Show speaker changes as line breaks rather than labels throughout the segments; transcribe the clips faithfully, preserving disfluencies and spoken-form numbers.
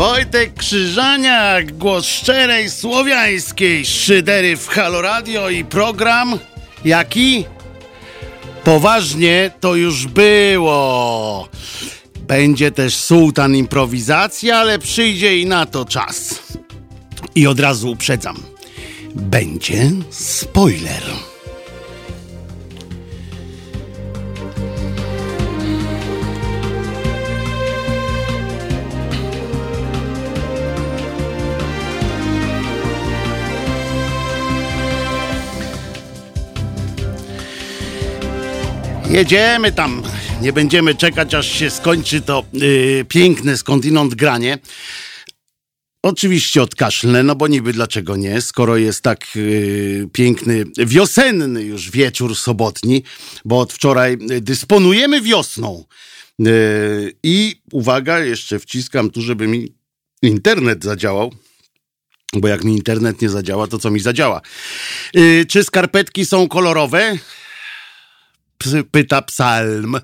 Wojtek Krzyżaniak, głos szczerej słowiańskiej szydery w Halo Radio i program jaki? Poważnie to już było. Będzie też sułtan improwizacji, ale przyjdzie i na to czas. I od razu uprzedzam. Będzie spoiler. Jedziemy tam, nie będziemy czekać, aż się skończy to yy, piękne skądinąd granie. Oczywiście odkaszlę, no bo niby dlaczego nie, skoro jest tak yy, piękny, wiosenny już wieczór sobotni, bo od wczoraj dysponujemy wiosną. Yy, I uwaga, jeszcze wciskam tu, żeby mi internet zadziałał. Bo jak mi internet nie zadziała, to co mi zadziała? Yy, czy skarpetki są kolorowe? Pyta Psalm.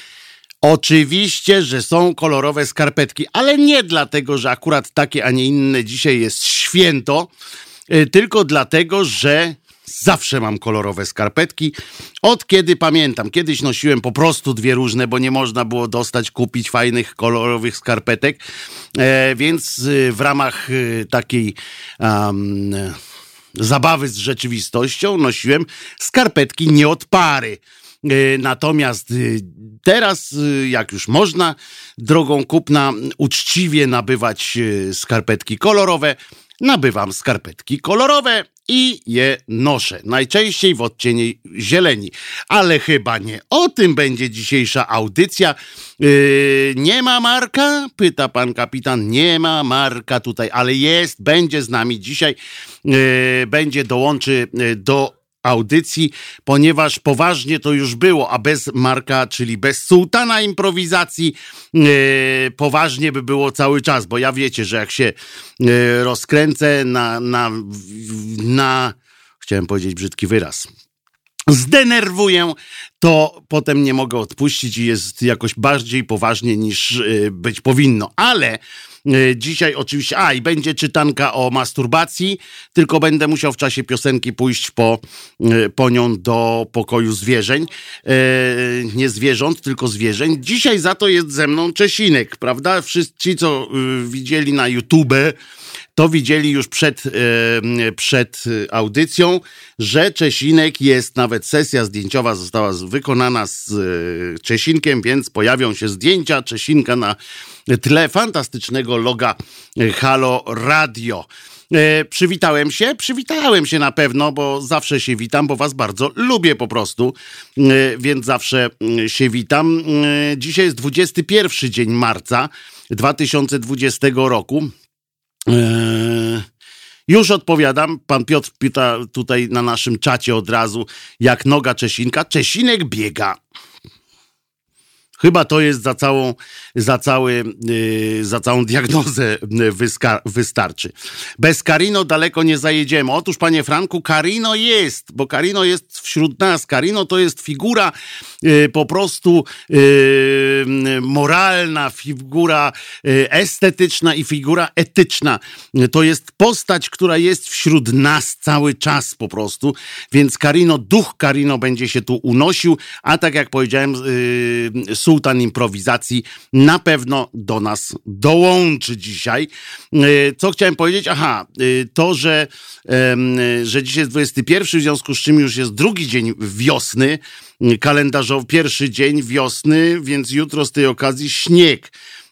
Oczywiście, że są kolorowe skarpetki, ale nie dlatego, że akurat takie, a nie inne dzisiaj jest święto, tylko dlatego, że zawsze mam kolorowe skarpetki. Od kiedy pamiętam, kiedyś nosiłem po prostu dwie różne, bo nie można było dostać, kupić fajnych kolorowych skarpetek, e, więc w ramach takiej um, zabawy z rzeczywistością nosiłem skarpetki nie od pary. Natomiast teraz, jak już można drogą kupna uczciwie nabywać skarpetki kolorowe, nabywam skarpetki kolorowe i je noszę. Najczęściej w odcieniu zieleni. Ale chyba nie o tym będzie dzisiejsza audycja. Yy, nie ma Marka? Pyta pan kapitan. Nie ma Marka tutaj, ale jest, będzie z nami dzisiaj. Yy, będzie, dołączy do audycji, ponieważ poważnie to już było, a bez Marka, czyli bez sułtana improwizacji, yy, poważnie by było cały czas, bo ja wiecie, że jak się yy, rozkręcę na, na, na, chciałem powiedzieć brzydki wyraz, zdenerwuję, to potem nie mogę odpuścić i jest jakoś bardziej poważnie niż yy, być powinno, ale dzisiaj oczywiście, a i będzie czytanka o masturbacji, tylko będę musiał w czasie piosenki pójść po, po nią do pokoju zwierzeń. E, nie zwierząt, tylko zwierzeń. Dzisiaj za to jest ze mną Czesinek, prawda? Wszyscy ci, co y, widzieli na YouTube, to widzieli już przed, e, przed audycją, że Czesinek jest, nawet sesja zdjęciowa została wykonana z e, Czesinkiem, więc pojawią się zdjęcia Czesinka na tle fantastycznego loga Halo Radio. E, przywitałem się? Przywitałem się na pewno, bo zawsze się witam, bo was bardzo lubię po prostu, e, więc zawsze się witam. E, dzisiaj jest dwudziesty pierwszy dzień marca dwa tysiące dwudziestego roku. Eee, już odpowiadam, pan Piotr pyta tutaj na naszym czacie od razu, jak noga Czesinka. Czesinek biega. Chyba to jest za całą, za cały, yy, za całą diagnozę wyska- wystarczy. Bez Karino daleko nie zajedziemy. Otóż, panie Franku, Karino jest, bo Karino jest wśród nas. Karino to jest figura yy, po prostu yy, moralna, figura yy, estetyczna i figura etyczna. To jest postać, która jest wśród nas cały czas po prostu. Więc Karino, duch Karino będzie się tu unosił, a tak jak powiedziałem, yy, sułtan improwizacji na pewno do nas dołączy dzisiaj. Co chciałem powiedzieć? Aha, to, że, że dzisiaj jest dwudziesty pierwszy, w związku z czym już jest drugi dzień wiosny, kalendarzowy pierwszy dzień wiosny, więc jutro z tej okazji śnieg.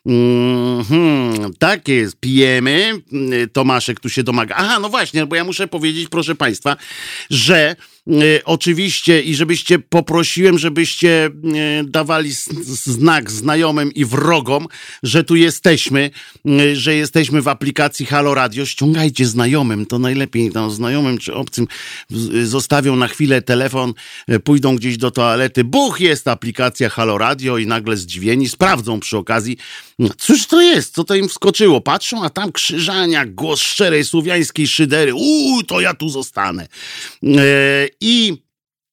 Mm-hmm, tak jest, pijemy. Tomaszek tu się domaga. Aha, no właśnie, bo ja muszę powiedzieć, proszę państwa, że e, oczywiście i żebyście poprosiłem, żebyście e, dawali s- znak znajomym i wrogom, że tu jesteśmy, e, że jesteśmy w aplikacji Halo Radio. Ściągajcie znajomym, to najlepiej tam znajomym czy obcym z- zostawią na chwilę telefon, e, pójdą gdzieś do toalety. Buch, jest aplikacja Halo Radio i nagle zdziwieni sprawdzą przy okazji, cóż to jest, co to im wskoczyło. Patrzą, a tam Krzyżaniak, głos szczerej słowiańskiej szydery. Uuu, to ja tu zostanę. E, I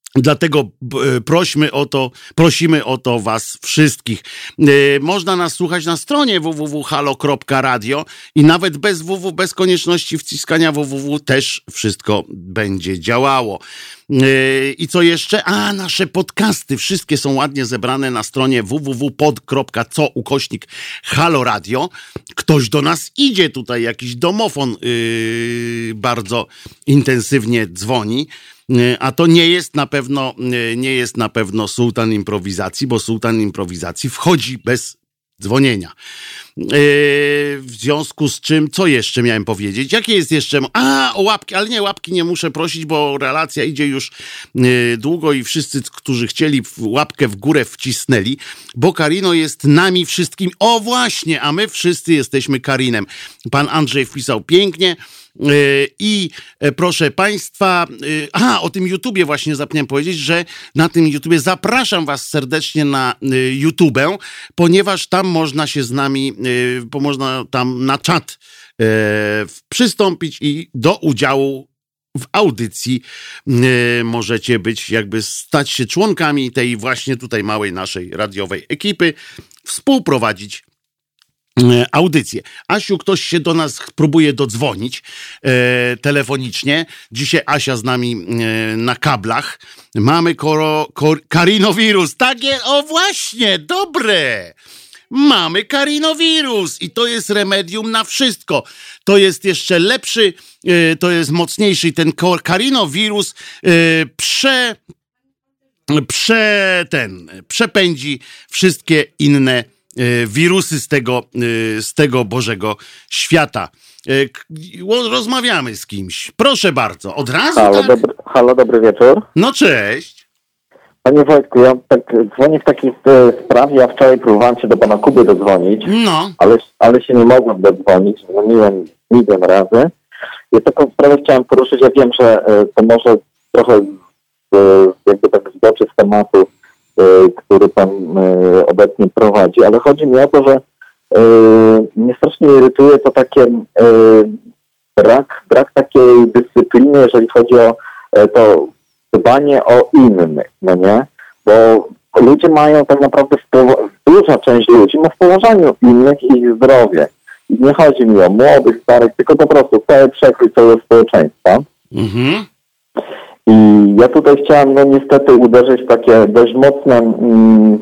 Dlatego prośmy o to, prosimy o to was wszystkich. Można nas słuchać na stronie w w w kropka halo kropka radio i nawet bez www, bez konieczności wciskania www też wszystko będzie działało. I co jeszcze? A, nasze podcasty, wszystkie są ładnie zebrane na stronie w w w kropka pod kropka co ukośnik Halo Radio. Ktoś do nas idzie tutaj, jakiś domofon yy, bardzo intensywnie dzwoni. A to nie jest na pewno, nie jest na pewno sułtan improwizacji, bo sułtan improwizacji wchodzi bez dzwonienia. W związku z czym, co jeszcze miałem powiedzieć? Jakie jest jeszcze... A, o łapki, ale nie, łapki nie muszę prosić, bo relacja idzie już długo i wszyscy, którzy chcieli łapkę w górę, wcisnęli, bo Karino jest nami wszystkim. O właśnie, a my wszyscy jesteśmy Karinem. Pan Andrzej wpisał pięknie. I proszę Państwa, aha, o tym YouTubie właśnie zapomniałem powiedzieć, że na tym YouTubie zapraszam Was serdecznie na YouTubę, ponieważ tam można się z nami, bo można tam na czat przystąpić i do udziału w audycji możecie być, jakby stać się członkami tej właśnie tutaj małej naszej radiowej ekipy, współprowadzić audycję. Asiu, ktoś się do nas próbuje dodzwonić e, telefonicznie. Dzisiaj Asia z nami e, na kablach. Mamy koro, kor, karinowirus. Takie, o właśnie, dobre. Mamy karinowirus i to jest remedium na wszystko. To jest jeszcze lepszy, e, to jest mocniejszy. Ten karinowirus e, prze, prze, ten, przepędzi wszystkie inne wirusy z tego, z tego Bożego świata. Rozmawiamy z kimś. Proszę bardzo. Od razu
Halo,
tak?
dobry, halo, dobry wieczór.
No cześć.
Panie Wojtku, ja tak dzwonię w takiej e, sprawie. Ja wczoraj próbowałem się do pana Kuby dodzwonić,
no.
ale, ale się nie mogłem dodzwonić. Dzwoniłem milion razy. Ja taką sprawę chciałem poruszyć. Ja wiem, że e, to może trochę e, jakby tak zboczy z tematu, który pan y, obecnie prowadzi, ale chodzi mi o to, że y, mnie strasznie irytuje to takie y, brak, brak takiej dyscypliny, jeżeli chodzi o y, to dbanie o innych, no nie? Bo ludzie mają tak naprawdę, w duża część ludzi ma w położeniu innych i ich zdrowie. I nie chodzi mi o młodych, starych, tylko po prostu cały przekrój całego społeczeństwa. Mhm. I ja tutaj chciałem, no niestety, uderzyć w takie dość mocne, mm,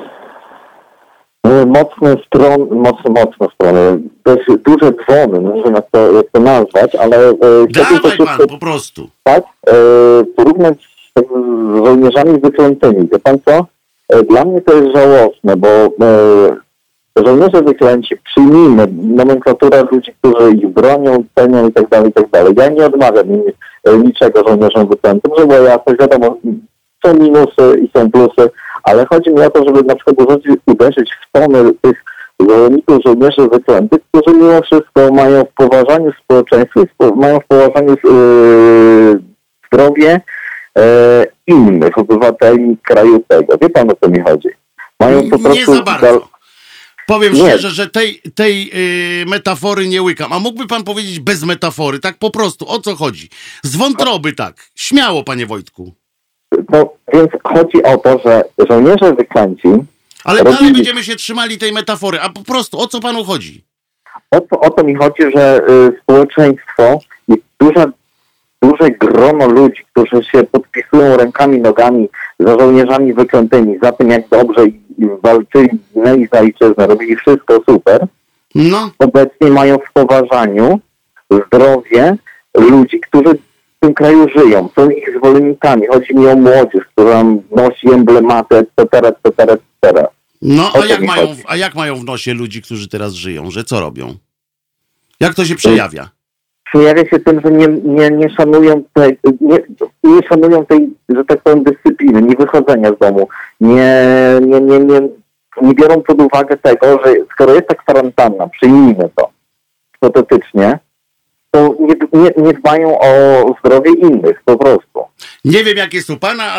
mocne strony, mocne, mocne strony, dość duże dzwony, nie wiem jak to, jak to nazwać, ale... E,
Dawaj to, pan, po prostu.
Tak, e, porównać z żołnierzami wyklętymi. Wie pan co? E, dla mnie to jest żałosne, bo e, żołnierze wyklęci, przyjmijmy nomenklaturę ludzi, którzy ich bronią, cenią i tak dalej, i tak dalej. Ja nie odmawiam im niczego żołnierzom wyklętym, żeby było jasne, wiadomo, są minusy i są plusy, ale chodzi mi o to, żeby na przykład uderzyć w stronę tych zwolenników żołnierzy wyklętych, którzy mimo wszystko mają w poważaniu społeczeństwa, mają w poważaniu yy, zdrowie yy, innych obywateli kraju tego. Wie pan, o co mi chodzi? Mają po prostu...
Nie za bardzo. Powiem nie. szczerze, że tej, tej yy, metafory nie łykam. A mógłby pan powiedzieć bez metafory, tak po prostu, o co chodzi? Z wątroby tak. Śmiało, panie Wojtku.
No, więc chodzi o to, że żołnierze wyklęci...
Ale robili... dalej będziemy się trzymali tej metafory, a po prostu, o co panu chodzi?
O to, o to mi chodzi, że y, społeczeństwo jest duże, duże grono ludzi, którzy się podpisują rękami, nogami za żołnierzami wyklętymi, za tym, jak dobrze i walczyli, ginęli za ojczyznę, robili wszystko super. No. Obecnie mają w poważaniu zdrowie ludzi, którzy w tym kraju żyją, są ich zwolennikami. Chodzi mi o młodzież, która nosi emblematy, et cetera, et cetera, et cetera.
No, a jak, mają, a jak mają w nosie ludzi, którzy teraz żyją? Że co robią? Jak to się przejawia?
Przejawia się tym, że nie, nie, nie szanują tej, nie, nie szanują tej, że tak powiem, dyscypliny, nie wychodzenia z domu, nie, nie, nie, nie, nie biorą pod uwagę tego, że skoro jest ta kwarantanna, przyjmijmy to hipotetycznie, to nie, nie, nie dbają o zdrowie innych, po prostu.
Nie wiem, jak jest u pana, ale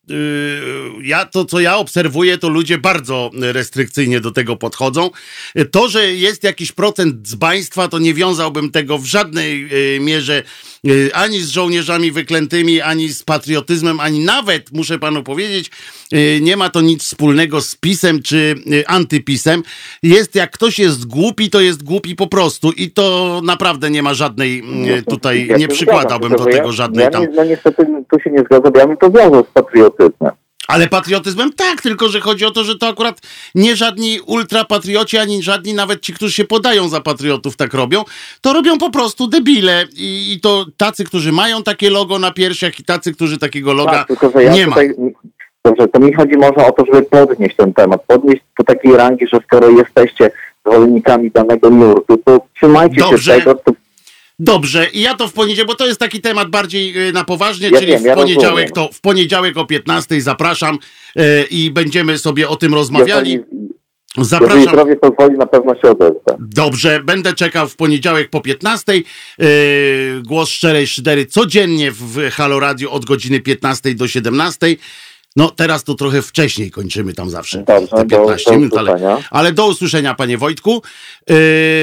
ja to, co ja obserwuję, to ludzie bardzo restrykcyjnie do tego podchodzą. To, że jest jakiś procent dzbaństwa, to nie wiązałbym tego w żadnej mierze ani z żołnierzami wyklętymi, ani z patriotyzmem, ani nawet, muszę panu powiedzieć, nie ma to nic wspólnego z PiS-em czy antypisem. Jest, jak ktoś jest głupi, to jest głupi po prostu i to naprawdę nie ma żadnej tutaj,
ja
nie przykładałbym do tego
ja,
żadnej
ja
tam...
Nie, no niestety tu się nie zgadzam, ja bym to wiązał z patriotyzmem.
Ale patriotyzmem tak, tylko że chodzi o to, że to akurat nie żadni ultrapatrioci, ani żadni nawet ci, którzy się podają za patriotów tak robią, to robią po prostu debile i, i to tacy, którzy mają takie logo na piersiach i tacy, którzy takiego loga
tak, tylko, że ja
nie
tutaj,
ma.
Dobrze, to mi chodzi może o to, żeby podnieść ten temat, podnieść do takiej rangi, że skoro jesteście zwolennikami danego nurtu, to trzymajcie
Dobrze.
się tego, to...
Dobrze, i ja to w poniedziałek, bo to jest taki temat bardziej na poważnie,
ja
czyli
wiem,
w
ja
poniedziałek
rozumiem.
to w poniedziałek o piętnastej zapraszam yy, i będziemy sobie o tym rozmawiali.
Jeżeli,
Zapraszam.
jeżeli zdrowie pozwoli, na pewno się odezwę.
Dobrze, będę czekał w poniedziałek po piętnastej. Yy, głos szczerej szydery codziennie w Halo Radio od godziny piętnastej do siedemnastej. No teraz to trochę wcześniej kończymy tam zawsze.
Dobrze,
te piętnaście
do, do
minut, ale,
usłyszenia.
ale do usłyszenia, panie Wojtku. Yy,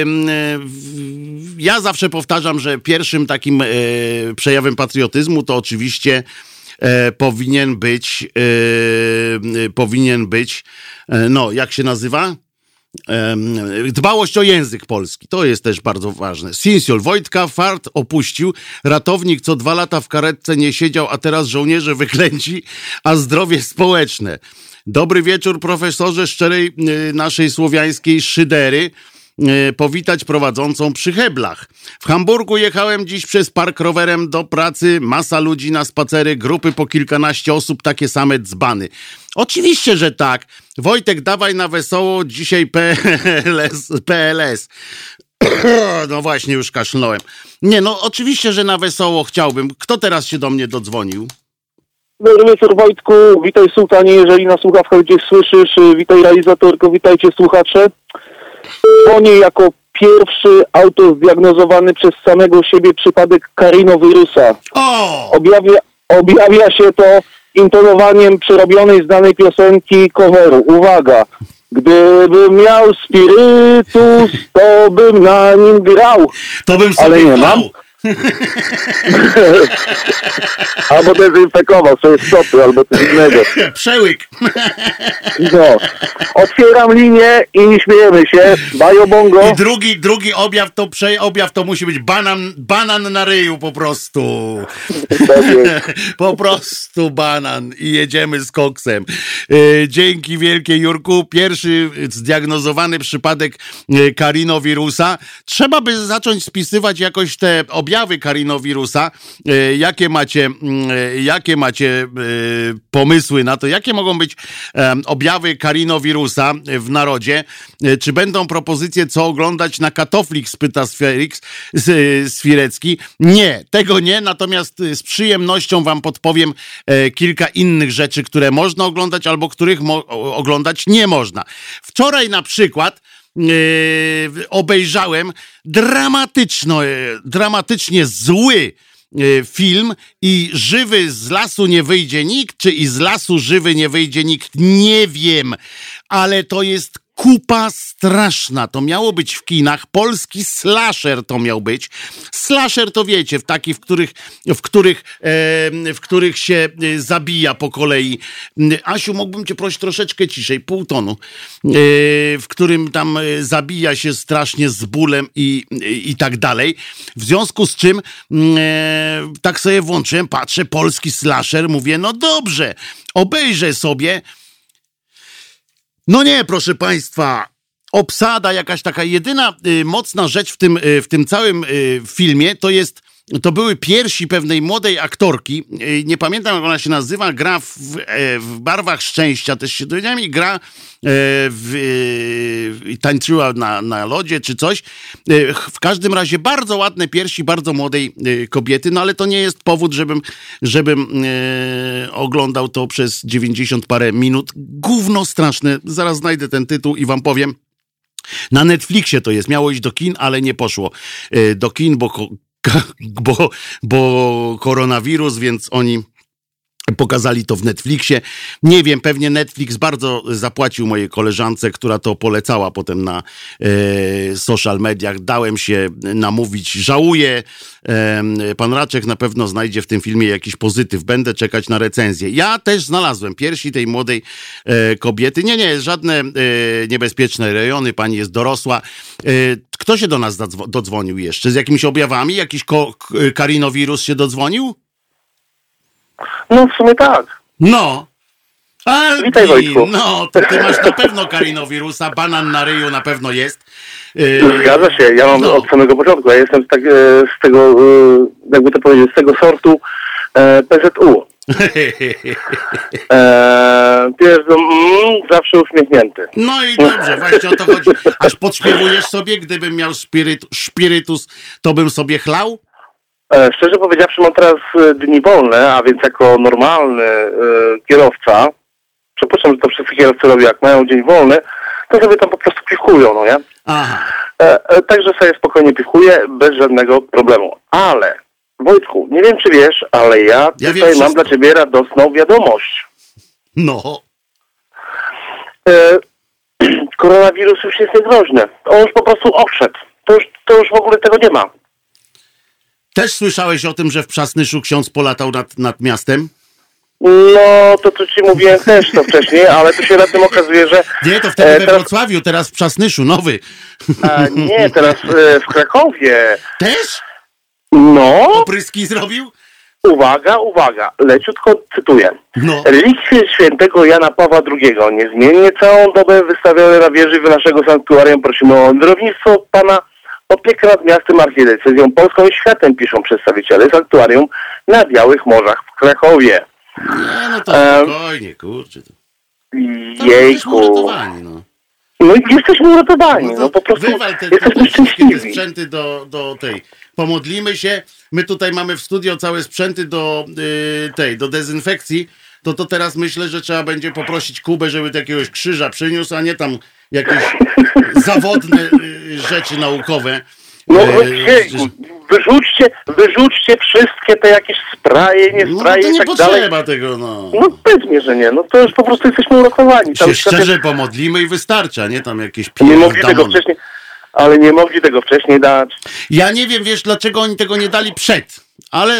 ja zawsze powtarzam, że pierwszym takim yy, przejawem patriotyzmu to oczywiście E, powinien być e, e, powinien być e, no, jak się nazywa? E, dbałość o język polski. To jest też bardzo ważne. Sinsol Wojtka fart opuścił. Ratownik co dwa lata w karetce nie siedział, a teraz żołnierze wyklęci, a zdrowie społeczne. Dobry wieczór, profesorze szczerej e, naszej słowiańskiej szydery. Powitać prowadzącą przy Heblach. W Hamburgu jechałem dziś przez park rowerem do pracy. Masa ludzi na spacery, grupy po kilkanaście osób, takie same dzbany. Oczywiście, że tak. Wojtek, dawaj na wesoło. Dzisiaj P L S. P L S. No właśnie, już kaszlnąłem. Nie, no oczywiście, że na wesoło chciałbym. Kto teraz się do mnie dodzwonił?
Dobry wieczór, Wojtku. Witaj, Sułtanie, jeżeli na słuchawkach gdzieś słyszysz. Witaj, realizatorko, witajcie, słuchacze. Dzwonię jako pierwszy autozdiagnozowany przez samego siebie przypadek karinowirusa.
O!
Objawia, objawia się to intonowaniem przerobionej z danej piosenki coveru. Uwaga! Gdybym miał spirytus, to bym na nim grał.
To bym sobie
Ale nie mam. Albo dezynfekował sobie stopy, albo coś innego.
Przełyk.
No. Otwieram linię i śmiejemy się. Bajo bongo.
I drugi, drugi objaw to prze, objaw to musi być banan, banan na ryju po prostu. Po prostu banan i jedziemy z koksem. E, dzięki wielkie, Jurku. Pierwszy zdiagnozowany przypadek e, karinowirusa. Trzeba by zacząć spisywać jakoś te objawy karinowirusa. E, jakie macie, e, jakie macie e, pomysły na to? Jakie mogą być e, objawy karinowirusa w narodzie? E, czy będą propozycje, co oglądać na Katoflix, pyta Sferix, Swirecki. Nie, tego nie, natomiast z przyjemnością wam podpowiem e, kilka innych rzeczy, które można oglądać albo których mo- oglądać nie można. Wczoraj na przykład e, obejrzałem dramatyczno, e, dramatycznie zły e, film i żywy z lasu nie wyjdzie nikt, czy i z lasu żywy nie wyjdzie nikt, nie wiem, ale to jest kupa straszna. To miało być w kinach. Polski slasher to miał być. Slasher to wiecie, w taki, w których, w których, e, w których się zabija po kolei. Asiu, mógłbym cię prosić troszeczkę ciszej, pół tonu. E, w którym tam zabija się strasznie z bólem i, i, i tak dalej. W związku z czym e, tak sobie włączyłem, patrzę, polski slasher, mówię, no dobrze, obejrzę sobie. No nie, proszę państwa, obsada, jakaś taka jedyna y, mocna rzecz w tym, y, w tym całym y, filmie to jest, to były piersi pewnej młodej aktorki, y, nie pamiętam jak ona się nazywa, gra w, e, w Barwach Szczęścia, też się dowiedziałem, i gra e, w, e, tańczyła na, na lodzie czy coś. E, w każdym razie bardzo ładne piersi bardzo młodej e, kobiety, no ale to nie jest powód, żebym, żebym e, oglądał to przez dziewięćdziesiąt parę minut. Gówno straszne, zaraz znajdę ten tytuł i wam powiem. Na Netflixie to jest, miało iść do kin, ale nie poszło e, do kin, bo, bo, bo koronawirus, więc oni Pokazali to w Netflixie. Nie wiem, pewnie Netflix bardzo zapłacił mojej koleżance, która to polecała potem na e, social mediach. Dałem się namówić. Żałuję. E, pan Raczek na pewno znajdzie w tym filmie jakiś pozytyw. Będę czekać na recenzję. Ja też znalazłem piersi tej młodej e, kobiety. Nie, nie, żadne e, niebezpieczne rejony. Pani jest dorosła. E, kto się do nas dodzwo- dodzwonił jeszcze? Z jakimiś objawami? Jakiś ko- karinowirus się dodzwonił?
No w sumie tak.
No. Albi,
Witaj, Wojtku.
no, to ty masz na pewno karinowirusa, banan na ryju na pewno jest. Yy,
Zgadza się, ja mam
no.
od samego początku, ja jestem z, tak, e, z tego, e, jakby to powiedzieć, z tego sortu e, P Z U. E, wiesz, no, mm, zawsze uśmiechnięty.
No i dobrze, właśnie o to chodzi. Aż podśpiewujesz sobie, gdybym miał spiryt, szpirytus, to bym sobie chlał?
E, szczerze powiedziawszy, mam teraz e, dni wolne, a więc jako normalny e, kierowca, przypuszczam, że to wszyscy kierowcy robią, jak mają dzień wolny, to sobie tam po prostu piwkują, no nie?
Aha.
E, e, także sobie spokojnie piwkuję, bez żadnego problemu. Ale, Wojtku, nie wiem czy wiesz, ale ja,
Ja
tutaj
wiem
mam
wszystko.
dla ciebie radosną wiadomość.
No.
E, koronawirus już jest niegroźny. On już po prostu odszedł. To już, to już w ogóle tego nie ma.
Też słyszałeś o tym, że w Przasnyszu ksiądz polatał nad, nad miastem?
No, to co ci mówiłem też to wcześniej, ale tu się na tym okazuje, że...
Nie, to wtedy
e,
we
teraz,
Wrocławiu, teraz w Przasnyszu, nowy.
a, nie, teraz e, w Krakowie.
Też?
No,
Opryski zrobił?
uwaga, uwaga, leciutko cytuję.
No.
Relikwie świętego Jana Pawła drugiego, niezmiennie całą dobę wystawione na wieży naszego sanktuarium, prosimy o darownictwo Pana, opiekę nad miastem, archidiecezją polską i światem, piszą przedstawiciele sanktuarium na Białych Morzach w Krakowie.
Nie, no to
Em,
spokojnie, kurczę. To, to jesteśmy
Jejku.
uratowani, no.
No i jesteśmy uratowani,
No
no,
to
po prostu
wywal te,
jesteśmy
te wszystkie te
szczęśliwi.
sprzęty do, do tej. Pomodlimy się. My tutaj mamy w studio całe sprzęty do y, tej, do dezynfekcji. To to teraz myślę, że trzeba będzie poprosić Kubę, żeby do jakiegoś krzyża przyniósł, a nie tam jakieś zawodne y, rzeczy naukowe.
No
E,
jejku, wyrzućcie, wyrzućcie wszystkie te jakieś spraje, nie
no
spraje
to
i
nie
tak
potrzeba
dalej.
tego, no.
No pewnie, że nie, no to już po prostu jesteśmy uratowani. Tam
Się
świat
szczerze pomodlimy i wystarcza, nie? Tam jakieś
jest, nie mogli tego
pierdamony.
wcześniej, ale nie mogli tego wcześniej dać.
Ja nie wiem, wiesz, dlaczego oni tego nie dali przed, ale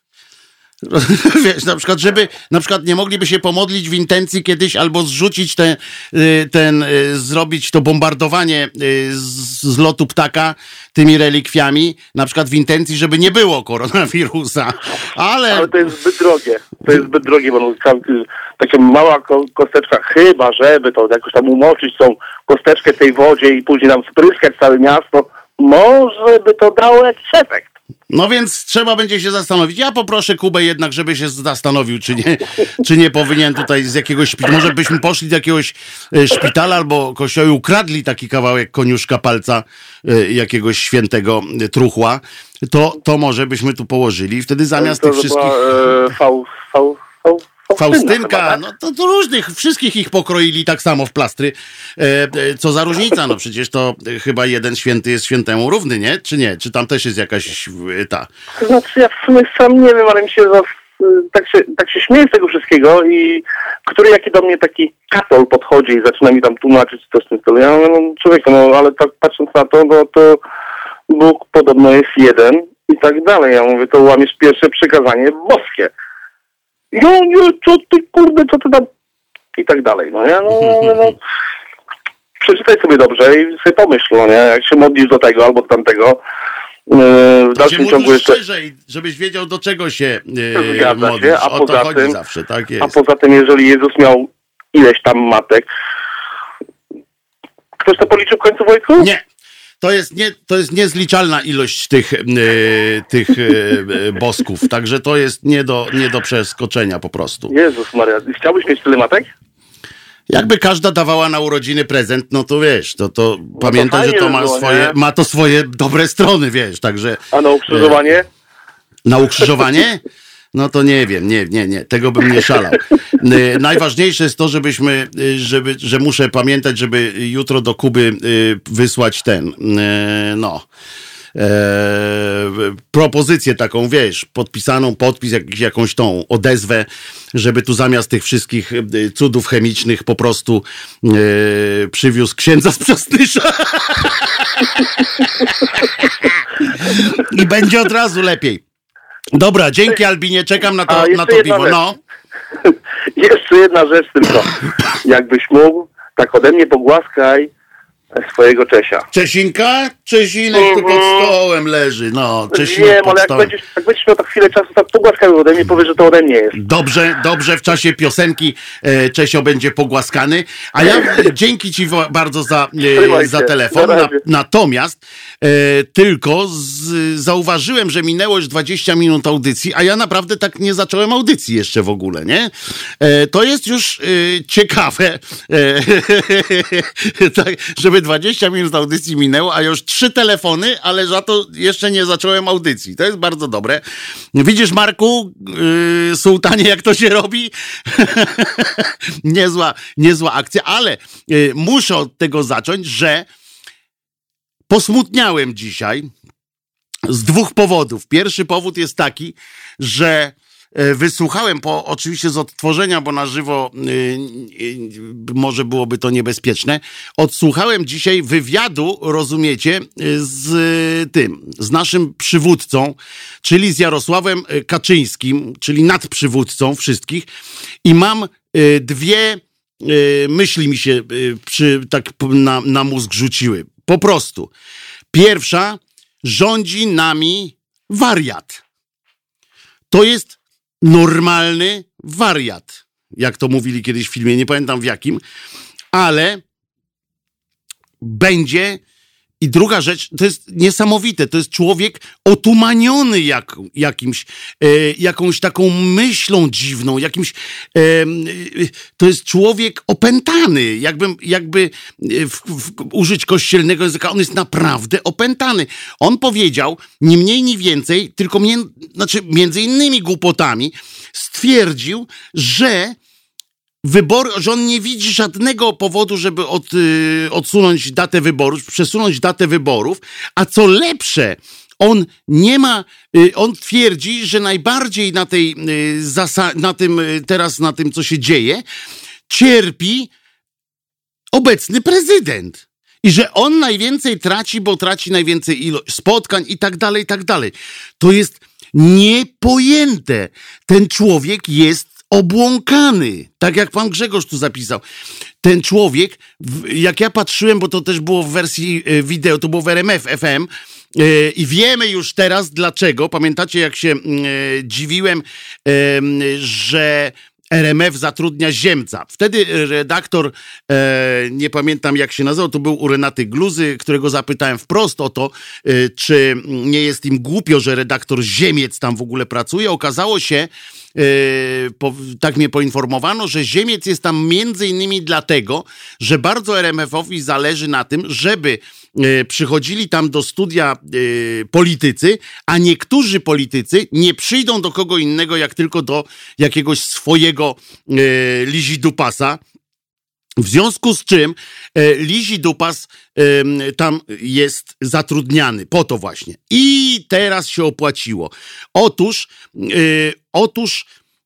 wiesz, na przykład, żeby na przykład nie mogliby się pomodlić w intencji kiedyś albo zrzucić te, y, ten, y, zrobić to bombardowanie y, z, z lotu ptaka tymi relikwiami, na przykład w intencji, żeby nie było koronawirusa, ale...
Ale to jest zbyt drogie. To jest zbyt drogie, bo no, cał- taka mała ko- kosteczka, chyba żeby to jakoś tam umoczyć tą kosteczkę w tej wodzie i później nam spryskać całe miasto, może by to dało jakiś efekt.
No więc trzeba będzie się zastanowić. Ja poproszę Kubę jednak, żeby się zastanowił, czy nie, czy nie powinien tutaj z jakiegoś szpitala. Może byśmy poszli do jakiegoś e, szpitala albo kościoła i ukradli taki kawałek koniuszka palca e, jakiegoś świętego e, truchła. To, to może byśmy tu położyli. Wtedy zamiast
to,
tych
to
wszystkich...
była, e, fał, fał, fał,
Faustynka,
chyba, tak?
no to, to różnych, wszystkich ich pokroili tak samo w plastry. E, e, co za różnica, no przecież to e, chyba jeden święty jest świętemu równy, nie? Czy nie? Czy tam też jest jakaś e, ta...
To znaczy ja w sumie sam nie wiem, ale mi się, za, tak się tak się śmieję z tego wszystkiego i który jaki do mnie taki katol podchodzi i zaczyna mi tam tłumaczyć coś w tym stylu. Ja mówię, no człowieku, no ale tak patrząc na to, no to Bóg podobno jest jeden i tak dalej. Ja mówię, to łamiesz pierwsze przykazanie boskie. No nie, co ty kurde, co ty tam... I tak dalej, no nie? No, no, no. Przeczytaj sobie dobrze i sobie pomyśl, no nie? Jak się modlisz do tego albo do tamtego, yy, w
To się
dalszym ciągu
módl
jeszcze...
szczerze, żebyś wiedział, do czego się e,
Zgadza
modlisz.
się, a
O to
poza
chodzi
tym-
zawsze, tak
A
jest.
poza tym, jeżeli Jezus miał ileś tam matek, ktoś to policzył w końcu, Wojtku?
Nie. To jest, nie, to jest niezliczalna ilość tych, e, tych e, bosków, także to jest nie do, nie do przeskoczenia po prostu.
Jezus Maria, chciałbyś mieć tyle matek?
Jakby każda dawała na urodziny prezent, no to wiesz, to, to pamiętaj, że
fajnie
to
by
ma
było,
swoje,
nie?
ma to swoje dobre strony, wiesz, także
A na ukrzyżowanie?
na ukrzyżowanie? No to nie wiem, nie, nie, nie, tego bym nie szalał. Y, Najważniejsze jest to, żebyśmy, y, żeby, że muszę pamiętać, żeby jutro do Kuby y, wysłać ten, y, no, e, propozycję taką, wiesz, podpisaną, podpis, jak, jakąś tą odezwę, żeby tu zamiast tych wszystkich cudów chemicznych po prostu e, przywiózł księdza z Przasnysza. I będzie od razu lepiej. Dobra, dzięki Albinie, czekam na to, na to piwo. No.
Jeszcze jedna rzecz tylko. Jakbyś mógł, tak ode mnie pogłaskaj swojego Czesia.
Czesinka? Czesinek tu pod stołem leży. No, Czesinek
Wiem,
pod
ale jak
stołem.
będziesz, jak będziesz miał tak chwilę czasu, tak pogłaskaj ode mnie, powiesz, że to ode mnie jest.
Dobrze, dobrze, w czasie piosenki e, Czesio będzie pogłaskany, a ja e, dzięki ci wa- bardzo za, e, za telefon. Na, natomiast e, tylko z, zauważyłem, że minęło już dwadzieścia minut audycji, a ja naprawdę tak nie zacząłem audycji jeszcze w ogóle, nie? E, to jest już e, ciekawe, e, tak, żeby dwadzieścia minut audycji minęło, a już trzy telefony, ale za to jeszcze nie zacząłem audycji. To jest bardzo dobre. Widzisz, Marku, yy, sułtanie, jak to się robi? niezła, niezła akcja, ale yy, muszę od tego zacząć, że posmutniałem dzisiaj z dwóch powodów. Pierwszy powód jest taki, że wysłuchałem, po, oczywiście z odtworzenia, bo na żywo y, y, może byłoby to niebezpieczne, odsłuchałem dzisiaj wywiadu, rozumiecie, z y, tym, z naszym przywódcą, czyli z Jarosławem Kaczyńskim, czyli nadprzywódcą wszystkich, i mam y, dwie y, myśli mi się y, przy, tak na, na mózg rzuciły. Po prostu. Pierwsza, rządzi nami wariat. To jest normalny wariat, jak to mówili kiedyś w filmie, nie pamiętam w jakim, ale będzie. I druga rzecz, to jest niesamowite, to jest człowiek otumaniony jak, jakimś, e, jakąś taką myślą dziwną, jakimś, e, e, to jest człowiek opętany, jakbym, jakby w, w, użyć kościelnego języka, on jest naprawdę opętany. On powiedział, ni mniej, ni więcej, tylko mnie, znaczy między innymi głupotami, stwierdził, że Wybor, że on nie widzi żadnego powodu, żeby od, y, odsunąć datę wyborów, przesunąć datę wyborów, a co lepsze, on nie ma, y, on twierdzi, że najbardziej na tej, y, zasa- na tym, y, teraz na tym, co się dzieje, cierpi obecny prezydent. I że on najwięcej traci, bo traci najwięcej ilość spotkań i tak dalej, i tak dalej. To jest niepojęte. Ten człowiek jest obłąkany, tak jak pan Grzegorz tu zapisał. Ten człowiek, jak ja patrzyłem, bo to też było w wersji wideo, to było w R M F F M i wiemy już teraz dlaczego. Pamiętacie, jak się dziwiłem, że R M F zatrudnia Ziemca. Wtedy redaktor, e, nie pamiętam jak się nazywał, to był u Renaty Gluzy, którego zapytałem wprost o to, e, czy nie jest im głupio, że redaktor Ziemiec tam w ogóle pracuje. Okazało się, e, po, tak mnie poinformowano, że Ziemiec jest tam między innymi dlatego, że bardzo R M F-owi zależy na tym, żeby e, przychodzili tam do studia e, politycy, a niektórzy politycy nie przyjdą do kogo innego, jak tylko do jakiegoś swojego e, Lizi Dupasa. W związku z czym e, Lizi Dupas e, tam jest zatrudniany po to właśnie. I teraz się opłaciło. Otóż, e, otóż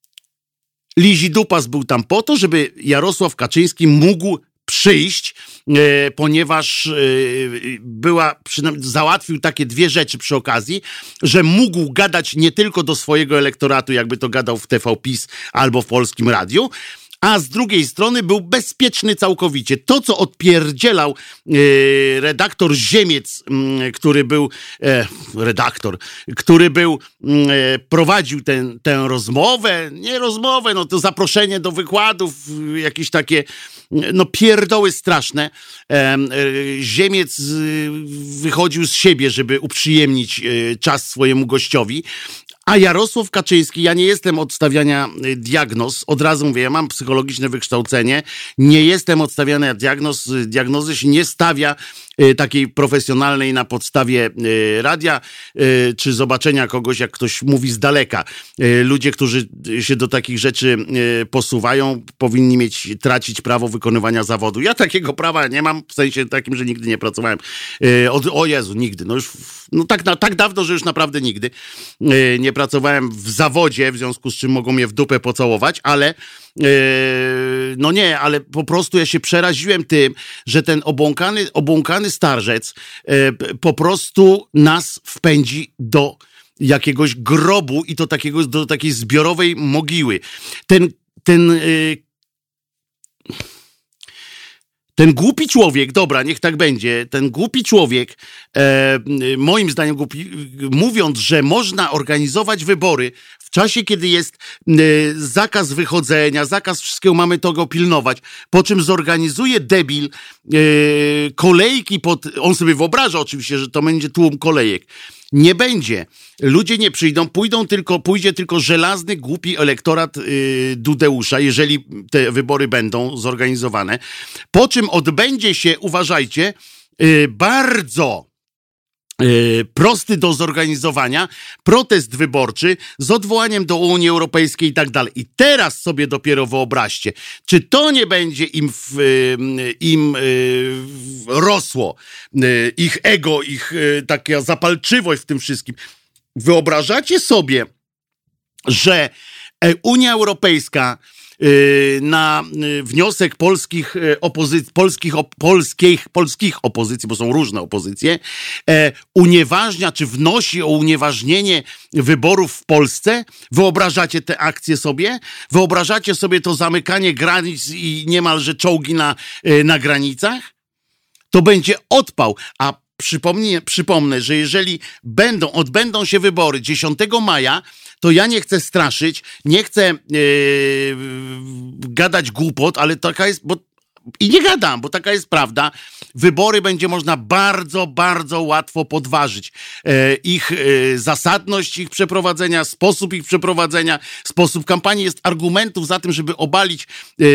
Lizi Dupas był tam po to, żeby Jarosław Kaczyński mógł przyjść, e, ponieważ e, była, przynajmniej załatwił takie dwie rzeczy przy okazji, że mógł gadać nie tylko do swojego elektoratu, jakby to gadał w T V PiS albo w Polskim Radiu, a z drugiej strony był bezpieczny całkowicie. To, co odpierdzielał e, redaktor Ziemiec, m, który był, e, redaktor, który był, m, e, prowadził ten, tę rozmowę, nie rozmowę, no to zaproszenie do wykładów, jakieś takie, no pierdoły straszne. E, e, Ziemiec e, wychodził z siebie, żeby uprzyjemnić e, czas swojemu gościowi. A Jarosław Kaczyński, ja nie jestem od stawiania diagnoz, od razu mówię, ja mam psychologiczne wykształcenie, nie jestem od stawiania diagnoz, diagnozy się nie stawia takiej profesjonalnej na podstawie radia, czy zobaczenia kogoś, jak ktoś mówi z daleka. Ludzie, którzy się do takich rzeczy posuwają, powinni mieć, tracić prawo wykonywania zawodu. Ja takiego prawa nie mam, w sensie takim, że nigdy nie pracowałem. O, o Jezu, nigdy. No już no tak, na, tak dawno, że już naprawdę nigdy nie pracowałem w zawodzie, w związku z czym mogą mnie w dupę pocałować, ale no nie, ale po prostu ja się przeraziłem tym, że ten obłąkany, obłąkany starzec po prostu nas wpędzi do jakiegoś grobu i to takiego, do takiej zbiorowej mogiły. Ten, ten Ten głupi człowiek, dobra, niech tak będzie, ten głupi człowiek, e, moim zdaniem głupi, mówiąc, że można organizować wybory w czasie, kiedy jest e, zakaz wychodzenia, zakaz wszystkiego, mamy tego pilnować, po czym zorganizuje debil e, kolejki pod, on sobie wyobraża oczywiście, że to będzie tłum kolejek. Nie będzie. Ludzie nie przyjdą, pójdą tylko, pójdzie tylko żelazny, głupi elektorat yy, Dudeusza, jeżeli te wybory będą zorganizowane. Po czym odbędzie się, uważajcie, yy, bardzo yy, prosty do zorganizowania protest wyborczy z odwołaniem do Unii Europejskiej i tak dalej. I teraz sobie dopiero wyobraźcie, czy to nie będzie im, w, yy, im yy, rosło, yy, ich ego, ich yy, taka zapalczywość w tym wszystkim. Wyobrażacie sobie, że Unia Europejska na wniosek polskich opozycji, polskich, polskich, polskich opozycji, bo są różne opozycje, unieważnia, czy wnosi o unieważnienie wyborów w Polsce? Wyobrażacie te akcje sobie? Wyobrażacie sobie to zamykanie granic i niemalże czołgi na, na granicach? To będzie odpał, a Przypomnę, przypomnę, że jeżeli będą, odbędą się wybory dziesiątego maja, to ja nie chcę straszyć, nie chcę yy, gadać głupot, ale taka jest, bo i nie gadam, bo taka jest prawda. Wybory będzie można bardzo, bardzo łatwo podważyć. E, ich e, zasadność ich przeprowadzenia, sposób ich przeprowadzenia, sposób kampanii. Jest argumentów za tym, żeby obalić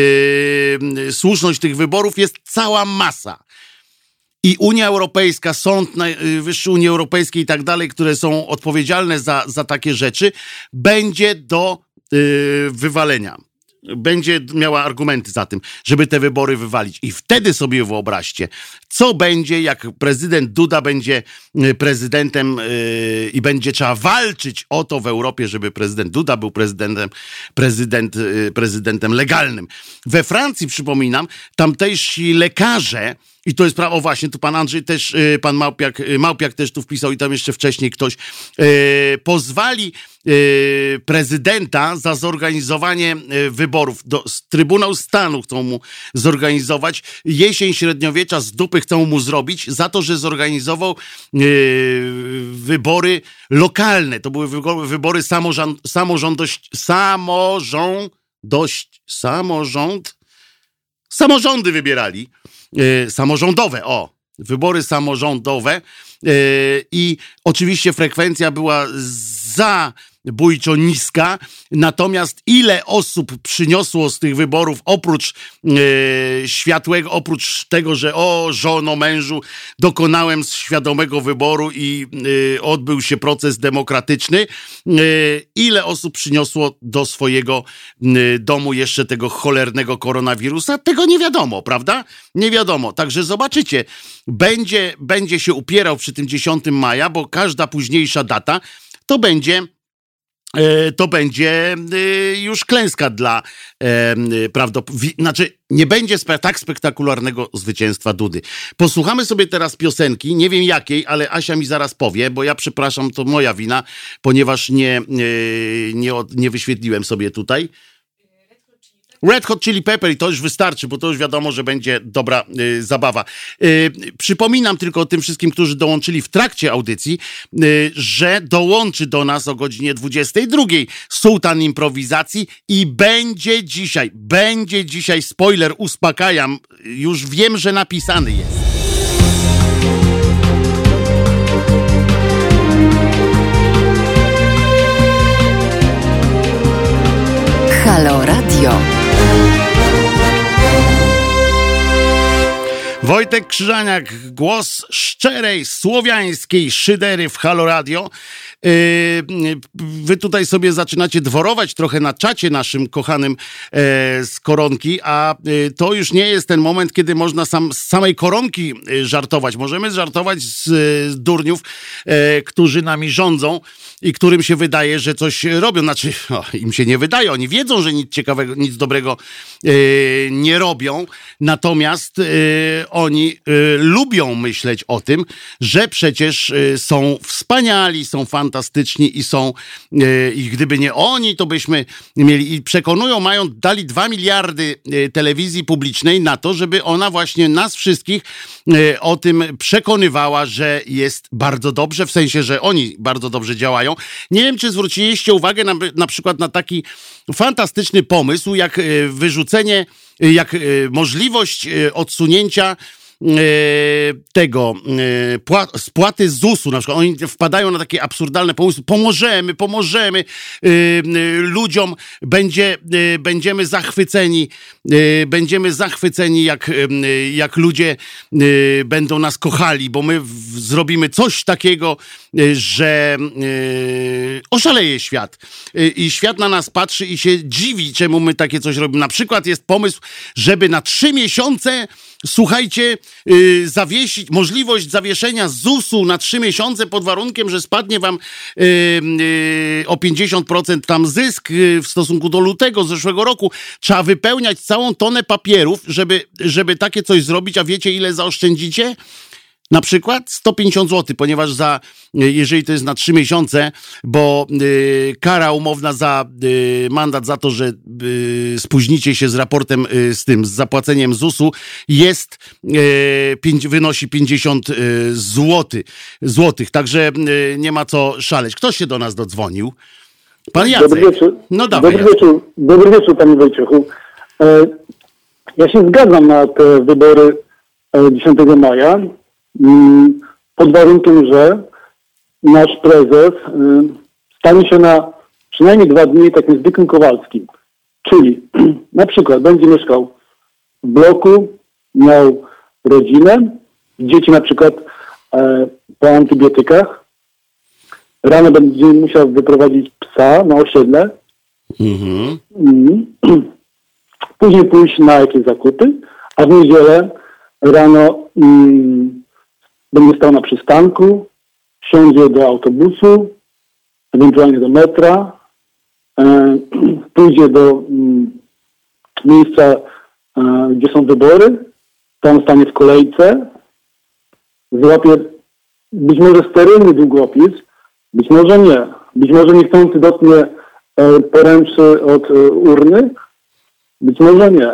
e, słuszność tych wyborów, jest cała masa. I Unia Europejska, Sąd Najwyższy Unii Europejskiej i tak dalej, które są odpowiedzialne za, za takie rzeczy, będzie do yy, wywalenia. Będzie miała argumenty za tym, żeby te wybory wywalić. I wtedy sobie wyobraźcie, co będzie, jak prezydent Duda będzie prezydentem yy, i będzie trzeba walczyć o to w Europie, żeby prezydent Duda był prezydentem, prezydent, yy, prezydentem legalnym. We Francji, przypominam, tamtejsi lekarze, i to jest prawo, właśnie, tu pan Andrzej też, pan Małpiak, Małpiak też tu wpisał i tam jeszcze wcześniej ktoś, yy, pozwali yy, prezydenta za zorganizowanie yy, wyborów. Do, Trybunał Stanu chcą mu zorganizować, jesień średniowiecza z dupy chcą mu zrobić za to, że zorganizował yy, wybory lokalne. To były wybory, wybory samorząd, samorządość, samorządość, samorząd, samorządy wybierali. Yy, samorządowe, o, wybory samorządowe yy, i oczywiście frekwencja była zabójczo niska, natomiast ile osób przyniosło z tych wyborów oprócz yy, światłego, oprócz tego, że o żono, mężu, dokonałem świadomego wyboru i yy, odbył się proces demokratyczny, yy, ile osób przyniosło do swojego yy, domu jeszcze tego cholernego koronawirusa, tego nie wiadomo, prawda? Nie wiadomo, także zobaczycie, będzie, będzie się upierał przy tym dziesiątego maja, bo każda późniejsza data to będzie to będzie już klęska dla prawdopodobnie, znaczy nie będzie spe- tak spektakularnego zwycięstwa Dudy. Posłuchamy sobie teraz piosenki, nie wiem jakiej, ale Asia mi zaraz powie, bo ja przepraszam, to moja wina, ponieważ nie, nie, nie wyświetliłem sobie tutaj. Red Hot Chili Pepper i to już wystarczy, bo to już wiadomo, że będzie dobra y, zabawa. Y, przypominam tylko tym wszystkim, którzy dołączyli w trakcie audycji, y, że dołączy do nas o godzinie dwudziestej drugiej Sułtan Improwizacji i będzie dzisiaj, będzie dzisiaj, spoiler, uspokajam, już wiem, że napisany jest. Halo Radio. Wojtek Krzyżaniak, głos szczerej, słowiańskiej szydery w Halo Radio. Wy tutaj sobie zaczynacie dworować trochę na czacie naszym kochanym z koronki, a to już nie jest ten moment, kiedy można sam, z samej koronki żartować. Możemy żartować z, z durniów, którzy nami rządzą i którym się wydaje, że coś robią. Znaczy, o, im się nie wydaje. Oni wiedzą, że nic ciekawego, nic dobrego nie robią. Natomiast oni lubią myśleć o tym, że przecież są wspaniali, są fantastyczni i są, i gdyby nie oni, to byśmy mieli, i przekonują, mają, dali dwa miliardy telewizji publicznej na to, żeby ona właśnie nas wszystkich o tym przekonywała, że jest bardzo dobrze, w sensie, że oni bardzo dobrze działają. Nie wiem, czy zwróciliście uwagę na, na przykład na taki fantastyczny pomysł, jak wyrzucenie, jak możliwość odsunięcia tego spłaty z zusu, na przykład oni wpadają na takie absurdalne pomysły, pomożemy, pomożemy ludziom, będzie, będziemy zachwyceni, będziemy zachwyceni, jak, jak ludzie będą nas kochali, bo my zrobimy coś takiego, że oszaleje świat i świat na nas patrzy i się dziwi, czemu my takie coś robimy. Na przykład jest pomysł, żeby na trzy miesiące, słuchajcie, Yy, zawiesić, możliwość zawieszenia zusu na trzy miesiące pod warunkiem, że spadnie wam yy, yy, o pięćdziesiąt procent tam zysk yy, w stosunku do lutego zeszłego roku. Trzeba wypełniać całą tonę papierów, żeby, żeby takie coś zrobić, a wiecie, ile zaoszczędzicie? Na przykład sto pięćdziesiąt złotych, ponieważ za, jeżeli to jest na trzy miesiące, bo y, kara umowna za y, mandat za to, że y, spóźnicie się z raportem y, z tym, z zapłaceniem zusu, jest, y, pięć, wynosi pięćdziesiąt złotych. Złotych. Także y, nie ma co szaleć. Kto się do nas dodzwonił? Pan Jacek.
Dobry wieczór.
No dawaj,
Dobry wieczór. Dobry wieczór, panie Wojciechu. E, ja się zgadzam na te wybory dziesiątego maja. Pod warunkiem, że nasz prezes stanie się na przynajmniej dwa dni takim zwykłym Kowalskim. Czyli na przykład będzie mieszkał w bloku, miał rodzinę, dzieci na przykład e, po antybiotykach. Rano będzie musiał wyprowadzić psa na osiedle. Mhm. Później pójść na jakieś zakupy, a w niedzielę rano mm, będzie stał na przystanku, wsiądzie do autobusu, ewentualnie do metra, e, pójdzie do mm, miejsca, e, gdzie są wybory, tam stanie w kolejce, złapie być może sterylny długopis, być może nie. Być może niechcący dotknie e, poręczy od e, urny, być może nie.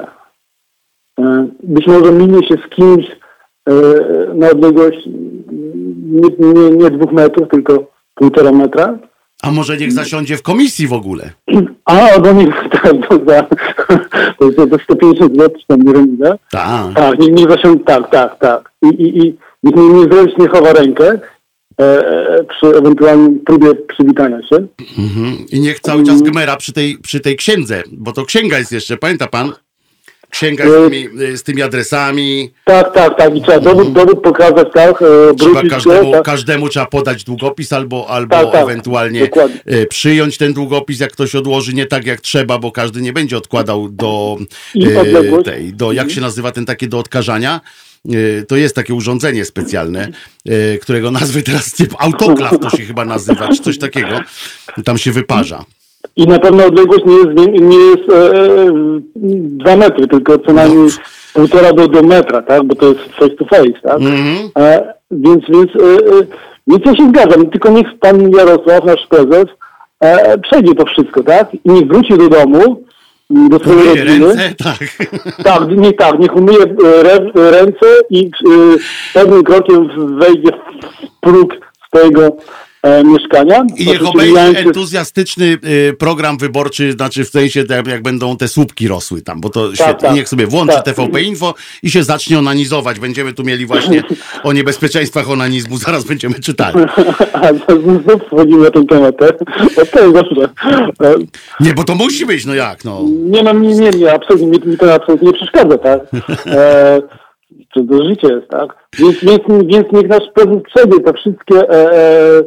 E, być może minie się z kimś na odległość nie, nie, nie dwóch metrów, tylko półtora metra.
A może niech zasiądzie w komisji w ogóle?
A, do nich to za to, to sto pięćdziesiąt złotych, tam nie wiem ile.
Tak.
Tak, niech nie zasiądzie, tak, tak, tak. I, i, i niech nie, niezręcznie chowa rękę e, przy ewentualnej próbie przywitania się.
Mhm. I niech cały czas gmera przy tej, przy tej księdze, bo to księga jest jeszcze, pamięta pan? Księga z tymi, z tymi adresami.
Tak, tak, tak. I trzeba dowód, dowód pokazać, tak. E,
trzeba każdemu,
się, tak.
każdemu trzeba podać długopis albo, albo
tak, tak,
ewentualnie
dokładnie.
przyjąć ten długopis, jak ktoś odłoży nie tak jak trzeba, bo każdy nie będzie odkładał do e, tej, do, jak się nazywa ten takie do odkażania. E, to jest takie urządzenie specjalne, e, którego nazwy teraz nie, autoklaw to się chyba nazywa, czy coś takiego. Tam się wyparza.
I na pewno odległość nie jest, nie jest e, dwa metry, tylko co najmniej półtora do, do metra, tak? Bo to jest face to face, tak? Mm-hmm. E, więc, więc, e, więc ja się zgadzam, tylko niech pan Jarosław, nasz prezes, e, przejdzie to wszystko, tak? I niech wróci do domu, do swojej
umyje
rodziny.
Ręce, tak.
Tak, nie, tak, niech umyje re, ręce i e, pewnym krokiem wejdzie w próg swojego E, mieszkania.
I niech obejrzy entuzjastyczny y, program wyborczy, znaczy w sensie jak, jak będą te słupki rosły tam, bo to tak, świetnie. Tak, niech sobie włączy tak. T V P Info i się zacznie onanizować. Będziemy tu mieli właśnie o niebezpieczeństwach onanizmu, zaraz będziemy czytali.
A znów wchodzimy na ten temat, tak? To jest zawsze.
Nie, bo to musi być, no jak, no.
Nie, no nie, nie, nie absolutnie, mi, mi to absolutnie nie przeszkadza, tak? E, to, to życie jest, tak? Więc, więc, więc niech nasz prezydent przejdzie te wszystkie e, e,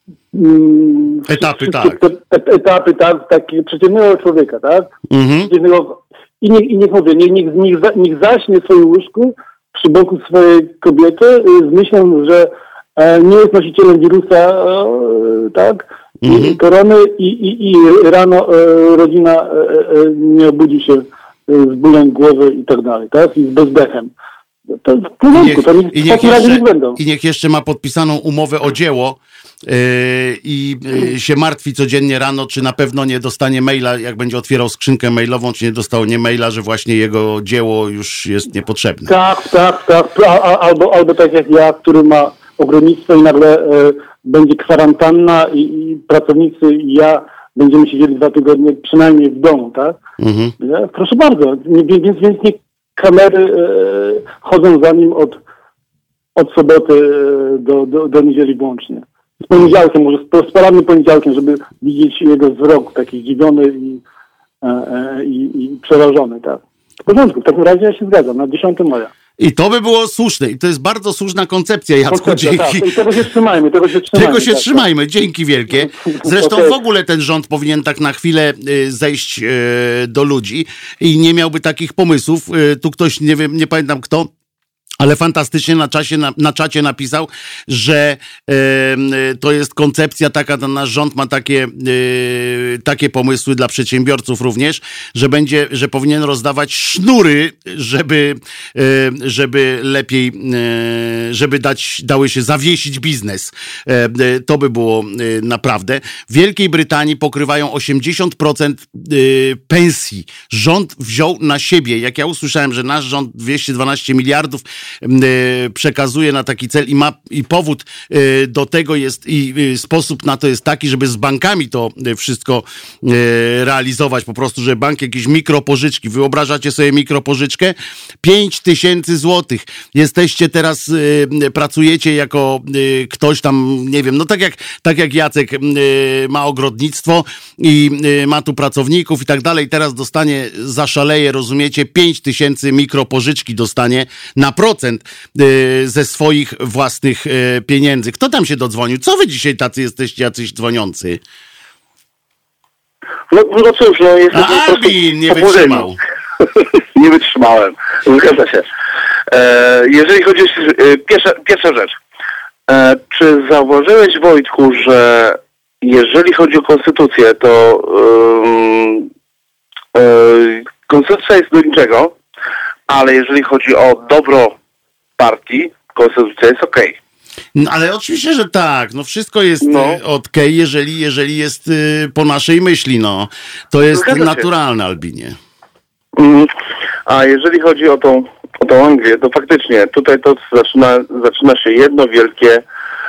mm,
etapy,
wszystkie
tak.
te, te, etapy, tak, takiego przeciętnego człowieka, tak?
Mhm.
Przeciętnego, i, niech, I niech mówię, niech, niech, niech, za, niech zaśnie w swoim łóżku przy boku swojej kobiety z myślą, że e, nie jest nosicielem wirusa, e, tak?
Mhm.
I korony i, i, i rano e, rodzina e, e, nie obudzi się z bólem głowy i tak dalej, tak? I z bezdechem. To w porządku, to niech,
i,
w
niech
takim razie
jeszcze,
nie będą.
I niech jeszcze ma podpisaną umowę o dzieło yy, i yy, się martwi codziennie rano, czy na pewno nie dostanie maila, jak będzie otwierał skrzynkę mailową, czy nie dostał nie maila, że właśnie jego dzieło już jest niepotrzebne.
Tak, tak, tak. A, a, albo, albo tak jak ja, który ma ogrodnictwo i nagle e, będzie kwarantanna i, i pracownicy i ja będziemy siedzieli dwa tygodnie przynajmniej w domu, tak? Mhm. Ja, proszę bardzo, więc, więc, więc niech kamery e, chodzą za nim od, od soboty e, do, do, do niedzieli włącznie. Z poniedziałkiem, może z, z porannym poniedziałkiem, żeby widzieć jego wzrok taki zdziwiony i, e, e, i, i przerażony, tak? W porządku, w takim razie ja się zgadzam, na dziesiątego maja.
I to by było słuszne. I to jest bardzo słuszna koncepcja, Jacku.
Koncepcja,
dzięki.
tak. I tego się trzymajmy, tego się trzymajmy.
Tego się
tak,
trzymajmy, tak. Dzięki wielkie. Zresztą okay. w ogóle ten rząd powinien tak na chwilę y, zejść y, do ludzi i nie miałby takich pomysłów. Y, tu ktoś, nie wiem, nie pamiętam kto, ale fantastycznie na, czasie, na, na czacie napisał, że e, to jest koncepcja taka, ten nasz rząd ma takie, e, takie pomysły dla przedsiębiorców również, że będzie, że powinien rozdawać sznury, żeby, e, żeby lepiej, e, żeby dać, dały się zawiesić biznes. E, to by było e, naprawdę. W Wielkiej Brytanii pokrywają osiemdziesiąt procent e, pensji. Rząd wziął na siebie. Jak ja usłyszałem, że nasz rząd dwieście dwanaście miliardów przekazuje na taki cel i ma i powód do tego jest i sposób na to jest taki, żeby z bankami to wszystko realizować, po prostu, że bank jakieś mikropożyczki, wyobrażacie sobie mikropożyczkę? pięć tysięcy złotych. Jesteście teraz, pracujecie jako ktoś tam, nie wiem, no tak jak, tak jak Jacek ma ogrodnictwo i ma tu pracowników i tak dalej, teraz dostanie, zaszaleje, rozumiecie, pięć tysięcy mikropożyczki dostanie na procent ze swoich własnych pieniędzy. Kto tam się dodzwonił? Co wy dzisiaj tacy jesteście, jacyś dzwoniący?
No, no cóż, no jest...
A Albin nie wytrzymał.
Nie wytrzymałem. Zgadza się. E, jeżeli chodzi o... E, pierwsza, pierwsza rzecz. E, czy zauważyłeś, Wojtku, że jeżeli chodzi o konstytucję, to e, e, konstytucja jest do niczego, ale jeżeli chodzi o dobro partii, konstytucja jest okej. Okay.
No, ale oczywiście, że tak. No wszystko jest no. okej, okay, jeżeli, jeżeli jest y, po naszej myśli, no. To jest Zgadza naturalne, się. Albinie.
Mm. A jeżeli chodzi o tą, o tą Anglię, to faktycznie tutaj to zaczyna, zaczyna się jedno wielkie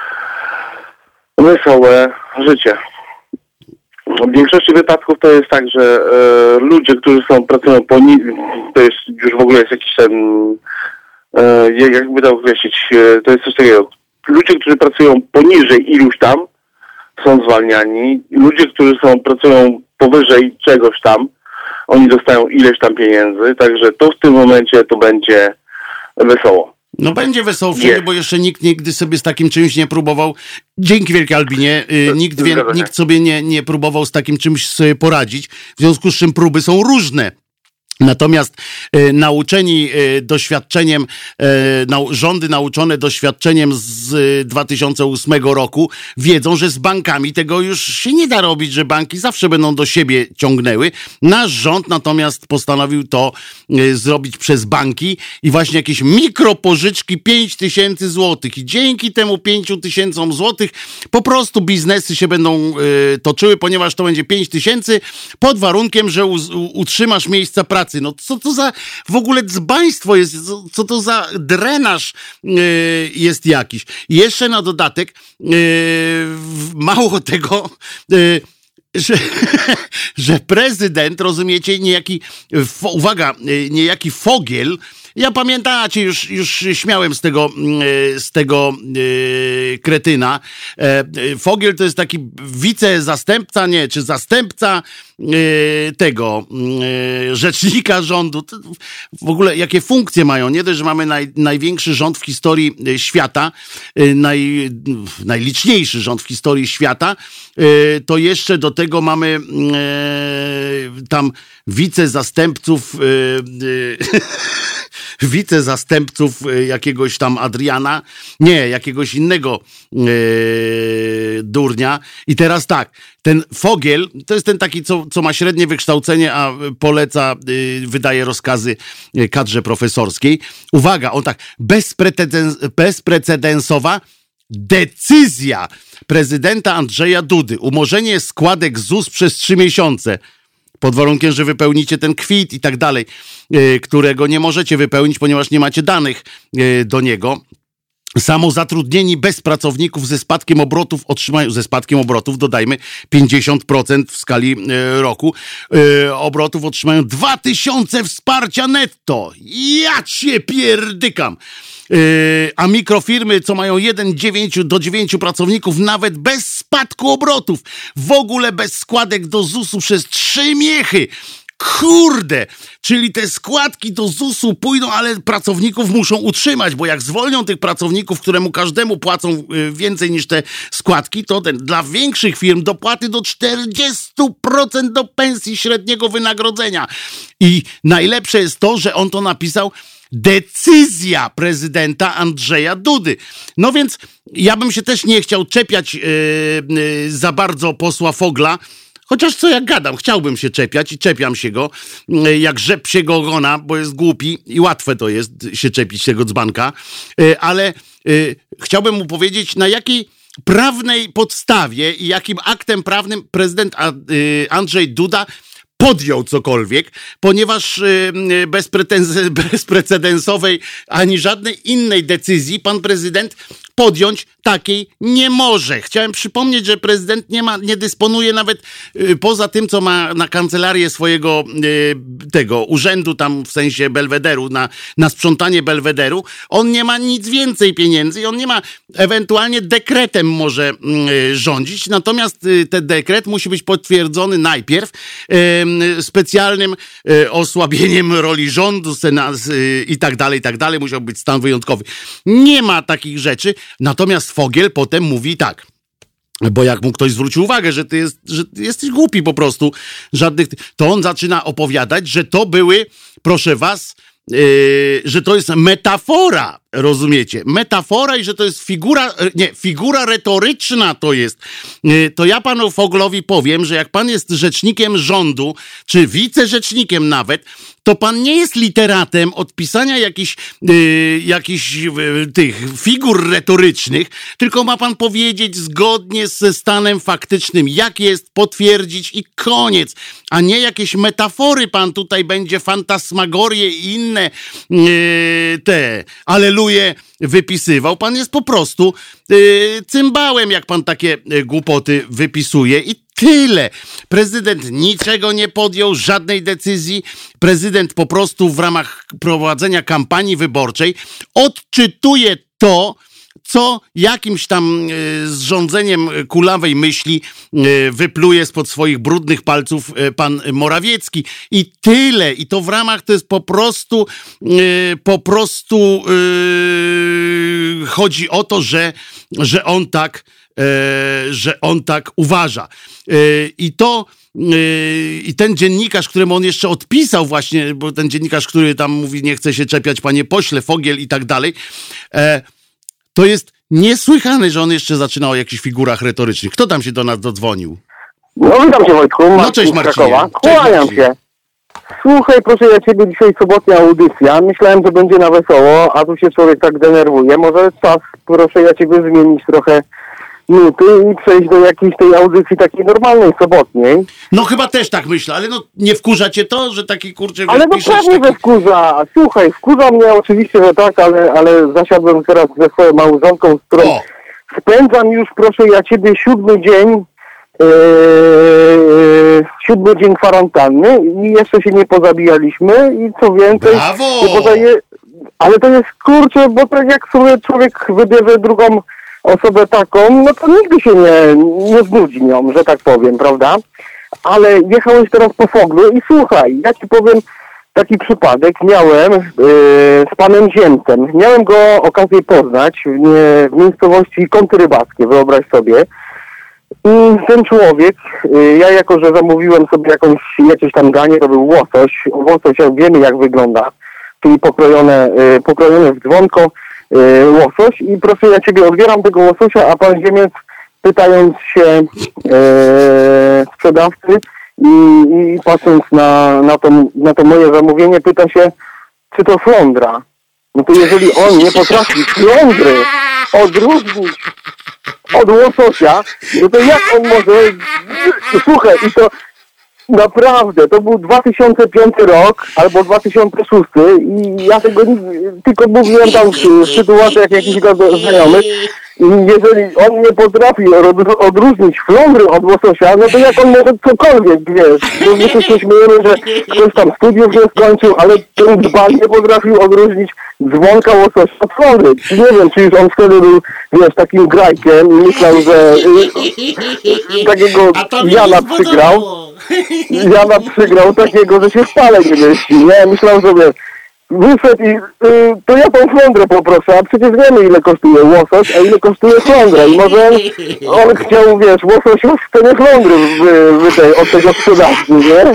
wesołe życie. W większości wypadków to jest tak, że e, ludzie, którzy są, pracują poniżej, to jest już w ogóle jest jakiś ten, e, jakby to określić, e, to jest coś takiego. Ludzie, którzy pracują poniżej iluś tam, są zwalniani. Ludzie, którzy są, pracują powyżej czegoś tam, oni dostają ileś tam pieniędzy, także to w tym momencie to będzie wesoło.
No będzie wesoło wszędzie, bo jeszcze nikt nigdy sobie z takim czymś nie próbował. Dzięki wielkie, Albinie. Yy, nikt, wie, nikt sobie nie, nie próbował z takim czymś sobie poradzić. W związku z czym próby są różne. Natomiast e, nauczeni e, doświadczeniem, e, nau, rządy nauczone doświadczeniem z e, dwa tysiące ósmego roku wiedzą, że z bankami tego już się nie da robić, że banki zawsze będą do siebie ciągnęły. Nasz rząd natomiast postanowił to e, zrobić przez banki i właśnie jakieś mikropożyczki pięć tysięcy złotych i dzięki temu pięciu tysięcom złotych po prostu biznesy się będą e, toczyły, ponieważ to będzie pięć tysięcy pod warunkiem, że u, u, utrzymasz miejsca pracy. No co to za w ogóle dzbaństwo jest, co, co to za drenaż yy, jest jakiś. I jeszcze na dodatek yy, mało tego, yy, że, że prezydent, rozumiecie, niejaki, uwaga, niejaki Fogiel Ja pamiętacie, już, już śmiałem z tego, z tego yy, kretyna. E, Fogiel to jest taki wicezastępca, nie, czy zastępca yy, tego yy, rzecznika rządu. To w ogóle jakie funkcje mają? Nie dość, że mamy naj, największy rząd w historii świata, yy, naj, najliczniejszy rząd w historii świata, yy, to jeszcze do tego mamy yy, tam wicezastępców yy, yy, wicezastępców jakiegoś tam Adriana, nie, jakiegoś innego yy, durnia. I teraz tak, ten Fogiel, to jest ten taki, co, co ma średnie wykształcenie, a poleca, yy, wydaje rozkazy kadrze profesorskiej. Uwaga, on tak, bezprecedens, bezprecedensowa decyzja prezydenta Andrzeja Dudy, umorzenie składek Z U S przez trzy miesiące. Pod warunkiem, że wypełnicie ten kwit i tak dalej, yy, którego nie możecie wypełnić, ponieważ nie macie danych yy, do niego. Samozatrudnieni bez pracowników ze spadkiem obrotów otrzymają, ze spadkiem obrotów dodajmy pięćdziesiąt procent w skali yy, roku, yy, obrotów otrzymają dwa tysiące wsparcia netto. Ja cię pierdykam. Yy, a mikrofirmy, co mają jeden do dziewięciu pracowników, nawet bez spadku obrotów, w ogóle bez składek do Z U S-u przez trzy miechy. Kurde, czyli te składki do Z U S-u pójdą, ale pracowników muszą utrzymać, bo jak zwolnią tych pracowników, któremu każdemu płacą więcej niż te składki, to ten, dla większych firm dopłaty do czterdzieści procent do pensji średniego wynagrodzenia. I najlepsze jest to, że on to napisał: decyzja prezydenta Andrzeja Dudy. No więc ja bym się też nie chciał czepiać yy, yy, za bardzo posła Fogla, chociaż co ja gadam, chciałbym się czepiać i czepiam się go, yy, jak rzep się go ogona, bo jest głupi i łatwe to jest się czepić tego dzbanka, yy, ale yy, chciałbym mu powiedzieć, na jakiej prawnej podstawie i jakim aktem prawnym prezydent yy, Andrzej Duda podjął cokolwiek, ponieważ yy, bez, pretens- bezprecedensowej ani żadnej innej decyzji pan prezydent podjąć takiej nie może. Chciałem przypomnieć, że prezydent nie ma, nie dysponuje nawet yy, poza tym, co ma na kancelarię swojego yy, tego urzędu tam w sensie belwederu, na, na sprzątanie belwederu, on nie ma nic więcej pieniędzy i on nie ma, ewentualnie dekretem może yy, rządzić, natomiast yy, ten dekret musi być potwierdzony najpierw yy, specjalnym yy, osłabieniem roli rządu sena, yy, i tak dalej, i tak dalej, musiał być stan wyjątkowy. Nie ma takich rzeczy. Natomiast Fogiel potem mówi tak, bo jak mu ktoś zwrócił uwagę, że ty, jest, że ty jesteś głupi po prostu, żadnych, to on zaczyna opowiadać, że to były, proszę was, yy, że to jest metafora, rozumiecie? Metafora i że to jest figura, nie, figura retoryczna to jest. Yy, to ja panu Foglowi powiem, że jak pan jest rzecznikiem rządu, czy wicerzecznikiem nawet, to pan nie jest literatem od pisania jakichś, yy, jakichś yy, tych figur retorycznych, tylko ma pan powiedzieć zgodnie ze stanem faktycznym, jak jest, potwierdzić i koniec, a nie jakieś metafory pan tutaj będzie, fantasmagorie i inne yy, te, aleluje wypisywał. Pan jest po prostu yy, cymbałem, jak pan takie yy, głupoty wypisuje i tyle. Prezydent niczego nie podjął, żadnej decyzji. Prezydent po prostu w ramach prowadzenia kampanii wyborczej odczytuje to, co jakimś tam y, zrządzeniem kulawej myśli y, wypluje spod swoich brudnych palców y, pan Morawiecki. I tyle. I to w ramach, to jest po prostu y, po prostu y, chodzi o to, że, że on tak y, że on tak uważa. Y, I to i ten dziennikarz, któremu on jeszcze odpisał właśnie, bo ten dziennikarz, który tam mówi, nie chce się czepiać, panie pośle, Fogiel i tak dalej, e, to jest niesłychane, że on jeszcze zaczyna o jakichś figurach retorycznych. Kto tam się do nas dodzwonił?
No witam cię, Wojtku. Marcin
no cześć Marcinie.
Kłaniam się. Słuchaj, proszę ja ciebie, dzisiaj sobotnia audycja. Myślałem, że będzie na wesoło, a tu się człowiek tak denerwuje. Może czas, proszę ja ciebie, zmienić trochę nuty i przejść do jakiejś tej audycji takiej normalnej, sobotniej.
No chyba też tak myślę, ale no nie wkurza cię to, że taki kurczę...
Ale no pewnie, taki... że wkurza. Słuchaj, wkurza mnie oczywiście, że tak, ale, ale zasiadłem teraz ze swoją małżonką, z którą o. spędzam już, proszę ja ciebie, siódmy dzień Yy, siódmy dzień kwarantanny i jeszcze się nie pozabijaliśmy i co więcej,
Brawo!
nie pozaje, Ale to jest, kurczę, bo tak jak sobie człowiek wybierze drugą osobę taką, no to nigdy się nie, nie znudzi nią, że tak powiem, prawda? Ale jechałeś teraz po Foglu i słuchaj, ja ci powiem taki przypadek. Miałem yy, z panem Ziemcem. Miałem go okazję poznać w, nie, w miejscowości Kąty Rybackie, wyobraź sobie. I ten człowiek, yy, ja jako, że zamówiłem sobie jakąś, jakieś tam danie, to był łosoś. Łosoś, jak wiemy jak wygląda, czyli pokrojone, yy, pokrojone w dzwonko yy, łosoś. I proszę, ja ciebie odbieram tego łososia, a pan Ziemiec, pytając się yy, sprzedawcy i, i patrząc na, na, to, na to moje zamówienie, pyta się, czy to flądra. No to jeżeli on nie potrafi flądry odróżnić od łososia, no to jak on może... Słuchaj, i to naprawdę, to był dwa tysiące piąty rok albo dwa tysiące szósty i ja tego nie, tylko mówiłem tam w sytuacjach jakichś znajomych. I jeżeli on nie potrafi odróżnić flądry od łososia, no to jak on może cokolwiek, wiesz, bo my się śmiejemy, że ktoś tam studiów nie skończył, ale ten dzban nie potrafił odróżnić dzwonka łososia od flądry. Nie wiem, czy już on wtedy był, wiesz, takim grajkiem i myślał, że y, takiego Jana przygrał. Jana przygrał takiego, że się w pale nie mieści, nie? Myślał sobie, wyszedł i y, to ja tą flądrę poproszę, a przecież wiemy ile kosztuje łosoś, a ile kosztuje flądra i może on, on chciał, wiesz, łososia w cenie flądry w, w tej, od tego sprzedawcy, nie?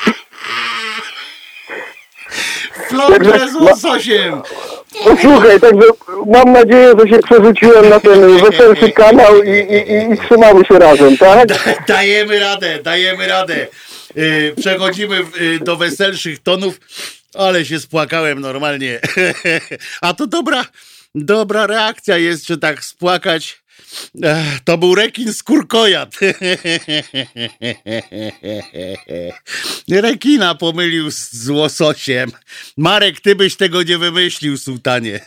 Flądrę z łososiem!
No, słuchaj, także mam nadzieję, że się przerzuciłem na ten weselszy kanał i, i, i, i trzymamy się razem, tak?
Da, dajemy radę, dajemy radę. Yy, przechodzimy yy, do weselszych tonów, ale się spłakałem normalnie. A to dobra, dobra reakcja jest, że tak spłakać. Ech, to był rekin skórkojad. Rekina pomylił z, z łososiem. Marek, ty byś tego nie wymyślił, sułtanie.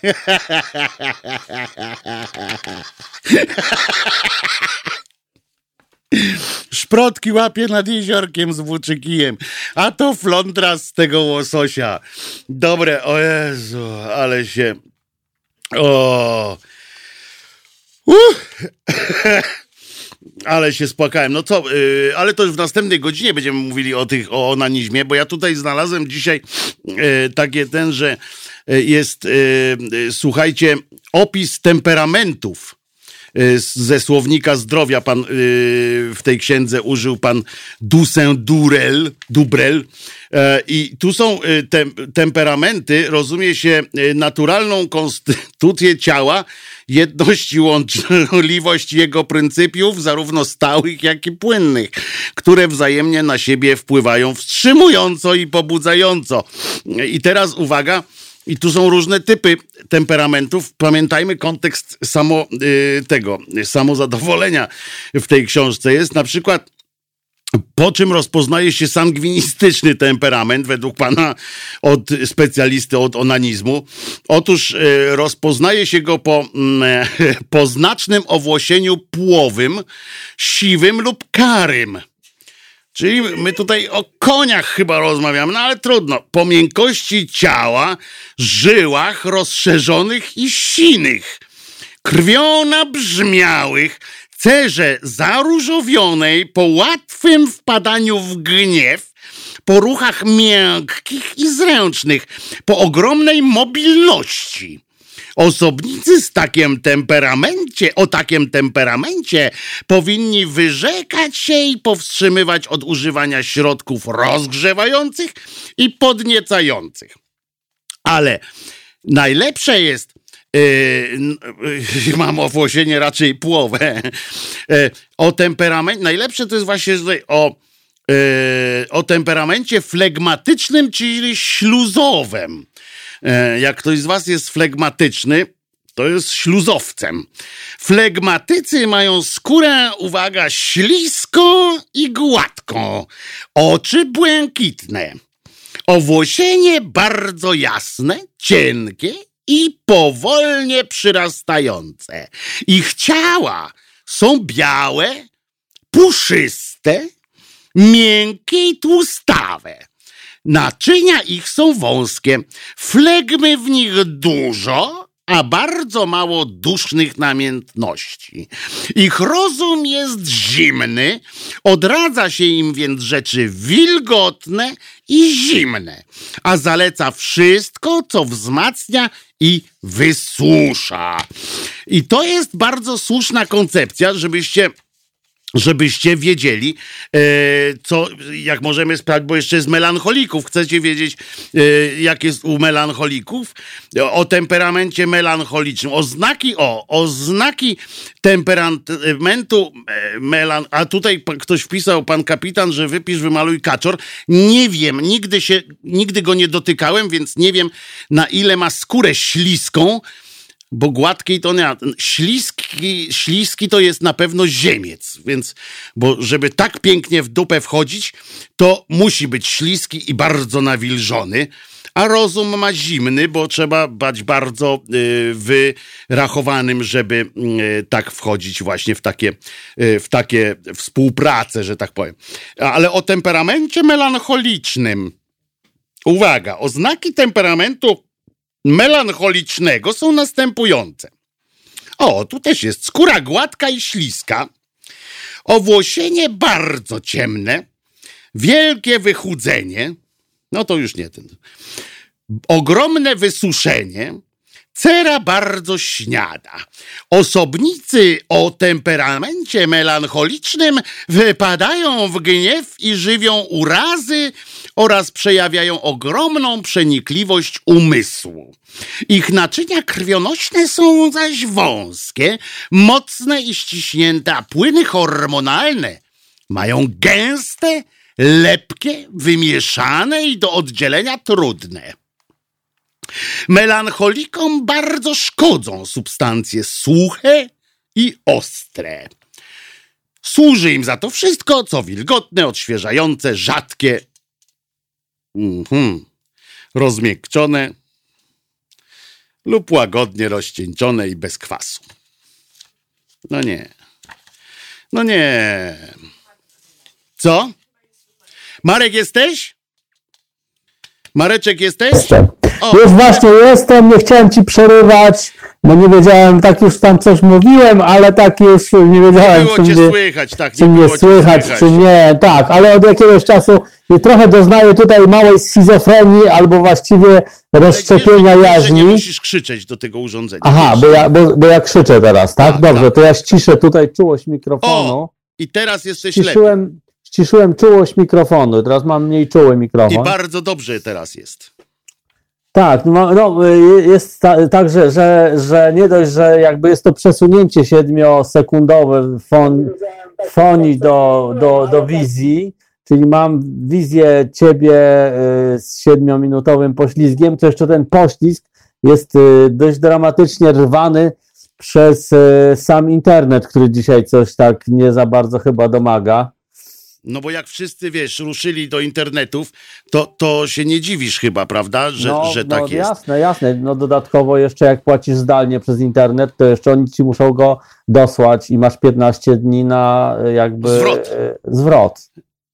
Szprotki łapie nad jeziorkiem z włóczykijem, a to flądra z tego łososia. Dobre, o Jezu, ale się... O... Uh. Ale się spłakałem. No co, yy, ale to już w następnej godzinie będziemy mówili o tych, o onanizmie, bo ja tutaj znalazłem dzisiaj yy, takie ten, że yy, jest, yy, słuchajcie, opis temperamentów yy, ze słownika zdrowia. Pan yy, w tej księdze użył pan Dusen-Durel, Dubrel. Yy, I tu są yy, te, temperamenty, rozumie się, yy, naturalną konstytucję ciała, jedność i łączliwość jego pryncypiów, zarówno stałych, jak i płynnych, które wzajemnie na siebie wpływają wstrzymująco i pobudzająco. I teraz uwaga, i tu są różne typy temperamentów. Pamiętajmy kontekst samo y, tego, samozadowolenia w tej książce jest na przykład, po czym rozpoznaje się sangwinistyczny temperament, według pana od specjalisty od onanizmu. Otóż y, rozpoznaje się go po, y, po znacznym owłosieniu płowym, siwym lub karym. Czyli my tutaj o koniach chyba rozmawiamy, no ale trudno. Po miękkości ciała, żyłach rozszerzonych i sinych, krwią nabrzmiałych, cerze zaróżowionej, po łatwym wpadaniu w gniew, po ruchach miękkich i zręcznych, po ogromnej mobilności. Osobnicy z takim temperamencie, o takim temperamencie powinni wyrzekać się i powstrzymywać od używania środków rozgrzewających i podniecających. Ale najlepsze jest, Yy, yy, mam owłosienie raczej płowe. Yy, o temperament, najlepsze to jest właśnie tutaj o, yy, o temperamencie flegmatycznym, czyli śluzowym. Yy, jak ktoś z was jest flegmatyczny, to jest śluzowcem. Flegmatycy mają skórę, uwaga, śliską i gładką, oczy błękitne, owłosienie bardzo jasne, cienkie i powolnie przyrastające. Ich ciała są białe, puszyste, miękkie i tłustawe. naczynia ich są wąskie, flegmy w nich dużo, a bardzo mało dusznych namiętności. Ich rozum jest zimny, odradza się im więc rzeczy wilgotne i zimne, a zaleca wszystko, co wzmacnia i wysusza. I to jest bardzo słuszna koncepcja, żebyście żebyście wiedzieli, e, co, jak możemy sprawdzić, bo jeszcze z melancholików. Chcecie wiedzieć, e, jak jest u melancholików? O temperamencie melancholicznym. Oznaki, o, oznaki temperamentu e, melan... A tutaj p- ktoś wpisał, pan kapitan, że wypisz, wymaluj kaczor. Nie wiem, nigdy się, nigdy go nie dotykałem, więc nie wiem, na ile ma skórę śliską, bo gładkiej to nie. Śliski, śliski to jest na pewno ziemiec, więc, bo żeby tak pięknie w dupę wchodzić, to musi być śliski i bardzo nawilżony, a rozum ma zimny, bo trzeba być bardzo y, wyrachowanym, żeby y, tak wchodzić właśnie w takie, y, w takie współprace, że tak powiem. Ale o temperamencie melancholicznym. Uwaga, oznaki temperamentu melancholicznego są następujące. O, tu też jest skóra gładka i śliska, owłosienie bardzo ciemne, wielkie wychudzenie, no to już nie ten, ogromne wysuszenie, cera bardzo śniada. Osobnicy o temperamencie melancholicznym wypadają w gniew i żywią urazy oraz przejawiają ogromną przenikliwość umysłu. Ich naczynia krwionośne są zaś wąskie, mocne i ściśnięte, a płyny hormonalne mają gęste, lepkie, wymieszane i do oddzielenia trudne. Melancholikom bardzo szkodzą substancje suche i ostre. Służy im za to wszystko, co wilgotne, odświeżające, rzadkie, mm-hmm, rozmiękczone lub łagodnie rozcieńczone i bez kwasu. No nie. No nie. Co? Marek, jesteś? Mareczek, jesteś?
Jestem. O. Już właśnie jestem, nie chciałem ci przerywać, bo nie wiedziałem, tak już tam coś mówiłem, ale tak już nie wiedziałem,
było
czy
cię
mnie
słychać, tak,
czy
nie
mnie
było
słychać,
słychać,
czy nie, tak, ale od jakiegoś czasu trochę doznaję tutaj małej schizofrenii, albo właściwie rozszczepienia
wiesz,
jaźni.
że nie musisz krzyczeć do tego urządzenia.
Aha, bo ja, bo, bo ja krzyczę teraz, tak?
Tak,
Dobrze,
tak.
to ja ściszę tutaj czułość mikrofonu.
O, i teraz jesteś lepiej.
Ściszyłem, ściszyłem czułość mikrofonu, teraz mam mniej czuły
I
mikrofon.
bardzo dobrze teraz jest.
Tak, no, no jest ta, tak, że, że, że nie dość, że jakby jest to przesunięcie siedmiosekundowe fon, foni do, do, do wizji, czyli mam wizję ciebie z siedmiominutowym poślizgiem, to jeszcze ten poślizg jest dość dramatycznie rwany przez sam internet, który dzisiaj coś tak nie za bardzo chyba domaga.
No bo jak wszyscy, wiesz, ruszyli do internetów, to, to się nie dziwisz chyba, prawda, że,
no,
że
no,
tak jest.
Jasne, jasne. No dodatkowo jeszcze jak płacisz zdalnie przez internet, to jeszcze oni ci muszą go dosłać i masz piętnaście dni na jakby
Zwrot.
zwrot.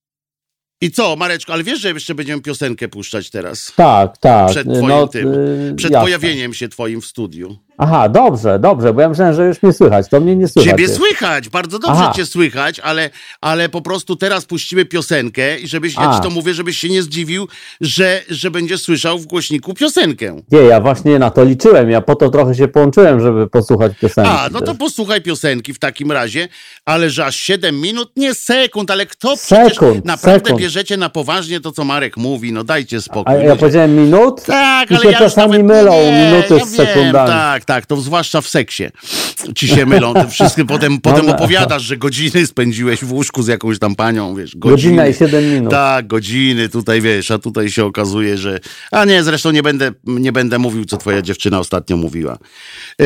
I co, Mareczko, ale wiesz, że jeszcze będziemy piosenkę puszczać teraz?
Tak, tak.
Przed twoim
no,
tym,
yy,
przed
jasne.
pojawieniem się twoim w studiu.
Aha, dobrze, dobrze, bo ja myślałem, że już mnie słychać, to mnie nie słychać.
Ciebie
jest.
słychać, bardzo dobrze
Aha.
cię słychać, ale, ale po prostu teraz puścimy piosenkę i żebyś, ja
A.
ci to mówię, żebyś się nie zdziwił, że, że będziesz słyszał w głośniku piosenkę.
Nie, ja właśnie na to liczyłem, ja po to trochę się połączyłem, żeby posłuchać piosenki.
A, no to
też.
posłuchaj piosenki w takim razie, ale że aż siedem minut, nie sekund, ale kto przecież
Sekund,
naprawdę
sekund.
bierzecie na poważnie to, co Marek mówi, no dajcie spokój.
A ja powiedziałem minut?
Tak,
I
ale
się
ja już
czasami
nawet,
mylą
nie,
minuty
ja
z
wiem,
sekundami.
Tak, tak, to zwłaszcza w seksie ci się mylą. Ty wszystkie potem, potem
no.
opowiadasz, że godziny spędziłeś w łóżku z jakąś tam panią, wiesz, godziny.
Godzina i siedem minut.
Tak, godziny tutaj, wiesz, a tutaj się okazuje, że... A nie, zresztą nie będę, nie będę mówił, co twoja dziewczyna ostatnio mówiła. E...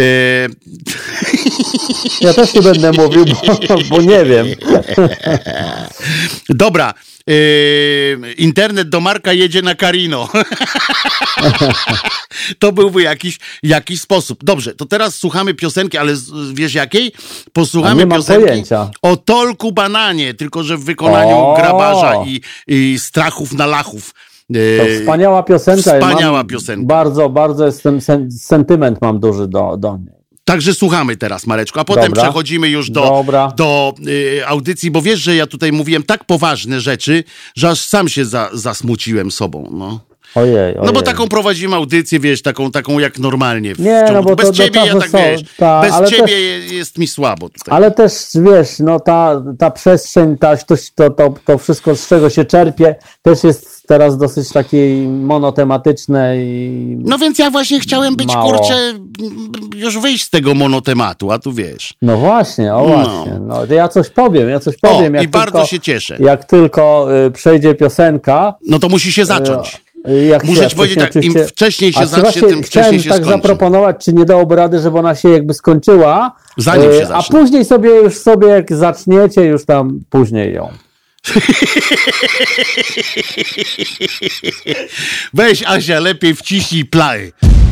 Ja też nie będę mówił, bo, bo nie wiem.
Dobra. Yy, internet do Marka jedzie na Carino. To byłby jakiś, jakiś sposób. Dobrze, to teraz słuchamy piosenki, ale z- wiesz jakiej? Posłuchamy
nie mam
piosenki
pojęcia.
o Tolku Bananie, tylko że w wykonaniu
O!
Grabarza i, i Strachów na Lachów.
To wspaniała piosenka.
Wspaniała
mam
piosenka.
Bardzo, bardzo jestem, sen, sentyment mam duży do, do niej.
Także słuchamy teraz, Mareczku, a potem
Dobra.
przechodzimy już do,
Dobra.
do y, audycji, bo wiesz, że ja tutaj mówiłem tak poważne rzeczy, że aż sam się za, zasmuciłem sobą, no.
Ojej, ojej.
No bo taką prowadzimy audycję, wiesz, taką, taką jak normalnie. W
Nie,
ciągu.
no bo
bez
to
ciebie ja tak,
są,
wiesz,
ta,
bez
ale
ciebie
też,
jest mi słabo tutaj.
Ale też, wiesz, no ta, ta przestrzeń, ta, to, to, to wszystko, z czego się czerpie, też jest teraz dosyć takie monotematyczne i
No więc ja właśnie chciałem być,
mało.
kurczę, już wyjść z tego monotematu, a tu wiesz.
No właśnie, o właśnie. No. No, ja coś powiem, ja coś powiem.
O,
jak
i bardzo
tylko,
się cieszę.
Jak tylko y, przejdzie piosenka.
No to musi się zacząć.
Y, jak
Muszę
się,
ci powiedzieć tak,
oczywiście-
im wcześniej się
A
zacznie,
właśnie
tym
chciałem
wcześniej się
tak
skończy.
zaproponować, czy nie dałoby rady, żeby ona się jakby skończyła.
Zanim
y,
się
A
zacznie.
później sobie już sobie, jak zaczniecie, już tam później ją.
Weź, Asia, lepiej wciśnij play.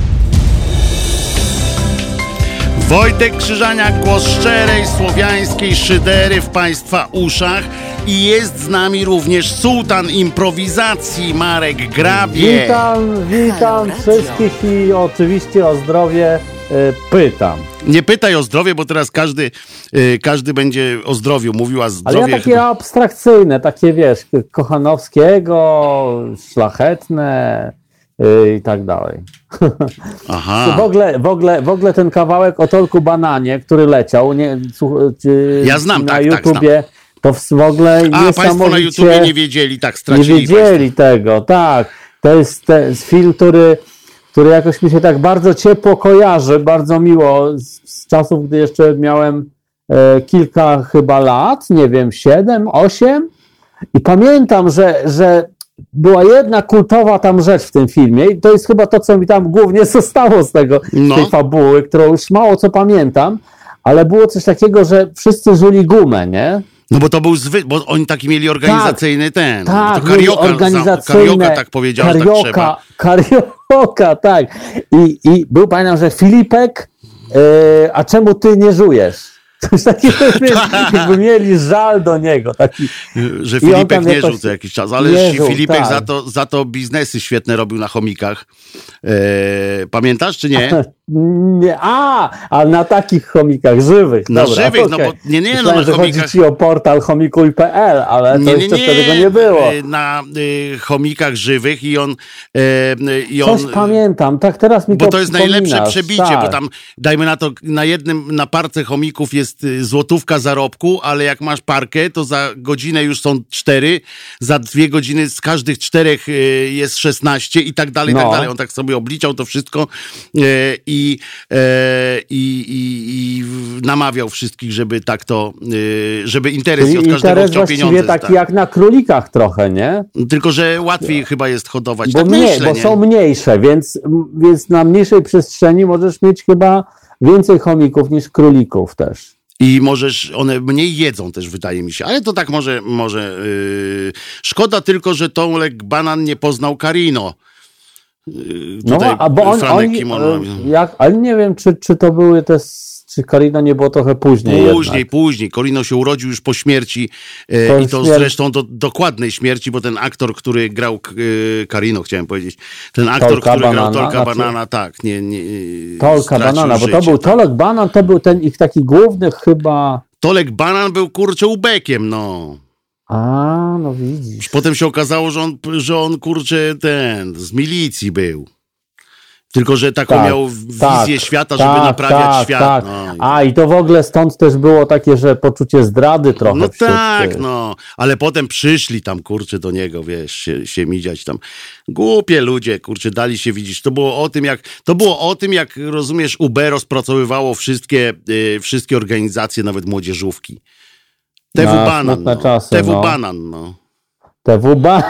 Wojtek Krzyżaniak, głos szczerej, słowiańskiej szydery w Państwa uszach i jest z nami również sułtan improwizacji Marek Grabie.
Witam, witam wszystkich i oczywiście o zdrowie y, pytam.
Nie pytaj o zdrowie, bo teraz każdy, y, każdy będzie o zdrowiu mówił, a
Ale
zdrowie...
ja takie abstrakcyjne, takie wiesz, Kochanowskiego, szlachetne yy, i tak dalej.
Aha.
W ogóle, w, ogóle, w ogóle ten kawałek o Tolku Bananie, który leciał nie, słuch- czy,
Ja znam,
na
tak, tak,
YouTubie, to w, w ogóle
A Państwo na
niesamowicie
YouTubie nie wiedzieli, tak,
nie
stracili
wiedzieli tego, tak. To jest, to jest film, który, który jakoś mi się tak bardzo ciepło kojarzy, bardzo miło z, z czasów, gdy jeszcze miałem e, kilka chyba lat, nie wiem, siedem, osiem i pamiętam, że, że była jedna kultowa tam rzecz w tym filmie i to jest chyba to, co mi tam głównie zostało z tego,
No.
z tej fabuły, którą już mało co pamiętam, ale było coś takiego, że wszyscy żyli gumę, nie?
No bo to był zwy... bo oni taki mieli organizacyjny ten.
Tak,
to karioka,
organizacyjne.
karioka tak powiedział, że tak trzeba.
Karioka, tak. I, I był, pamiętam, że Filipek, yy, a czemu ty nie żujesz? Coś takiego, wiesz, jakby mieli żal do niego. Taki.
Że
I on
Filipek
tam
nie
jakoś
żył co jakiś czas, ale
nie żył,
Filipek
tak.
za, to, za to biznesy świetne robił na chomikach. E, pamiętasz czy nie?
Nie, a, a na takich chomikach żywych.
Na
Dobra,
żywych, no
okej.
bo nie, nie, no
Myślałem,
na
że
chomikach.
chodzi ci o portal chomikuj kropka pe el, ale to jeszcze wtedy go nie było.
e, Na y, chomikach żywych i on... E, i on
Coś pamiętam, tak teraz mi
Bo
to
to jest najlepsze
przypominasz,
przebicie,
tak.
bo tam, dajmy na to, na jednym, na parce chomików jest y, złotówka zarobku, ale jak masz parkę, to za godzinę już są cztery, za dwie godziny z każdych czterech y, jest szesnaście i tak dalej, i
No.
tak dalej. On tak sobie obliczał to wszystko y, i, y, i, i, i namawiał wszystkich, żeby tak to, y, żeby interes
Czyli
od każdego
interes
chciał
właściwie
pieniądze.
taki
tak.
jak na królikach trochę, nie?
Tylko, że łatwiej chyba jest hodować.
Bo,
tak
mniej,
myślę,
bo
nie?
są mniejsze, więc, więc na mniejszej przestrzeni możesz mieć chyba więcej chomików niż królików też.
I możesz, one mniej jedzą też, wydaje mi się, ale to tak może, może yy... szkoda tylko, że Tomek Banan nie poznał Karino. Yy,
No,
tutaj
a bo on,
Franek
oni,
Kimono.
e, jak, ale nie wiem, czy, czy to były te, czy Karino nie było trochę później
Później,
jednak.
później. Korino się urodził już po śmierci e,
Po
i to
śmierci.
zresztą do dokładnej śmierci, bo ten aktor, który grał e, Karino, chciałem powiedzieć, ten aktor,
Tolka
który
Banana,
grał Tolka
znaczy-
Banana, tak, nie, nie
Tolka
stracił
Banana, bo to
życie,
był
tak.
Tolek Banan, to był ten ich taki główny chyba...
Tolek Banan był, kurczę, ubekiem, no.
A, no widzisz.
Potem się okazało, że on, że on kurczę, ten, z milicji był. Tylko, że taką
Tak,
miał wizję
tak,
świata, żeby
tak,
naprawiać
tak,
świat.
tak.
No, i-
A, i to w ogóle stąd też było takie, że poczucie zdrady trochę
no
wśród
tak,
tych.
no. Ale potem przyszli tam, kurczę, do niego, wiesz, się, się midziać tam. Głupie ludzie, kurczę, dali się, widzisz. To było o tym, jak, to było o tym, jak rozumiesz, U B rozpracowywało wszystkie, y, wszystkie organizacje, nawet młodzieżówki. T W
Na
Banan,
smutne
no.
czasy,
T W
no.
Banan, no.
T W Ba...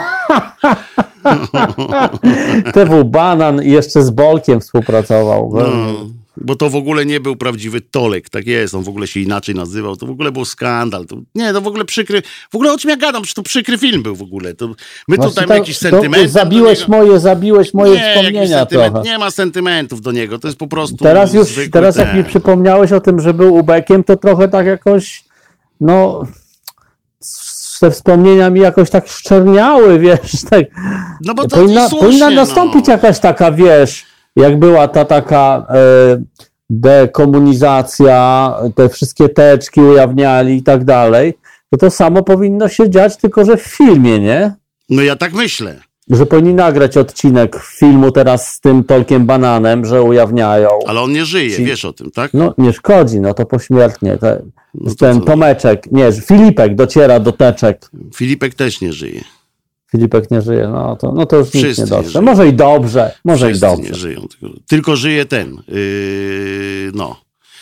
T W Banan i jeszcze z Bolkiem współpracował.
No, bo to w ogóle nie był prawdziwy Tolek, tak jest, on w ogóle się inaczej nazywał, to w ogóle był skandal. To, nie, to w ogóle przykry, w ogóle o czym ja gadam, że to przykry film był w ogóle. To, my
Właśnie
tutaj
to-
jakiś
to
sentyment.
Zabiłeś moje, zabiłeś moje
nie, jakiś
wspomnienia
sentyment,
trochę.
nie ma sentymentów do niego, to jest po prostu
Teraz już,
zwykły
teraz jak
ten.
mi przypomniałeś o tym, że był ubekiem, to trochę tak jakoś, no, te wspomnienia mi jakoś tak szczerniały, wiesz, tak.
No bo to
powinna,
słusznie,
powinna nastąpić
no.
jakaś taka, wiesz, jak była ta taka e, dekomunizacja, te wszystkie teczki ujawniali i tak dalej, to to samo powinno się dziać, tylko że w filmie, nie?
No ja tak myślę.
Że powinni nagrać odcinek filmu teraz z tym Tolkiem Bananem, że ujawniają.
Ale on nie żyje,
Ci...
wiesz o tym, tak?
No nie szkodzi, no to pośmiertnie. Te,
no to
ten
co?
Tomeczek, nie, Filipek dociera do teczek.
Filipek też nie żyje.
Filipek nie żyje, no to, no to już nic
Wszyscy
nie
nie
dobrze.
żyją.
Może i dobrze, może
Wszyscy
i dobrze.
nie żyją, tylko, tylko żyje ten, yy, no.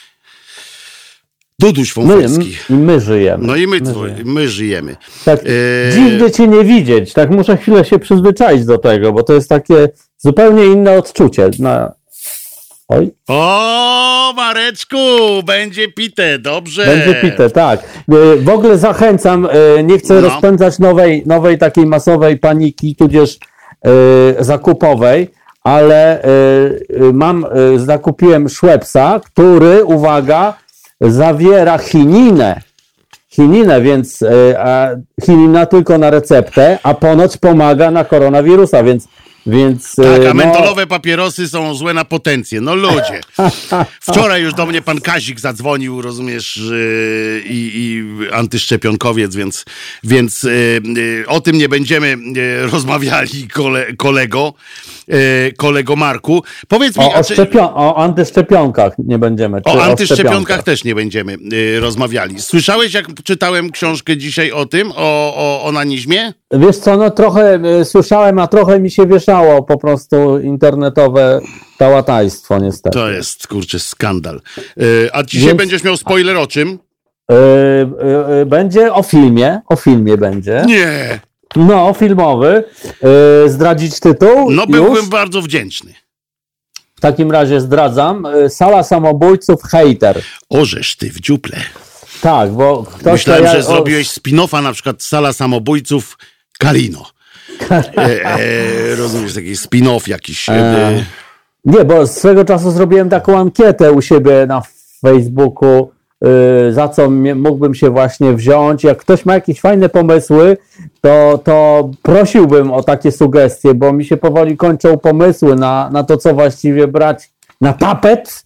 Duduś
My,
Wąflecki.
my, my żyjemy.
No i my,
my,
my,
żyjemy.
my żyjemy.
Tak,
Eee,
dziwnie cię nie widzieć, tak muszę chwilę się przyzwyczaić do tego, bo to jest takie zupełnie inne odczucie. Na... Oj.
O, Mareczku, będzie pite, dobrze.
Będzie pite, tak. W ogóle zachęcam, nie chcę
No.
rozpędzać nowej, nowej takiej masowej paniki, tudzież zakupowej, ale mam, zakupiłem Schweppesa, który, uwaga, zawiera chininę. Chininę, więc a chinina tylko na receptę, a ponoć pomaga na koronawirusa, więc Więc,
tak, a
no...
mentolowe papierosy są złe na potencję. No ludzie. Wczoraj już do mnie pan Kazik zadzwonił, rozumiesz, yy, i, i antyszczepionkowiec, więc, więc yy, o tym nie będziemy yy, rozmawiali, kole, kolego, yy, kolego Marku. Powiedz mi...
O, o,
czy...
szczepio- o antyszczepionkach nie będziemy.
O,
o
antyszczepionkach też nie będziemy yy, rozmawiali. Słyszałeś, jak czytałem książkę dzisiaj o tym, o, o onanizmie?
Wiesz co, no trochę y, słyszałem, a trochę mi się wieszało po prostu internetowe tałataństwo niestety.
To jest, kurczę, skandal. Yy, a dzisiaj
Więc...
będziesz miał spoiler o czym?
Y, y, y, będzie o filmie, o filmie będzie.
Nie!
No, filmowy. Y, zdradzić tytuł?
No byłbym
Już?
bardzo wdzięczny.
W takim razie zdradzam. Y, Sala samobójców, hejter.
Orzesz ty w dziuple.
Tak, bo ktoś...
Myślałem,
ja,
że
o...
zrobiłeś spin-offa, na przykład Sala samobójców Kalino. E, e, rozumiesz, taki spin-off jakiś. E...
Nie, bo swego czasu zrobiłem taką ankietę u siebie na Facebooku, yy, za co mnie, mógłbym się właśnie wziąć. Jak ktoś ma jakieś fajne pomysły, to, to prosiłbym o takie sugestie, bo mi się powoli kończą pomysły na, na to, co właściwie brać na tapet.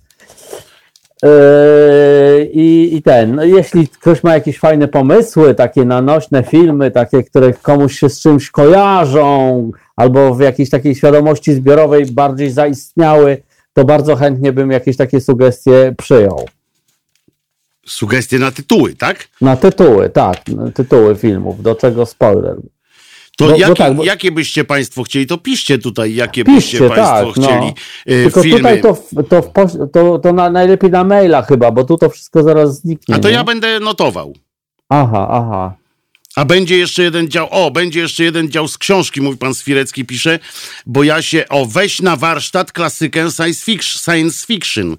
Yy, i, I ten, no jeśli ktoś ma jakieś fajne pomysły, takie nanośne filmy, takie, które komuś się z czymś kojarzą, albo w jakiejś takiej świadomości zbiorowej bardziej zaistniały, to bardzo chętnie bym jakieś takie sugestie przyjął.
Sugestie na tytuły, tak?
Na tytuły, tak, na tytuły filmów, do czego spoiler.
To
Bo-
jakie,
bo tak, bo-
jakie byście państwo chcieli, to piszcie tutaj, jakie
Piszcie,
byście państwo
tak, no.
chcieli e,
Tylko
filmy.
tutaj to, w- to, w poś- to, to na, najlepiej na maila chyba, bo tu to wszystko zaraz zniknie.
A to
nie?
ja będę notował.
Aha, aha.
A będzie jeszcze jeden dział, o, będzie jeszcze jeden dział z książki, mówi pan Swirecki, pisze, bo ja się, o, weź na warsztat klasykę science fiction. Science fiction.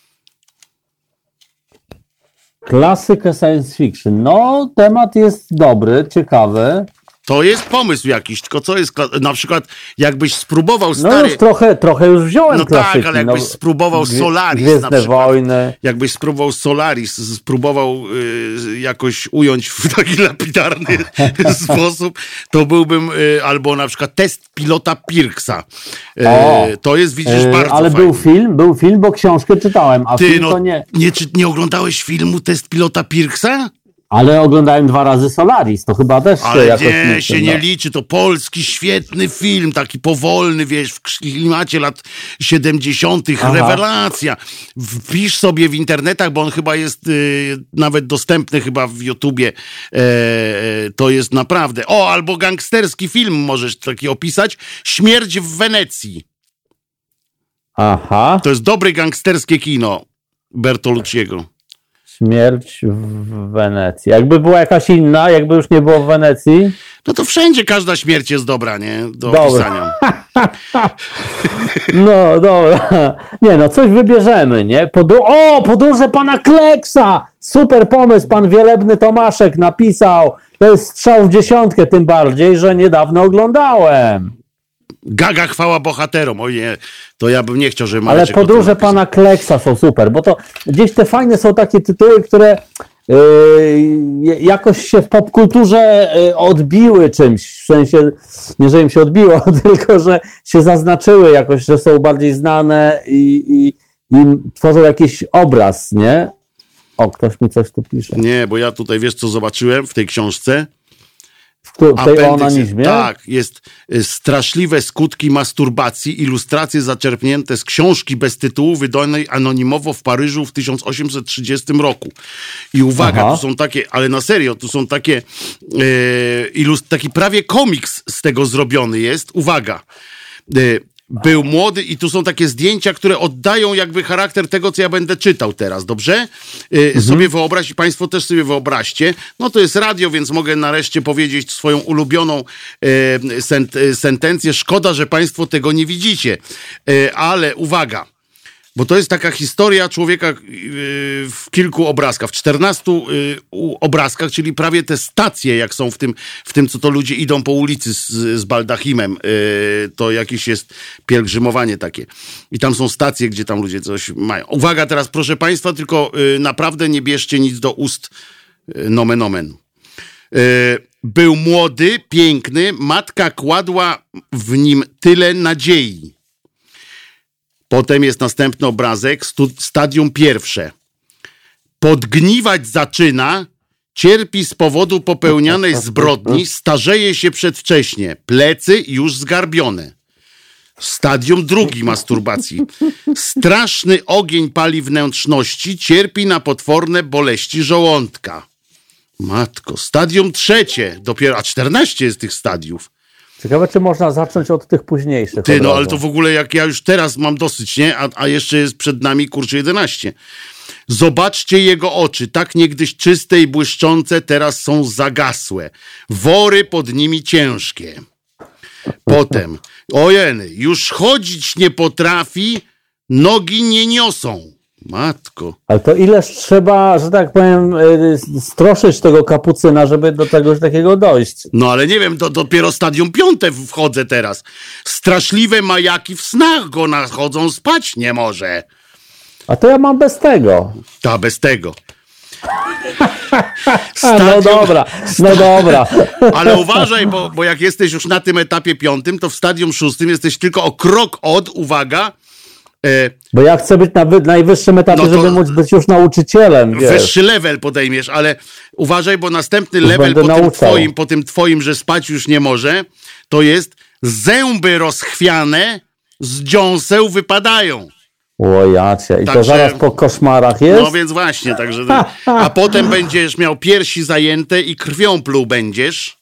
Klasykę science fiction. No, temat jest dobry, ciekawy.
To jest pomysł jakiś, tylko co jest, kla- na przykład jakbyś spróbował
No
stary...
już trochę, trochę już wziąłem
No
klasyki.
tak, ale jakbyś
no,
spróbował
Gwie-
Solaris
Gwiezdne
na przykład.
Wojny.
Jakbyś spróbował Solaris, spróbował y, jakoś ująć w taki lapidarny sposób, to byłbym, y, albo na przykład test pilota Pirksa. Y,
O.
to jest, widzisz,
Yy,
bardzo
ale
fajne.
był film, był film, bo książkę czytałem, a
Ty,
film
no,
to nie.
nie, czy nie oglądałeś filmu Test pilota Pirksa?
Ale oglądałem dwa razy Solaris, to chyba też się
Ale
jakoś
nie,
nie
się nie liczy, to polski, świetny film, taki powolny, wiesz, w klimacie lat siedemdziesiątych,
Aha.
rewelacja. Wpisz sobie w internetach, bo on chyba jest y, nawet dostępny chyba w YouTubie, e, e, to jest naprawdę, o, albo gangsterski film możesz taki opisać, Śmierć w Wenecji.
Aha,
To jest dobre gangsterskie kino Bertolucciego.
Śmierć w Wenecji. Jakby była jakaś inna, jakby już nie było w Wenecji.
No to wszędzie każda śmierć jest dobra, nie? Do
Dobra.
opisania.
No dobra. Nie no, coś wybierzemy, nie? Podu- o, podróże pana Kleksa! Super pomysł, pan Wielebny Tomaszek napisał. To jest strzał w dziesiątkę, tym bardziej, że niedawno oglądałem.
Gaga chwała bohaterom. Oj nie, to ja bym nie chciał, żeby
Ale
Mareczek o tym
podróże
napisał.
pana Kleksa są super, bo to gdzieś te fajne są takie tytuły, które yy, jakoś się w popkulturze odbiły czymś, w sensie, nie że im się odbiło, tylko że się zaznaczyły jakoś, że są bardziej znane i, i, i tworzą jakiś obraz, nie? O, ktoś mi coś tu pisze.
Nie, bo ja tutaj, wiesz co zobaczyłem w tej książce?
W tej o onanizmie?
Tak, jest y, straszliwe skutki masturbacji, ilustracje zaczerpnięte z książki bez tytułu wydanej anonimowo w Paryżu w tysiąc osiemset trzydziestym roku. I uwaga, Aha. tu są takie, ale na serio, tu są takie, y, ilust- taki prawie komiks z tego zrobiony jest. Uwaga, y, był młody i tu są takie zdjęcia, które oddają jakby charakter tego, co ja będę czytał teraz, dobrze? Yy, mhm. Sobie wyobraź i państwo też sobie wyobraźcie. No to jest radio, więc mogę nareszcie powiedzieć swoją ulubioną yy, sent, yy, sentencję. Szkoda, że państwo tego nie widzicie. Yy, ale uwaga, bo to jest taka historia człowieka yy, w kilku obrazkach, w czternastu yy, obrazkach, czyli prawie te stacje, jak są w tym, w tym co to ludzie idą po ulicy z, z baldachimem. Yy, to jakieś jest pielgrzymowanie takie. I tam są stacje, gdzie tam ludzie coś mają. Uwaga teraz, proszę państwa, tylko yy, naprawdę nie bierzcie nic do ust. Yy, nomen omen. Yy, był młody, piękny, matka kładła w nim tyle nadziei. Potem jest następny obrazek, stu, stadium pierwsze. Podgniwać zaczyna, cierpi z powodu popełnianej zbrodni, starzeje się przedwcześnie, plecy już zgarbione. Stadium drugi masturbacji. Straszny ogień pali wnętrzności, cierpi na potworne boleści żołądka. Matko, stadium trzecie, dopiero, a czternaście jest tych stadiów.
Ciekawe, czy można zacząć od tych późniejszych.
Ty, no ale to w ogóle jak ja już teraz mam dosyć, nie? A, a jeszcze jest przed nami, kurczę, jedenaście. Zobaczcie jego oczy, tak niegdyś czyste i błyszczące, teraz są zagasłe. Wory pod nimi ciężkie. Potem, ojeny, już chodzić nie potrafi, nogi nie niosą. Matko.
Ale to ileż trzeba, że tak powiem, stroszyć tego kapucyna, żeby do czegoś takiego dojść.
No ale nie wiem, to dopiero stadium piąte wchodzę teraz. Straszliwe majaki w snach go nachodzą, spać nie może.
A to ja mam bez tego.
Ta, bez tego.
Stadium, no dobra, no dobra.
Ale uważaj, bo, bo jak jesteś już na tym etapie piątym, to w stadium szóstym jesteś tylko o krok od, uwaga,
bo ja chcę być na wy- najwyższym etapie, no żeby móc być już nauczycielem. Wiesz.
Wyższy level podejmiesz, ale uważaj, bo następny już level po tym, twoim, po tym twoim, że spać już nie może, to jest zęby rozchwiane z dziąseł wypadają.
O jacie. I tak, to
że,
zaraz po koszmarach jest?
No więc właśnie, także. A potem będziesz miał piersi zajęte i krwią pluł będziesz.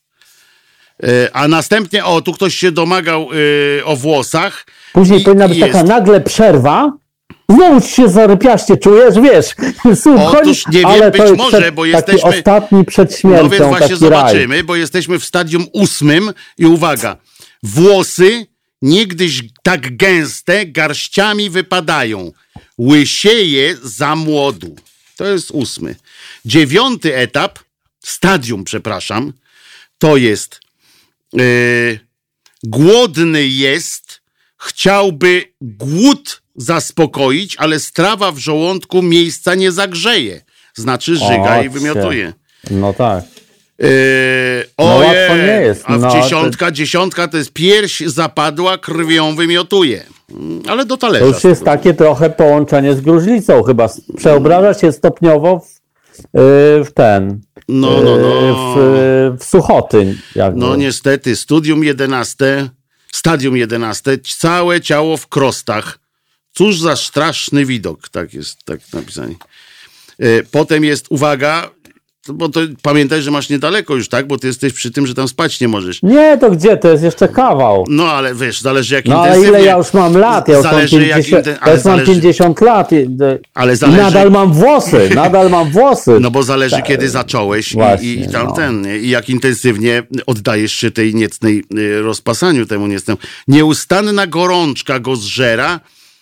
A następnie, o, tu ktoś się domagał yy, o włosach.
Później
I,
powinna być taka nagle przerwa. Znowu się zarypiaście, czujesz, wiesz. Słuchaj,
otóż nie wiem,
ale
być
to
może,
przed,
bo
taki
jesteśmy...
ostatni przed śmiercią.
No więc właśnie
taki
zobaczymy,
raj.
bo jesteśmy w stadium ósmym i uwaga, włosy niegdyś tak gęste garściami wypadają. Łysieje za młodu. To jest ósmy. Dziewiąty etap, stadium, przepraszam, to jest yy, głodny jest, chciałby głód zaspokoić, ale strawa w żołądku miejsca nie zagrzeje. Znaczy żyga o, i wymiotuje.
No tak.
Yy,
no
oje,
łatwo nie jest.
A w
no,
dziesiątka, to... dziesiątka to jest pierś zapadła, krwią wymiotuje. Ale do talerza.
To już jest takie trochę połączenie z gruźlicą chyba. Przeobraża się stopniowo w, w ten...
No, no, no.
W, w Suchotyń. Jakby.
No niestety, studium jedenaste, stadium jedenaste, całe ciało w krostach. Cóż za straszny widok. Tak jest, tak napisane. Potem jest, uwaga, bo to pamiętaj, że masz niedaleko już, tak? Bo ty jesteś przy tym, że tam spać nie możesz.
Nie, to gdzie? To jest jeszcze kawał.
No ale wiesz, zależy jak
no,
intensywnie.
No ale ile ja już mam lat? Ja już
zależy
mam pięćdziesiąt, jak inten... ja już mam pięćdziesiąt lat. I,
ale zależy...
nadal mam włosy, nadal mam włosy.
No bo zależy tak. Kiedy zacząłeś Właśnie, i, i tam no. ten, i jak intensywnie oddajesz się tej niecnej rozpasaniu temu niecnemu. Nieustanna gorączka go zżera,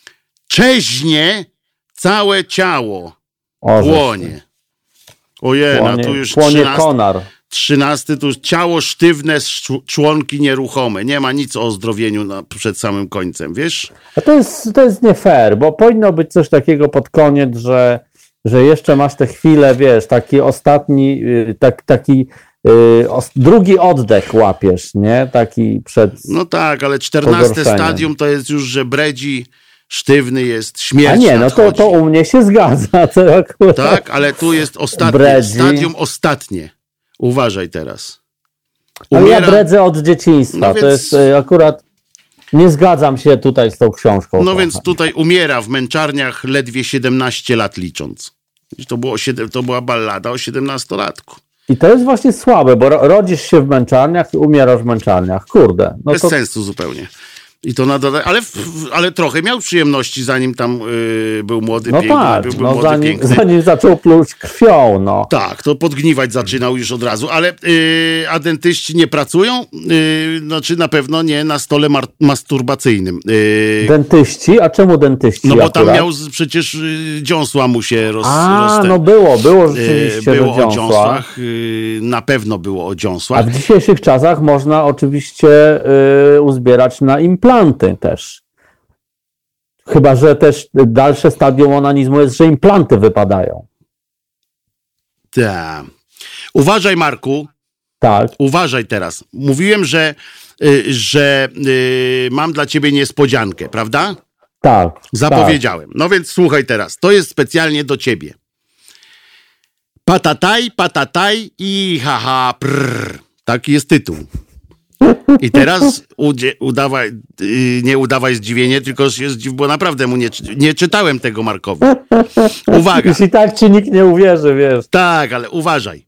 czeźnie całe ciało. Płonie. Ojej, no tu już
konar.
trzynasty, tu ciało sztywne, członki nieruchome. Nie ma nic o ozdrowieniu na, przed samym końcem, wiesz?
A to jest, to jest nie fair, bo powinno być coś takiego pod koniec, że że jeszcze masz te chwile, wiesz, taki ostatni, tak, taki Yy, drugi oddech łapiesz, nie? Taki przed.
No tak, ale czternaste stadium to jest już, że bredzi, sztywny jest, śmierć. A
nie, no to, to u mnie się zgadza. To akurat...
Tak, ale tu jest ostatnie, bredzi. Stadium ostatnie. Uważaj teraz.
Umiera... Ale ja bredzę od dzieciństwa. No to więc... jest y, akurat. Nie zgadzam się tutaj z tą książką.
No
trochę.
Więc tutaj umiera w męczarniach ledwie siedemnaście lat licząc. To, było siedem, to była ballada o siedemnastolatku.
I to jest właśnie słabe, bo rodzisz się w męczarniach i umierasz w męczarniach. Kurde. No
Bez
to...
sensu zupełnie. I to nadal, ale, ale trochę miał przyjemności, zanim tam yy, był młody,
no
piękny.
Tak,
był, był
no
młody,
zanim,
piękny.
zanim zaczął pluć krwią, no.
Tak, to podgniwać zaczynał już od razu, ale yy, a dentyści nie pracują? Yy, znaczy na pewno nie na stole mar- masturbacyjnym. Yy,
dentyści? A czemu dentyści
No bo
akurat?
tam miał z, przecież yy, dziąsła mu się roz...
A,
roztem...
no było, było rzeczywiście
yy, Było
o
dziąsłach. o dziąsłach, yy, na pewno było o dziąsłach.
A w dzisiejszych czasach można oczywiście yy, uzbierać na implanty też. Chyba że też dalsze stadium onanizmu jest, że implanty wypadają.
Tak. Uważaj, Marku.
Tak.
Uważaj teraz. Mówiłem, że, y, że y, mam dla ciebie niespodziankę, prawda?
Tak.
Zapowiedziałem. Tak. No więc słuchaj teraz. To jest specjalnie do ciebie. Patataj, patataj i haha prrr. Taki jest tytuł. I teraz udzie, udawaj, yy, nie udawaj zdziwienie, tylko się zdziw, bo naprawdę mu nie, nie czytałem tego, Markowi. Uwaga.
Już i tak ci nikt nie uwierzy, wiesz.
Tak, ale uważaj.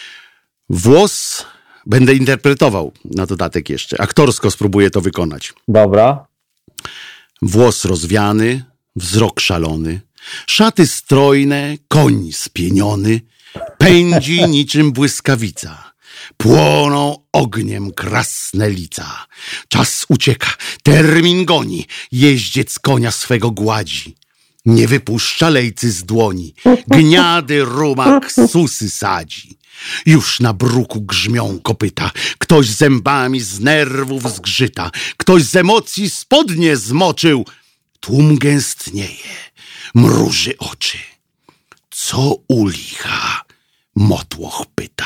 Włos, będę interpretował na dodatek jeszcze, aktorsko spróbuję to wykonać.
Dobra.
Włos rozwiany, wzrok szalony, szaty strojne, koń spieniony, pędzi niczym błyskawica. Płoną ogniem krasne lica. Czas ucieka, termin goni, jeździec konia swego gładzi. Nie wypuszcza lejcy z dłoni, gniady rumak susy sadzi. Już na bruku grzmią kopyta, ktoś zębami z nerwów zgrzyta, ktoś z emocji spodnie zmoczył. Tłum gęstnieje, mruży oczy. Co u licha? Motłoch pyta.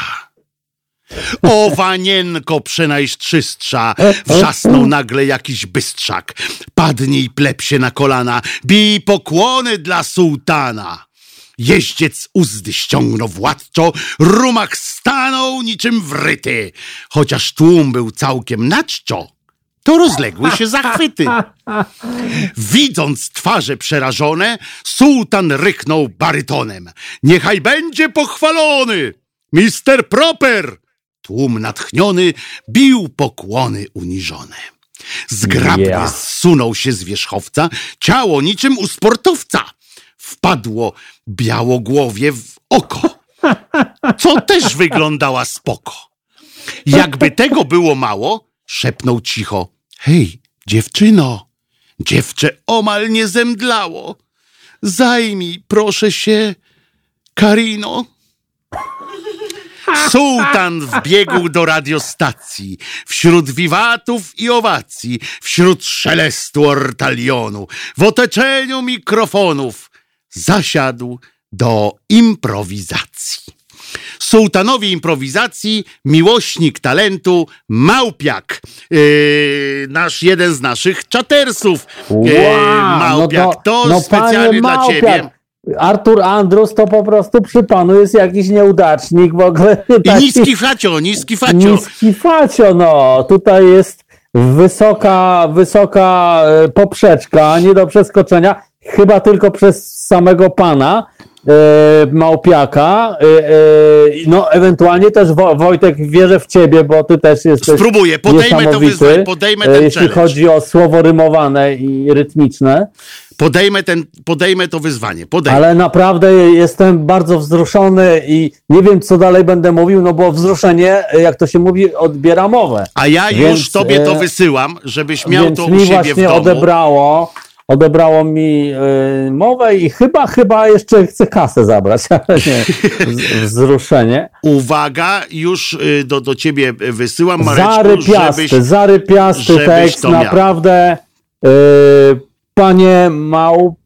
O wanienko przenajszczystsza, wrzasnął nagle jakiś bystrzak. Padnij plepsie na kolana, bij pokłony dla sułtana. Jeździec uzdy ściągnął władczo, rumak stanął niczym wryty. Chociaż tłum był całkiem na czczo, to rozległy się zachwyty. Widząc twarze przerażone, sułtan ryknął barytonem. Niechaj będzie pochwalony mister Proper! Tłum natchniony bił pokłony uniżone. Zgrabnie yeah. zsunął się z wierzchowca, ciało niczym u sportowca. Wpadło białogłowie w oko, co też wyglądała spoko. Jakby tego było mało, szepnął cicho. Hej, dziewczyno, dziewczę omal nie zemdlało. Zajmij, proszę się, Karino. Sułtan wbiegł do radiostacji, wśród wiwatów i owacji, wśród szelestu ortalionu, w otoczeniu mikrofonów, zasiadł do improwizacji. Sułtanowi improwizacji miłośnik talentu Małpiak, yy, nasz jeden z naszych czatersów. Yy,
wow,
Małpiak,
no to,
to
no
specjalnie dla
Małpiak.
ciebie.
Artur Andrus to po prostu przy panu jest jakiś nieudacznik w ogóle.
I taki... niski facio, niski facio.
Niski facio, no. Tutaj jest wysoka, wysoka poprzeczka, nie do przeskoczenia. Chyba tylko przez samego pana e, Małpiaka. E, e, no ewentualnie też Wo- Wojtek, wierzę w ciebie, bo ty też jesteś
Spróbuję, podejmę to wyzwanie, podejmę ten
e, jeśli
challenge.
chodzi o słowo rymowane i rytmiczne.
Podejmę, ten, podejmę to wyzwanie, podejmę.
Ale naprawdę jestem bardzo wzruszony i nie wiem, co dalej będę mówił, no bo wzruszenie, jak to się mówi, odbiera mowę.
A ja
Więc,
już tobie to wysyłam, żebyś miał
więc
to u
mi
siebie
właśnie
w domu.
odebrało, odebrało mi y, mowę i chyba, chyba jeszcze chcę kasę zabrać, ale nie, z, wzruszenie.
Uwaga, już y, do, do ciebie wysyłam, Mareczku,
Zarypiasty,
żebyś,
zarypiasty
żebyś
tekst,
to miał.
naprawdę, y, panie Małp,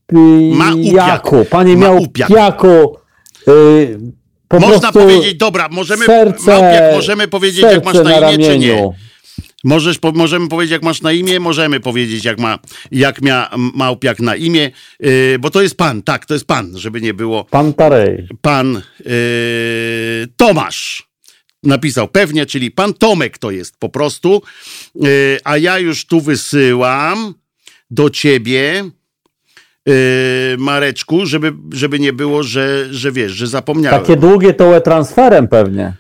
pijaku. Panie
Ma
miał
upiak.
pijaku. Yy, po
Można
prostu
powiedzieć, dobra, możemy,
serce,
Małpiak, możemy powiedzieć, jak masz na,
na
imię,
ramieniu.
czy nie? Możesz, po, możemy powiedzieć, jak masz na imię, możemy powiedzieć, jak ma, jak mia Małpiak na imię, yy, bo to jest pan, tak, to jest pan, żeby nie było.
Pan Tarej.
Pan yy, Tomasz napisał pewnie, czyli pan Tomek to jest po prostu, yy, a ja już tu wysyłam do ciebie, yy, Mareczku, żeby, żeby nie było, że, że wiesz, że zapomniałem.
Takie długie to e-transferem pewnie.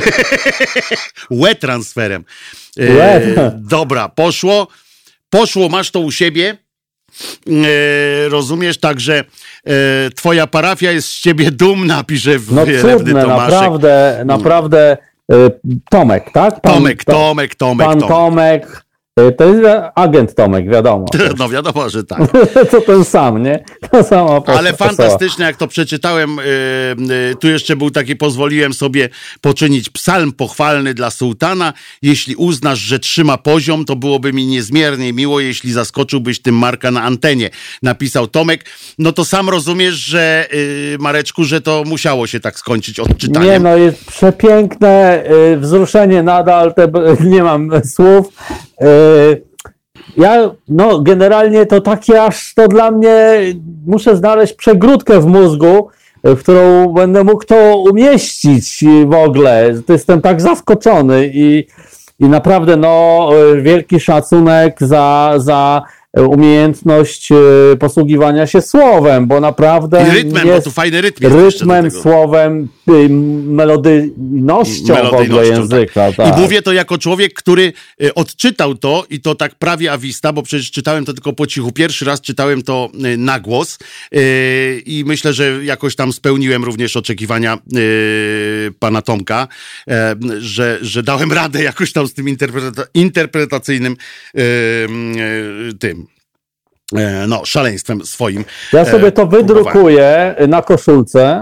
Łe transferem.
Łe.
E, dobra, poszło. Poszło, masz to u siebie. E, rozumiesz, także e, twoja parafia jest z ciebie dumna, pisze w
No
Wielebny
cudne,
Tomaszek.
naprawdę, naprawdę. y, Tomek, tak? Pan,
Tomek, Tomek, Tomek,
Pan
Tomek.
Tomek. y, To jest agent Tomek, wiadomo.
No wiadomo, że tak.
To ten sam, nie? To sama posta-
Ale fantastycznie, jak to przeczytałem, y, y, tu jeszcze był taki, pozwoliłem sobie poczynić psalm pochwalny dla sułtana. Jeśli uznasz, że trzyma poziom, to byłoby mi niezmiernie miło, jeśli zaskoczyłbyś tym Marka na antenie, napisał Tomek. No to sam rozumiesz, że y, Mareczku, że to musiało się tak skończyć odczytaniem.
Nie, no jest przepiękne y, wzruszenie nadal, te, nie mam słów. Y, Ja, no generalnie to takie aż to dla mnie, muszę znaleźć przegródkę w mózgu, w którą będę mógł to umieścić w ogóle. To jestem tak zaskoczony i, i naprawdę no wielki szacunek za, za umiejętność posługiwania się słowem, bo naprawdę
I rytmem,
jest
bo tu fajny rytm jest jeszcze do
rytmem,
tego.
słowem, melodyjnością w ogóle
Melodyjnością,
języka.
tak.
Tak.
I mówię to jako człowiek, który y, odczytał to i to tak prawie awista, bo przecież czytałem to tylko po cichu. Pierwszy raz czytałem to y, na głos y, i myślę, że jakoś tam spełniłem również oczekiwania y, pana Tomka, y, że, że dałem radę jakoś tam z tym interpreta interpretacyjnym y, y, tym. No, szaleństwem swoim.
Ja sobie to wydrukuję na koszulce,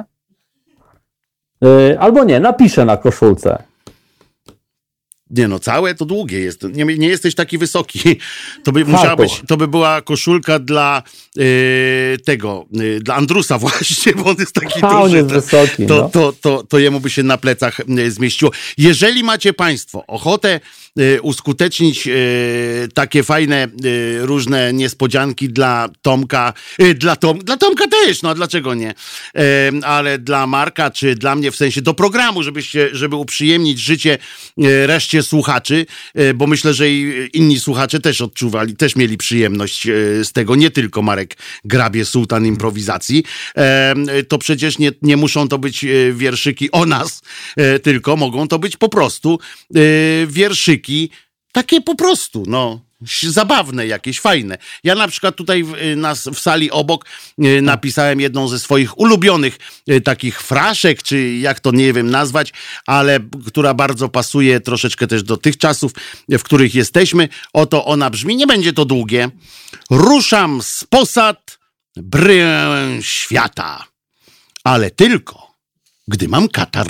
albo nie, napiszę na koszulce.
Nie no, całe to długie jest. Nie, nie jesteś taki wysoki. To by musiała być, to by była koszulka dla yy, tego, yy, dla Andrusa właśnie, bo on jest taki
A,
duży.
on jest wysoki,
to,
no.
to, to, to jemu by się na plecach yy, zmieściło. Jeżeli macie państwo ochotę yy, uskutecznić yy, takie fajne yy, różne niespodzianki dla Tomka, yy, dla, Tom, dla Tomka też, no dlaczego nie? Yy, ale dla Marka, czy dla mnie w sensie do programu, żebyście, żeby uprzyjemnić życie yy, reszcie słuchaczy, bo myślę, że i inni słuchacze też odczuwali, też mieli przyjemność z tego, nie tylko Marek Grabie, sułtan improwizacji, to przecież nie, nie muszą to być wierszyki o nas, tylko mogą to być po prostu wierszyki takie po prostu, no, zabawne jakieś, fajne. Ja na przykład tutaj w, nas, w sali obok y, napisałem jedną ze swoich ulubionych y, takich fraszek, czy jak to nie wiem nazwać, ale która bardzo pasuje troszeczkę też do tych czasów, w których jesteśmy. Oto ona brzmi, nie będzie to długie. Ruszam z posad, bryję świata, ale tylko, gdy mam katar.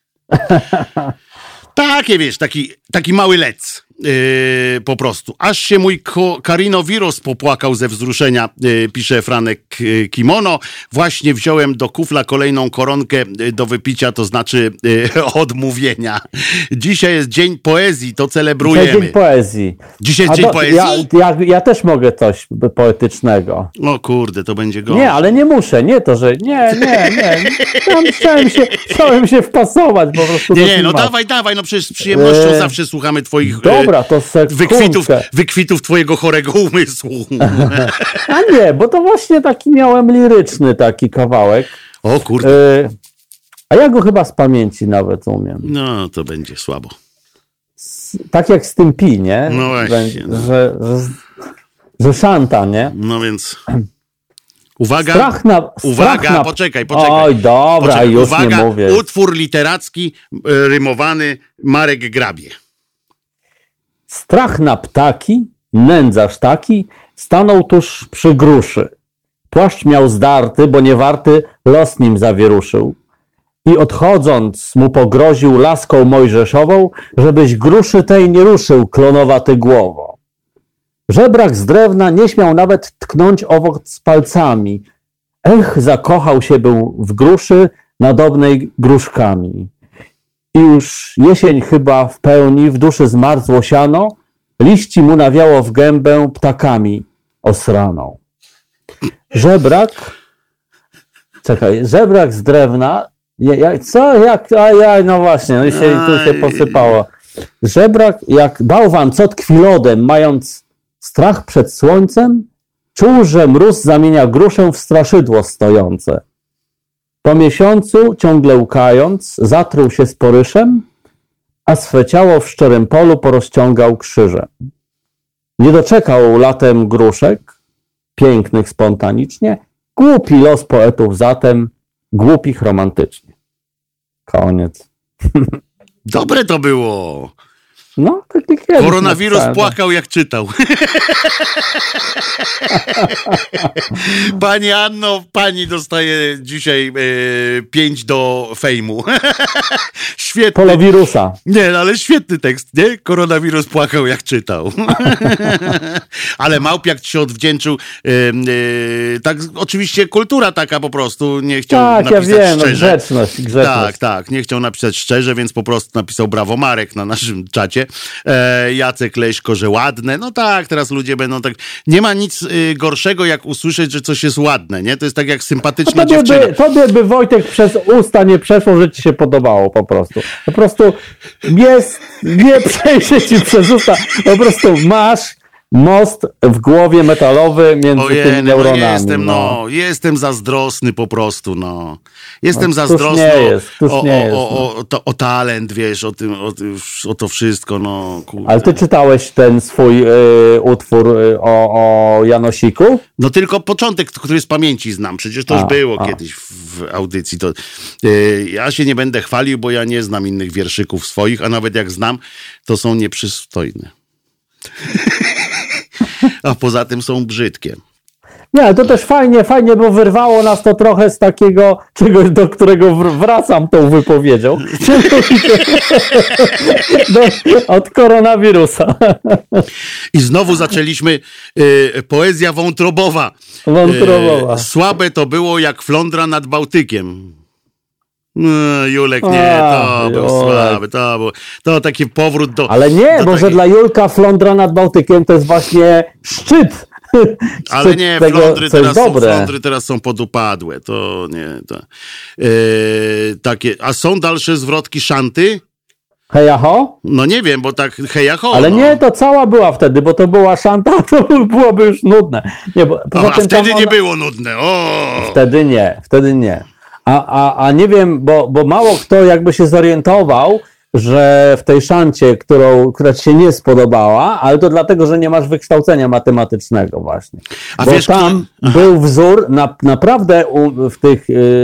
Takie, wiesz, taki, taki mały lec. Yy, po prostu. Aż się mój karinowirus popłakał ze wzruszenia, yy, pisze Franek yy, Kimono. Właśnie wziąłem do kufla kolejną koronkę yy, do wypicia, to znaczy yy, odmówienia. Dzisiaj jest dzień poezji, to celebrujemy.
Dzisiaj dzień poezji.
Dzisiaj jest
A
dzień
do,
poezji?
Ja, ja, ja też mogę coś poetycznego.
O kurde, to będzie gorzej.
Nie, ale nie muszę, nie to, że nie, nie, nie. Tam chciałem się, chciałem się wpasować po prostu.
Nie,
do
nie, no
klimatu.
dawaj, dawaj, no przecież z przyjemnością
Eee,
zawsze słuchamy twoich
Dobra, to
wykwitów,
sekundkę.
wykwitów twojego chorego umysłu.
A nie, bo to właśnie taki miałem liryczny taki kawałek.
O kurde.
E, a ja go chyba z pamięci nawet umiem.
No, to będzie słabo.
S- tak jak z tym pi, nie?
No właśnie,
Będzie,
no.
Że, że, że szanta, nie?
No więc... Uwaga,
Strach na, strach
uwaga,
na...
poczekaj, poczekaj.
Oj, dobra,
poczekaj.
już
Uwaga,
nie mówię.
utwór literacki y, rymowany Marek Grabie.
Strach na ptaki, nędzarz taki, stanął tuż przy gruszy. Płaszcz miał zdarty, bo nie warty los nim zawieruszył. I odchodząc mu pogroził laską mojżeszową, żebyś gruszy tej nie ruszył, klonowaty głową. Żebrak z drewna nie śmiał nawet tknąć owoc palcami. Ech, zakochał się był w gruszy nadobnej gruszkami. I już jesień chyba w pełni, w duszy zmarzło siano, liści mu nawiało w gębę ptakami osraną. Żebrak, czekaj, żebrak z drewna, jak, co, jak, a ja, no właśnie, no i się, tu się posypało. Żebrak, jak bałwan, co tkwi lodem, mając strach przed słońcem, czuł, że mróz zamienia gruszę w straszydło stojące. Po miesiącu, ciągle łkając, zatruł się sporyszem, a swe ciało w szczerym polu porozciągał krzyżem. Nie doczekał latem gruszek, pięknych spontanicznie, głupi los poetów zatem, głupich romantycznie. Koniec.
Dobre to było.
No, tak jak kiedyś
Koronawirus
napisałem.
płakał jak czytał. Pani Anno, pani dostaje dzisiaj e, pięć do fejmu. Świetny.
Polowirusa.
Nie, ale świetny tekst, nie? Koronawirus płakał jak czytał. Ale Małpiak ci się odwdzięczył. E, e, tak, oczywiście kultura taka po prostu, nie chciał
Tak, ja
napisać
wiem, no,
szczerze.
grzeczność, grzeczność.
Tak, tak, nie chciał napisać szczerze, więc po prostu napisał brawo Marek na naszym czacie. E, Jacek Leśko, że ładne. No tak, teraz ludzie będą tak... Nie ma nic y, gorszego, jak usłyszeć, że coś jest ładne, nie? To jest tak jak sympatyczna
No tobie,
dziewczyna.
by, tobie by, Wojtek, przez usta nie przeszło, że ci się podobało po prostu. Po prostu jest, nie przejdzie ci przez usta. Po prostu masz most w głowie metalowy między
Ojej,
tymi
no
neuronami.
jestem, no.
no.
jestem zazdrosny po prostu, no. Jestem
No,
zazdrosny
nie
o,
jest, tuż
o,
nie
o,
jest,
o,
no.
o, to, o talent, wiesz, o, tym, o, tym- o to wszystko, no. Kurde.
Ale ty czytałeś ten swój y, utwór y, o, o Janosiku?
No tylko początek, który z pamięci znam. Przecież to już
A,
było
a.
kiedyś w, w audycji. To, yy, ja się nie będę chwalił, bo ja nie znam innych wierszyków swoich, a nawet jak znam, to są nieprzystojne. A poza tym są brzydkie.
Nie, ale to też fajnie, fajnie, bo wyrwało nas to trochę z takiego czegoś, do którego wr- wracam tą wypowiedzią. do, od koronawirusa.
I znowu zaczęliśmy y, poezja wątrobowa.
Wątrobowa.
Y, słabe to było jak flądra nad Bałtykiem. No, Julek, nie, to
A,
był
Julek.
słaby, to był, to taki powrót do...
Ale nie,
do
bo że
takiej-
dla Julka flądra nad Bałtykiem to jest właśnie szczyt.
Ale
szczyt
nie,
tego,
flądry
co jest
teraz, są,
dobre.
flądry teraz są podupadłe, to nie, to... Yy, takie, a są dalsze zwrotki szanty?
Hejaho?
No nie wiem, bo tak heja ho.
Ale
no.
nie, to cała była wtedy, bo to była szanta, to byłoby już nudne. Nie, bo,
O,
poza
a
tym tam
wtedy nie
ona-
było nudne, o!
Wtedy nie, wtedy nie. A, a, a nie wiem, bo, bo mało kto jakby się zorientował, że w tej szancie, którą, która ci się nie spodobała, ale to dlatego, że nie masz wykształcenia matematycznego właśnie.
A
bo
wiesz,
tam
kto-
był wzór, na, naprawdę u, w tych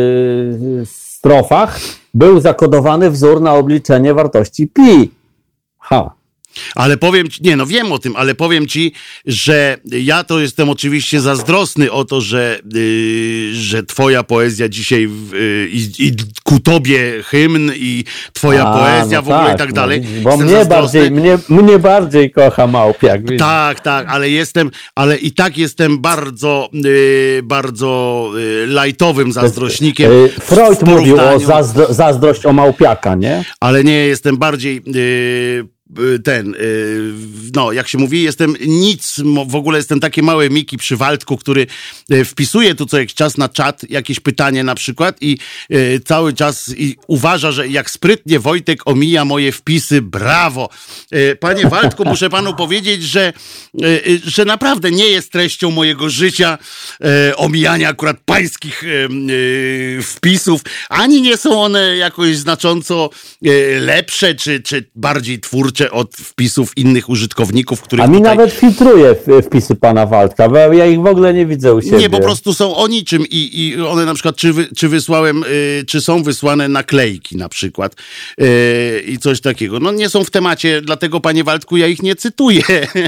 yy, strofach był zakodowany wzór na obliczenie wartości pi. Ha.
Ale powiem ci, nie no wiem o tym, ale powiem ci, że ja to jestem oczywiście zazdrosny o to, że, yy, że twoja poezja dzisiaj yy, i, i ku tobie hymn i twoja
A,
poezja
no
w ogóle
tak,
i tak
no,
dalej.
bo
Jestem
mnie
zazdrosny.
bardziej, mnie, mnie bardziej kocha Małpiak. widzisz.
Tak, tak, ale jestem, ale i tak jestem bardzo, yy, bardzo yy, lajtowym zazdrośnikiem.
Yy,
w
Freud mówił o
porównaniu.
zazdro, zazdrość o Małpiaka, nie?
Ale nie, jestem bardziej yy, yy, ten, yy, no jak się mówi, jestem nic, mo- w ogóle jestem takie małe Miki przy Waldku, który yy, wpisuje tu co jakiś czas na czat jakieś pytanie na przykład i yy, cały czas i uważa, że jak sprytnie Wojtek omija moje wpisy, brawo. Yy, panie Waldku, muszę panu powiedzieć, że, yy, yy, że naprawdę nie jest treścią mojego życia yy, omijania akurat pańskich yy, yy, wpisów, ani nie są one jakoś znacząco yy, lepsze, czy, czy bardziej twórcze od wpisów innych użytkowników, których
A mi
tutaj...
nawet filtruje w- wpisy pana Waldka, bo ja ich w ogóle nie widzę u siebie.
Nie, po prostu są o niczym i, i one na przykład, czy, wy, czy wysłałem, y, czy są wysłane naklejki na przykład y, i coś takiego. No nie są w temacie, dlatego panie Waldku, ja ich nie cytuję,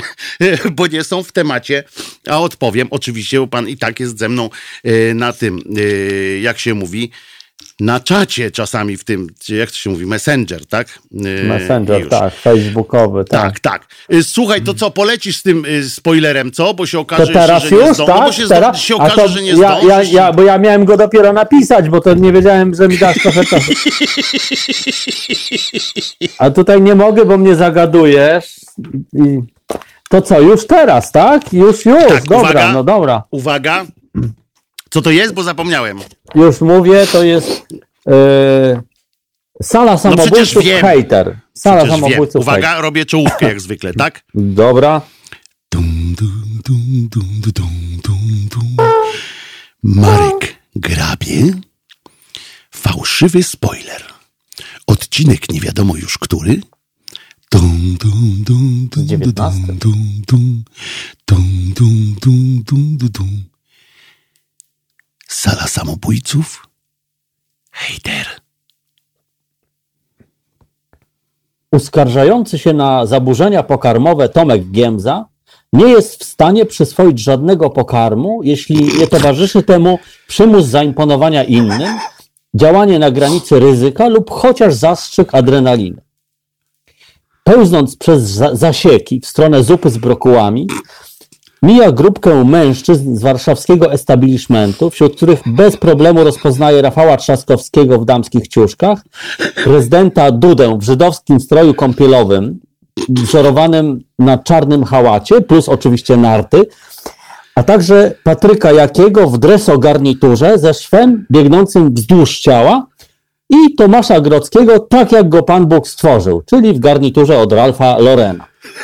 bo nie są w temacie, a odpowiem oczywiście, bo pan i tak jest ze mną y, na tym, y, jak się mówi, na czacie czasami w tym, jak to się mówi, Messenger, tak?
Messenger, już. tak, facebookowy,
Tak,
tak.
tak. Słuchaj, to co, polecisz z tym spoilerem, co? Bo się okaże,
to teraz
że nie
już,
zdążysz.
tak?
No bo się,
teraz?
się okaże,
to
że nie
ja,
zdążysz.
Ja, ja, bo ja miałem go dopiero napisać, bo to nie wiedziałem, że mi dasz trochę czasu. A tutaj nie mogę, bo mnie zagadujesz. I... To co, już teraz, tak? Już, już,
tak,
dobra,
uwaga,
no dobra.
Uwaga. Co to jest, bo zapomniałem.
Już mówię, to jest yy, sala samobójców
no
hejter. Sala
przecież
samobójców
wiem. Uwaga,
hejter.
robię czołówkę jak zwykle, tak?
Dobra.
Dum, dum, dum, dum, dum, dum, dum. Marek grabie. Fałszywy spoiler. Odcinek nie wiadomo już który. Dum, dum, dum, dum,
dziewiętnasty.
dum, dum, dum, dum, dum, dum, dum, dum, dum. Sala samobójców? Hejter.
Uskarżający się na zaburzenia pokarmowe Tomek Giemza nie jest w stanie przyswoić żadnego pokarmu, jeśli nie towarzyszy temu przymus zaimponowania innym, działanie na granicy ryzyka lub chociaż zastrzyk adrenaliny. Pełznąc przez zasieki w stronę zupy z brokułami, mija grupkę mężczyzn z warszawskiego establishmentu, wśród których bez problemu rozpoznaje Rafała Trzaskowskiego w damskich ciuszkach, prezydenta Dudę w żydowskim stroju kąpielowym, wzorowanym na czarnym hałacie, plus oczywiście narty, a także Patryka Jakiego w dresogarniturze ze szwem biegnącym wzdłuż ciała i Tomasza Grodzkiego tak, jak go Pan Bóg stworzył, czyli w garniturze od Ralpha Laurena.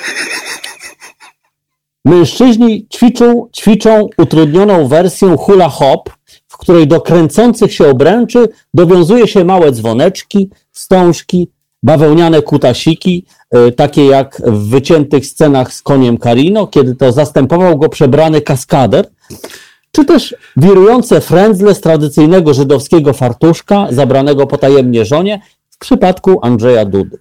Mężczyźni ćwiczą, ćwiczą utrudnioną wersję hula hop, w której do kręcących się obręczy dowiązuje się małe dzwoneczki, wstążki, bawełniane kutasiki, y, takie jak w wyciętych scenach z koniem Carino, kiedy to zastępował go przebrany kaskader, czy też wirujące frędzle z tradycyjnego żydowskiego fartuszka, zabranego potajemnie żonie, w przypadku Andrzeja Dudy.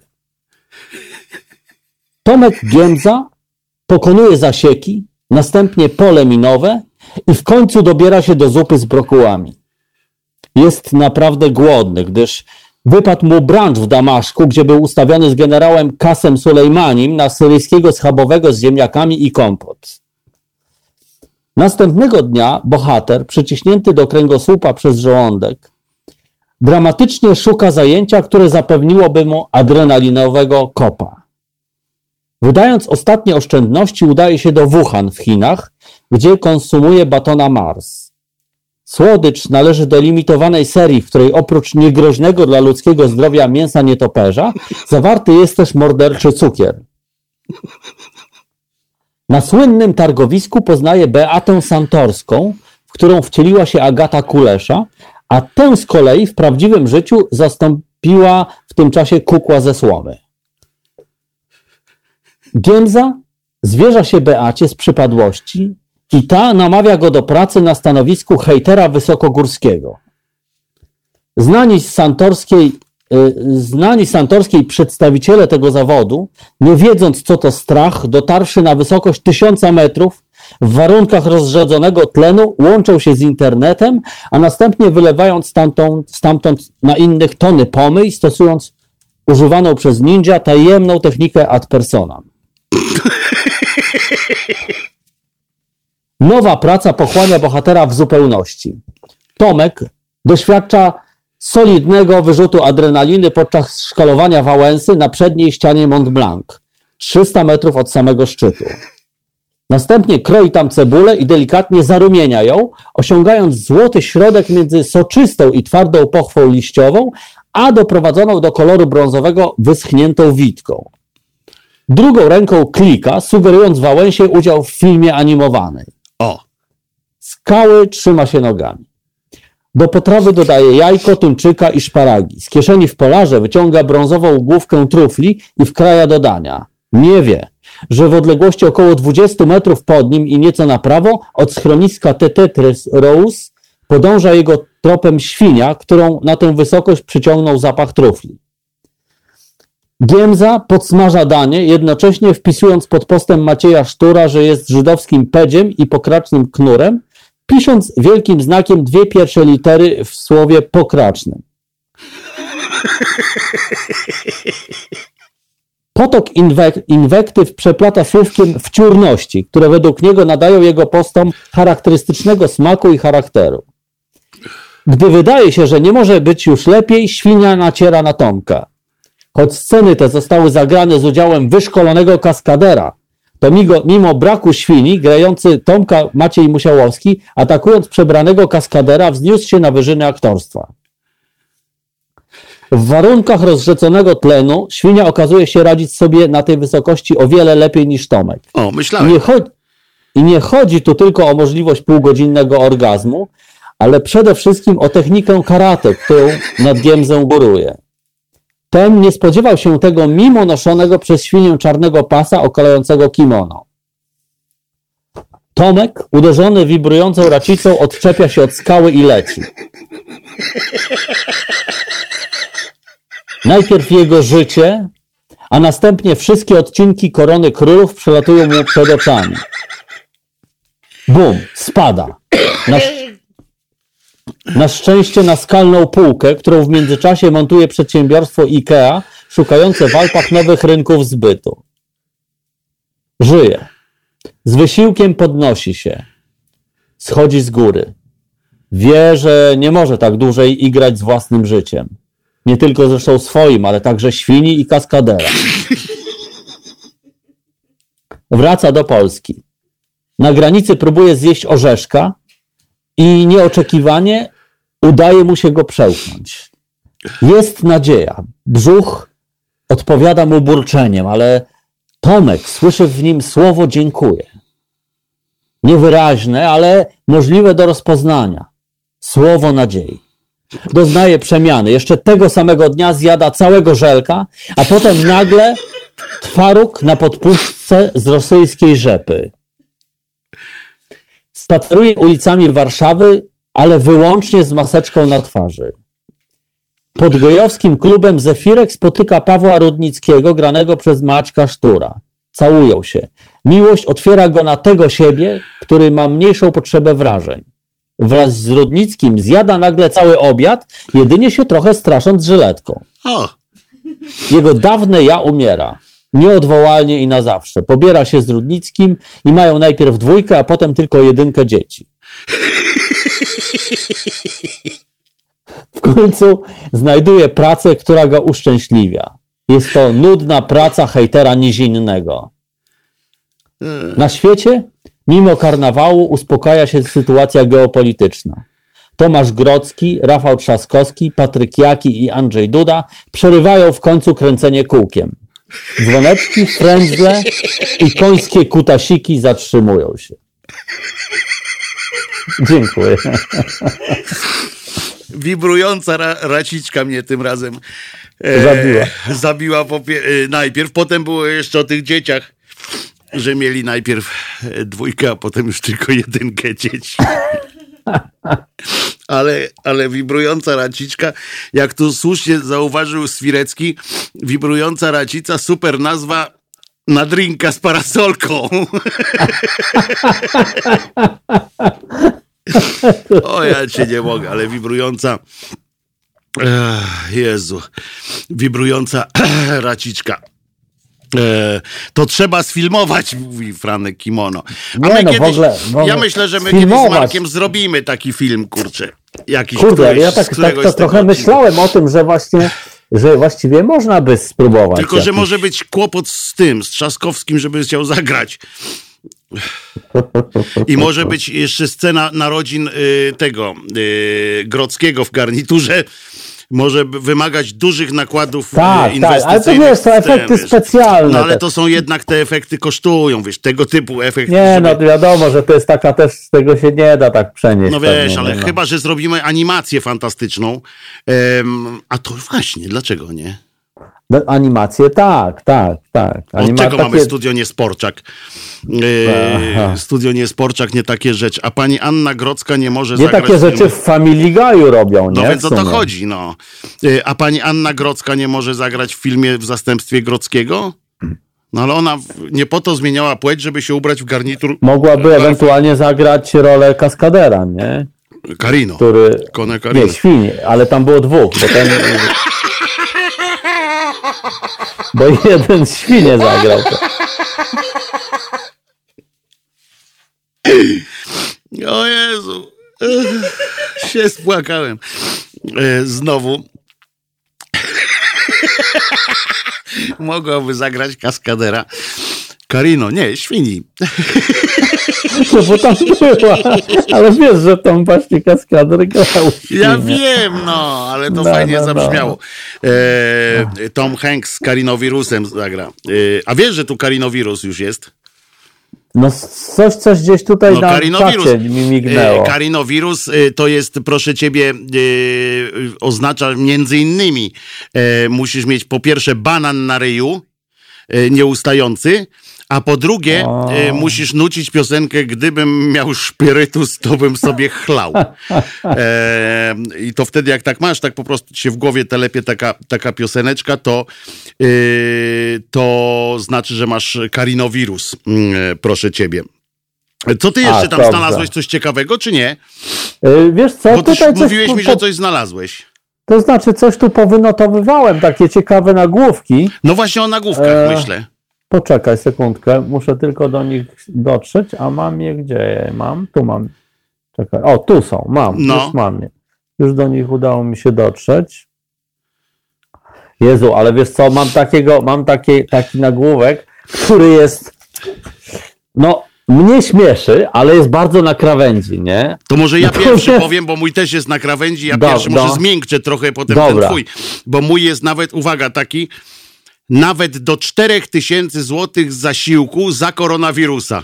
Tomek Giemza pokonuje zasieki, następnie pole minowe i w końcu dobiera się do zupy z brokułami. Jest naprawdę głodny, gdyż wypadł mu brunch w Damaszku, gdzie był ustawiony z generałem Kasem Sulejmanim na syryjskiego schabowego z ziemniakami i kompot. Następnego dnia bohater, przyciśnięty do kręgosłupa przez żołądek, dramatycznie szuka zajęcia, które zapewniłoby mu adrenalinowego kopa. Wydając ostatnie oszczędności, udaje się do Wuhan w Chinach, gdzie konsumuje batona Mars. Słodycz należy do limitowanej serii, w której oprócz niegroźnego dla ludzkiego zdrowia mięsa nietoperza, zawarty jest też morderczy cukier. Na słynnym targowisku poznaje Beatę Santorską, w którą wcieliła się Agata Kulesza, a tę z kolei w prawdziwym życiu zastąpiła w tym czasie kukła ze słomy. Giemza zwierza się Beacie z przypadłości i ta namawia go do pracy na stanowisku hejtera wysokogórskiego. Znani z Santorskiej, yy, znani santorskiej przedstawiciele tego zawodu, nie wiedząc co to strach, dotarwszy na wysokość tysiąca metrów, w warunkach rozrzedzonego tlenu łączą się z internetem, a następnie wylewają stamtąd, stamtąd na innych tony pomyj, stosując używaną przez ninja tajemną technikę ad personam. Nowa praca pochłania bohatera w zupełności. Tomek doświadcza solidnego wyrzutu adrenaliny podczas szkalowania Wałęsy na przedniej ścianie Mont Blanc, trzysta metrów od samego szczytu. Następnie kroi tam cebulę i delikatnie zarumienia ją, osiągając złoty środek między soczystą i twardą pochwą liściową, a doprowadzoną do koloru brązowego wyschniętą witką. Drugą ręką klika, sugerując Wałęsie udział w filmie animowanej.
O!
Skały trzyma się nogami. Do potrawy dodaje jajko, tuńczyka i szparagi. Z kieszeni w polarze wyciąga brązową główkę trufli i wkraja do dania. Nie wie, że w odległości około dwudziestu metrów pod nim i nieco na prawo od schroniska Tetetris Rose podąża jego tropem świnia, którą na tę wysokość przyciągnął zapach trufli. Giemza podsmaża danie, jednocześnie wpisując pod postem Macieja Sztura, że jest żydowskim pedziem i pokracznym knurem, pisząc wielkim znakiem dwie pierwsze litery w słowie pokracznym. Potok inwek- inwektyw przeplata słówkiem wciórności, które według niego nadają jego postom charakterystycznego smaku i charakteru. Gdy wydaje się, że nie może być już lepiej, świnia naciera na Tomka. Choć sceny te zostały zagrane z udziałem wyszkolonego kaskadera, to mimo, mimo braku świni, grający Tomka Maciej Musiałowski, atakując przebranego kaskadera, wzniósł się na wyżyny aktorstwa. W warunkach rozrzeconego tlenu świnia okazuje się radzić sobie na tej wysokości o wiele lepiej niż Tomek.
O, myślałem.
I nie, cho- I nie chodzi tu tylko o możliwość półgodzinnego orgazmu, ale przede wszystkim o technikę karate, którą nad Giemzą góruje. Ten nie spodziewał się tego mimo noszonego przez świnię czarnego pasa okalającego kimono. Tomek, uderzony wibrującą racicą, odczepia się od skały i leci. Najpierw jego życie, a następnie wszystkie odcinki Korony Królów przelatują mu przed oczami. Bum, spada. Na, na szczęście na skalną półkę, którą w międzyczasie montuje przedsiębiorstwo IKEA, szukające w Alpach nowych rynków zbytu. Żyje. Z wysiłkiem podnosi się. Schodzi z góry. Wie, że nie może tak dłużej igrać z własnym życiem. Nie tylko zresztą swoim, ale także świni i kaskadera. Wraca do Polski. Na granicy próbuje zjeść orzeszka i nieoczekiwanie udaje mu się go przełknąć. Jest nadzieja. Brzuch odpowiada mu burczeniem, ale Tomek słyszy w nim słowo dziękuję. Niewyraźne, ale możliwe do rozpoznania. Słowo nadziei. Doznaje przemiany. Jeszcze tego samego dnia zjada całego żelka, a potem nagle twaróg na podpuszce z rosyjskiej rzepy. Spaceruje ulicami Warszawy, ale wyłącznie z maseczką na twarzy. Pod gojowskim klubem Zefirek spotyka Pawła Rudnickiego, granego przez Maćka Sztura. Całują się. Miłość otwiera go na tego siebie, który ma mniejszą potrzebę wrażeń. Wraz z Rudnickim zjada nagle cały obiad, jedynie się trochę strasząc żyletką.
O.
Jego dawne ja umiera. Nieodwołalnie i na zawsze. Pobiera się z Rudnickim i mają najpierw dwójkę, a potem tylko jedynkę dzieci. W końcu znajduje pracę, która go uszczęśliwia. Jest to nudna praca hejtera nizinnego. Na świecie, mimo karnawału, uspokaja się sytuacja geopolityczna. Tomasz Grodzki, Rafał Trzaskowski, Patryk Jaki i Andrzej Duda przerywają w końcu kręcenie kółkiem. Dzwoneczki, frędzle i końskie kutasiki zatrzymują się. Dziękuję.
Wibrująca ra- raciczka mnie tym razem e,
Zabiła.
zabiła popie- e, najpierw. Potem było jeszcze o tych dzieciach, że mieli najpierw dwójkę, a potem już tylko jedynkę dzieci. Ale, ale wibrująca raciczka, jak tu słusznie zauważył Swirecki, wibrująca racica, super nazwa na drinka z parasolką. O, ja cię nie mogę, ale wibrująca, Ech, Jezu, wibrująca raciczka. E, to trzeba sfilmować, mówi Franek Kimono. A
Nie
my
no,
kiedyś,
w ogóle, w ogóle
ja myślę, że my
sfilmować.
kiedyś z Markiem zrobimy taki film, kurczę. Jakiś
Kurde,
któryś,
ja
z
tak, tak
któregoś
to
z tego
trochę
odcinka.
myślałem o tym, że właśnie, że właściwie można by spróbować.
Tylko, że
jakiś...
może być kłopot z tym, z Trzaskowskim, żeby chciał zagrać. I może być jeszcze scena narodzin y, tego y, Grodzkiego w garniturze. Może wymagać dużych nakładów
Tak,
y,
tak, ale to
inwestycyjnych.
wiesz, to efekty
wiesz.
specjalne.
No ale
te-
to są jednak, te efekty kosztują, wiesz, tego typu efekt.
Nie,
żeby...
no wiadomo, że to jest taka też, z tego się nie da tak przenieść.
No wiesz,
pewnie,
ale
no.
chyba, że zrobimy animację fantastyczną. Em, a to właśnie, dlaczego nie?
No, animacje, tak, tak, tak.
Od
Anima-
tego mamy
takie-
Studio Niesporczak. E,
Aha.
Studio Niesporczak, nie takie rzeczy. A pani Anna Grodzka nie może
Nie
zagrać...
takie
w
rzeczy
filmie.
w Family Guy'u robią, nie?
No więc
W
o to
sumie.
chodzi, no. E, A pani Anna Grodzka nie może zagrać w filmie w zastępstwie Grodzkiego? No ale ona nie po to zmieniała płeć, żeby się ubrać w garnitur.
Mogłaby ewentualnie zagrać rolę kaskadera, nie?
Karino.
Który...
Kone Karino.
Nie, świni, ale tam było dwóch, bo ten... bo jeden świnie zagrał.
O Jezu. Się spłakałem. Znowu. Mogłaby zagrać kaskadera. Karino, nie, świni.
No bo tam była, ale wiesz, że tam właśnie kaskader grał świnie.
Ja wiem, no, ale to
no,
fajnie
no,
zabrzmiało. E, Tom Hanks z karinowirusem zagra. E, a wiesz, że tu karinowirus już jest?
No coś, coś gdzieś tutaj
no,
na czacie mi mignęło.
E, karinowirus e, to jest, proszę ciebie, e, oznacza między innymi e, musisz mieć po pierwsze banan na ryju, e, nieustający, a po drugie e, musisz nucić piosenkę Gdybym miał szpirytus, to bym sobie chlał. E, I to wtedy jak tak masz, tak po prostu ci się w głowie telepie taka, taka pioseneczka, to, e, to znaczy, że masz karinowirus, e, proszę ciebie. Co ty jeszcze a, tam dobrze. Znalazłeś coś ciekawego, czy nie?
E, wiesz co,
bo ty
tutaj
mówiłeś
coś,
mi, że coś znalazłeś.
To znaczy coś tu powynotowywałem, takie ciekawe nagłówki.
No właśnie o nagłówkach e... myślę.
Poczekaj sekundkę, muszę tylko do nich dotrzeć, a mam je gdzie je mam? Tu mam. Czekaj. O, tu są, mam, no. Już mam je. Już do nich udało mi się dotrzeć. Jezu, ale wiesz co, mam takiego, mam taki, taki nagłówek, który jest, no, mnie śmieszy, ale jest bardzo na krawędzi, nie?
To może ja no, pierwszy powiem, bo mój też jest na krawędzi, ja do, pierwszy do. może zmiękczę trochę potem Dobra. ten twój, bo mój jest nawet, uwaga, taki, nawet do czterech tysięcy złotych zasiłku za koronawirusa.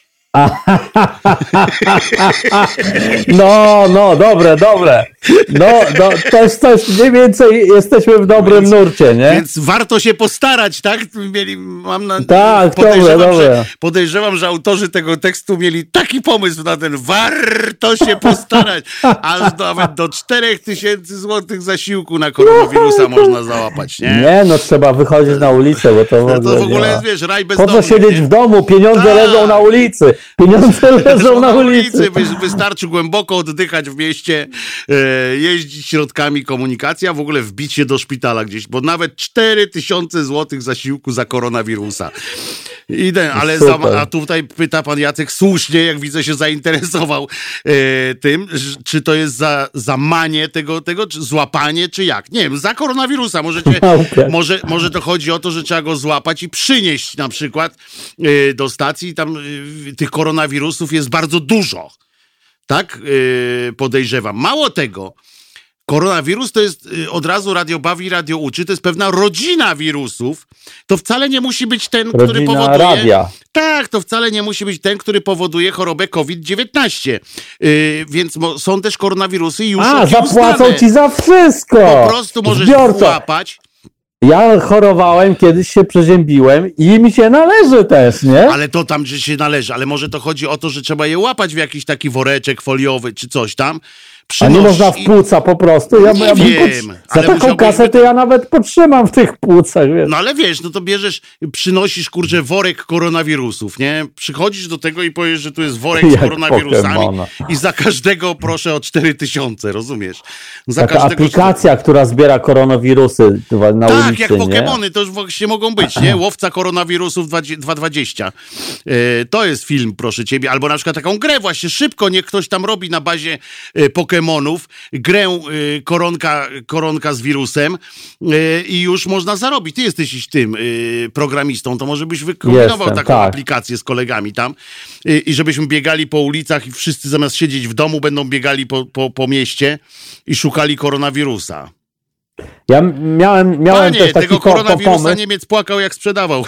No, no, dobre, dobre. No, no, to jest coś, mniej więcej jesteśmy w dobrym
więc,
nurcie, nie?
Więc warto się postarać, tak? Mieli, mam na,
tak, podejrzewam, dobre,
że,
dobre.
podejrzewam, że autorzy tego tekstu mieli taki pomysł na ten warto się postarać, aż nawet do czterech tysięcy złotych zasiłku na koronawirusa można załapać, nie?
Nie, no trzeba wychodzić na ulicę, bo to w ogóle,
no to w ogóle jest, wiesz, raj bezdomnych.
Po co siedzieć nie? w domu? Pieniądze Ta. leżą na ulicy. Pieniądze leżą na ulicy.
Wystarczy głęboko oddychać w mieście, e, jeździć środkami komunikacji, a w ogóle wbić się do szpitala gdzieś, bo nawet cztery tysiące złotych zasiłku za koronawirusa. Idę, ale za, a tutaj pyta pan Jacek słusznie, jak widzę, się zainteresował e, tym, czy to jest za, za manie tego, tego, czy złapanie, czy jak. Nie wiem, za koronawirusa. Możecie, okay. może, może to chodzi o to, że trzeba go złapać i przynieść na przykład e, do stacji. Tam e, tych koronawirusów jest bardzo dużo. Tak? E, podejrzewam. Mało tego, koronawirus to jest, od razu Radio Bawi, Radio Uczy, to jest pewna rodzina wirusów. To wcale nie musi być ten, rodzina który powoduje...
radia.
Tak, to wcale nie musi być ten, który powoduje chorobę COVID dziewiętnaście. Yy, więc mo- są też koronawirusy już
A, zapłacą uznane. Ci za wszystko!
Po prostu możesz złapać.
Ja chorowałem, kiedyś się przeziębiłem i mi się należy też, nie?
Ale to tam, że się należy. Ale może to chodzi o to, że trzeba je łapać w jakiś taki woreczek foliowy czy coś tam.
A nie można w płuca po prostu? Ja,
nie
ja
wiem.
Pod... Za taką kasę to ja nawet potrzymam w tych płucach, wiesz.
No ale wiesz, no to bierzesz, przynosisz, kurczę, worek koronawirusów, nie? Przychodzisz do tego i powiesz, że tu jest worek z koronawirusami Pokemona. I za każdego proszę o cztery tysiące, rozumiesz? Za
Taka
każdego...
aplikacja, która zbiera koronawirusy na
tak,
ulicy,
Tak, jak Pokemony, to już właśnie mogą być, nie? Łowca koronawirusów dwa tysiące dwadzieścia. Yy, to jest film, proszę ciebie. Albo na przykład taką grę właśnie szybko, niech ktoś tam robi na bazie yy, Pokemonów, grę y, koronka, koronka z wirusem y, i już można zarobić. Ty jesteś tym y, programistą, to może byś wykombinował Jestem, taką tak. aplikację z kolegami tam y, i żebyśmy biegali po ulicach i wszyscy zamiast siedzieć w domu będą biegali po, po, po mieście i szukali koronawirusa.
Ja miałem, miałem
Panie,
też taki
tego koronawirusa
pomysł.
Niemiec płakał, jak sprzedawał.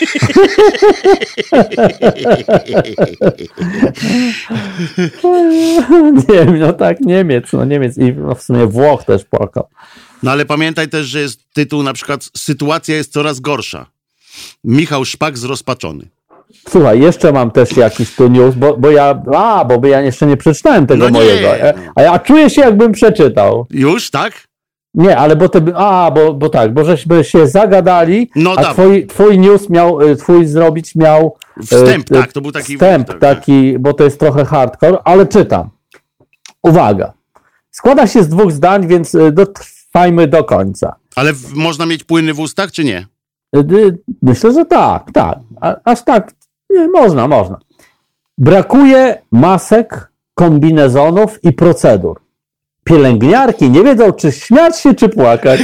Nie wiem, no tak, Niemiec, no Niemiec i no w sumie Włoch też płakał.
No ale pamiętaj też, że jest tytuł na przykład Sytuacja jest coraz gorsza. Michał Szpak zrozpaczony.
Słuchaj, jeszcze mam też jakiś tu news, bo, bo ja, a, bo ja jeszcze nie przeczytałem tego
no nie.
mojego, a ja czuję się, jakbym przeczytał.
Już, tak?
Nie, ale bo ty, a, bo, bo tak, bo żeśmy się zagadali,
No
a twój, twój news miał, twój zrobić miał...
Wstęp, tak, to był taki...
Wstęp
tak,
taki, bo to jest trochę hardcore, ale czytam. Uwaga. Składa się z dwóch zdań, więc dotrwajmy do końca.
Ale w, można mieć płyny w ustach, czy nie?
Myślę, że tak, tak. A, aż tak, nie, można, można. Brakuje masek, kombinezonów i procedur. Pielęgniarki nie wiedzą, czy śmiać się, czy płakać.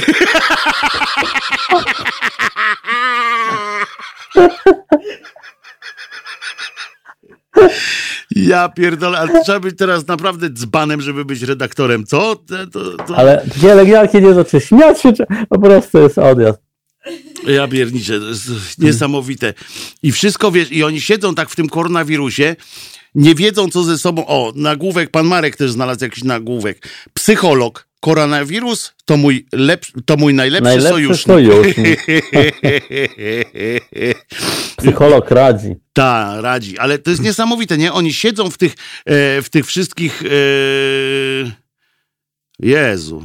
Ja pierdolę, ale trzeba być teraz naprawdę dzbanem, żeby być redaktorem, co? To, to, to...
Ale pielęgniarki nie wiedzą, czy śmiać się, czy po prostu jest odjazd.
Ja pierniczę, to jest niesamowite. I wszystko, wiesz, i oni siedzą tak w tym koronawirusie, nie wiedzą, co ze sobą... O, nagłówek, pan Marek też znalazł jakiś nagłówek. Psycholog, koronawirus to mój, lep... to mój najlepszy, najlepszy sojusznik. sojusznik.
Psycholog radzi.
Tak, radzi, ale to jest niesamowite, nie? Oni siedzą w tych, e, w tych wszystkich... E... Jezu...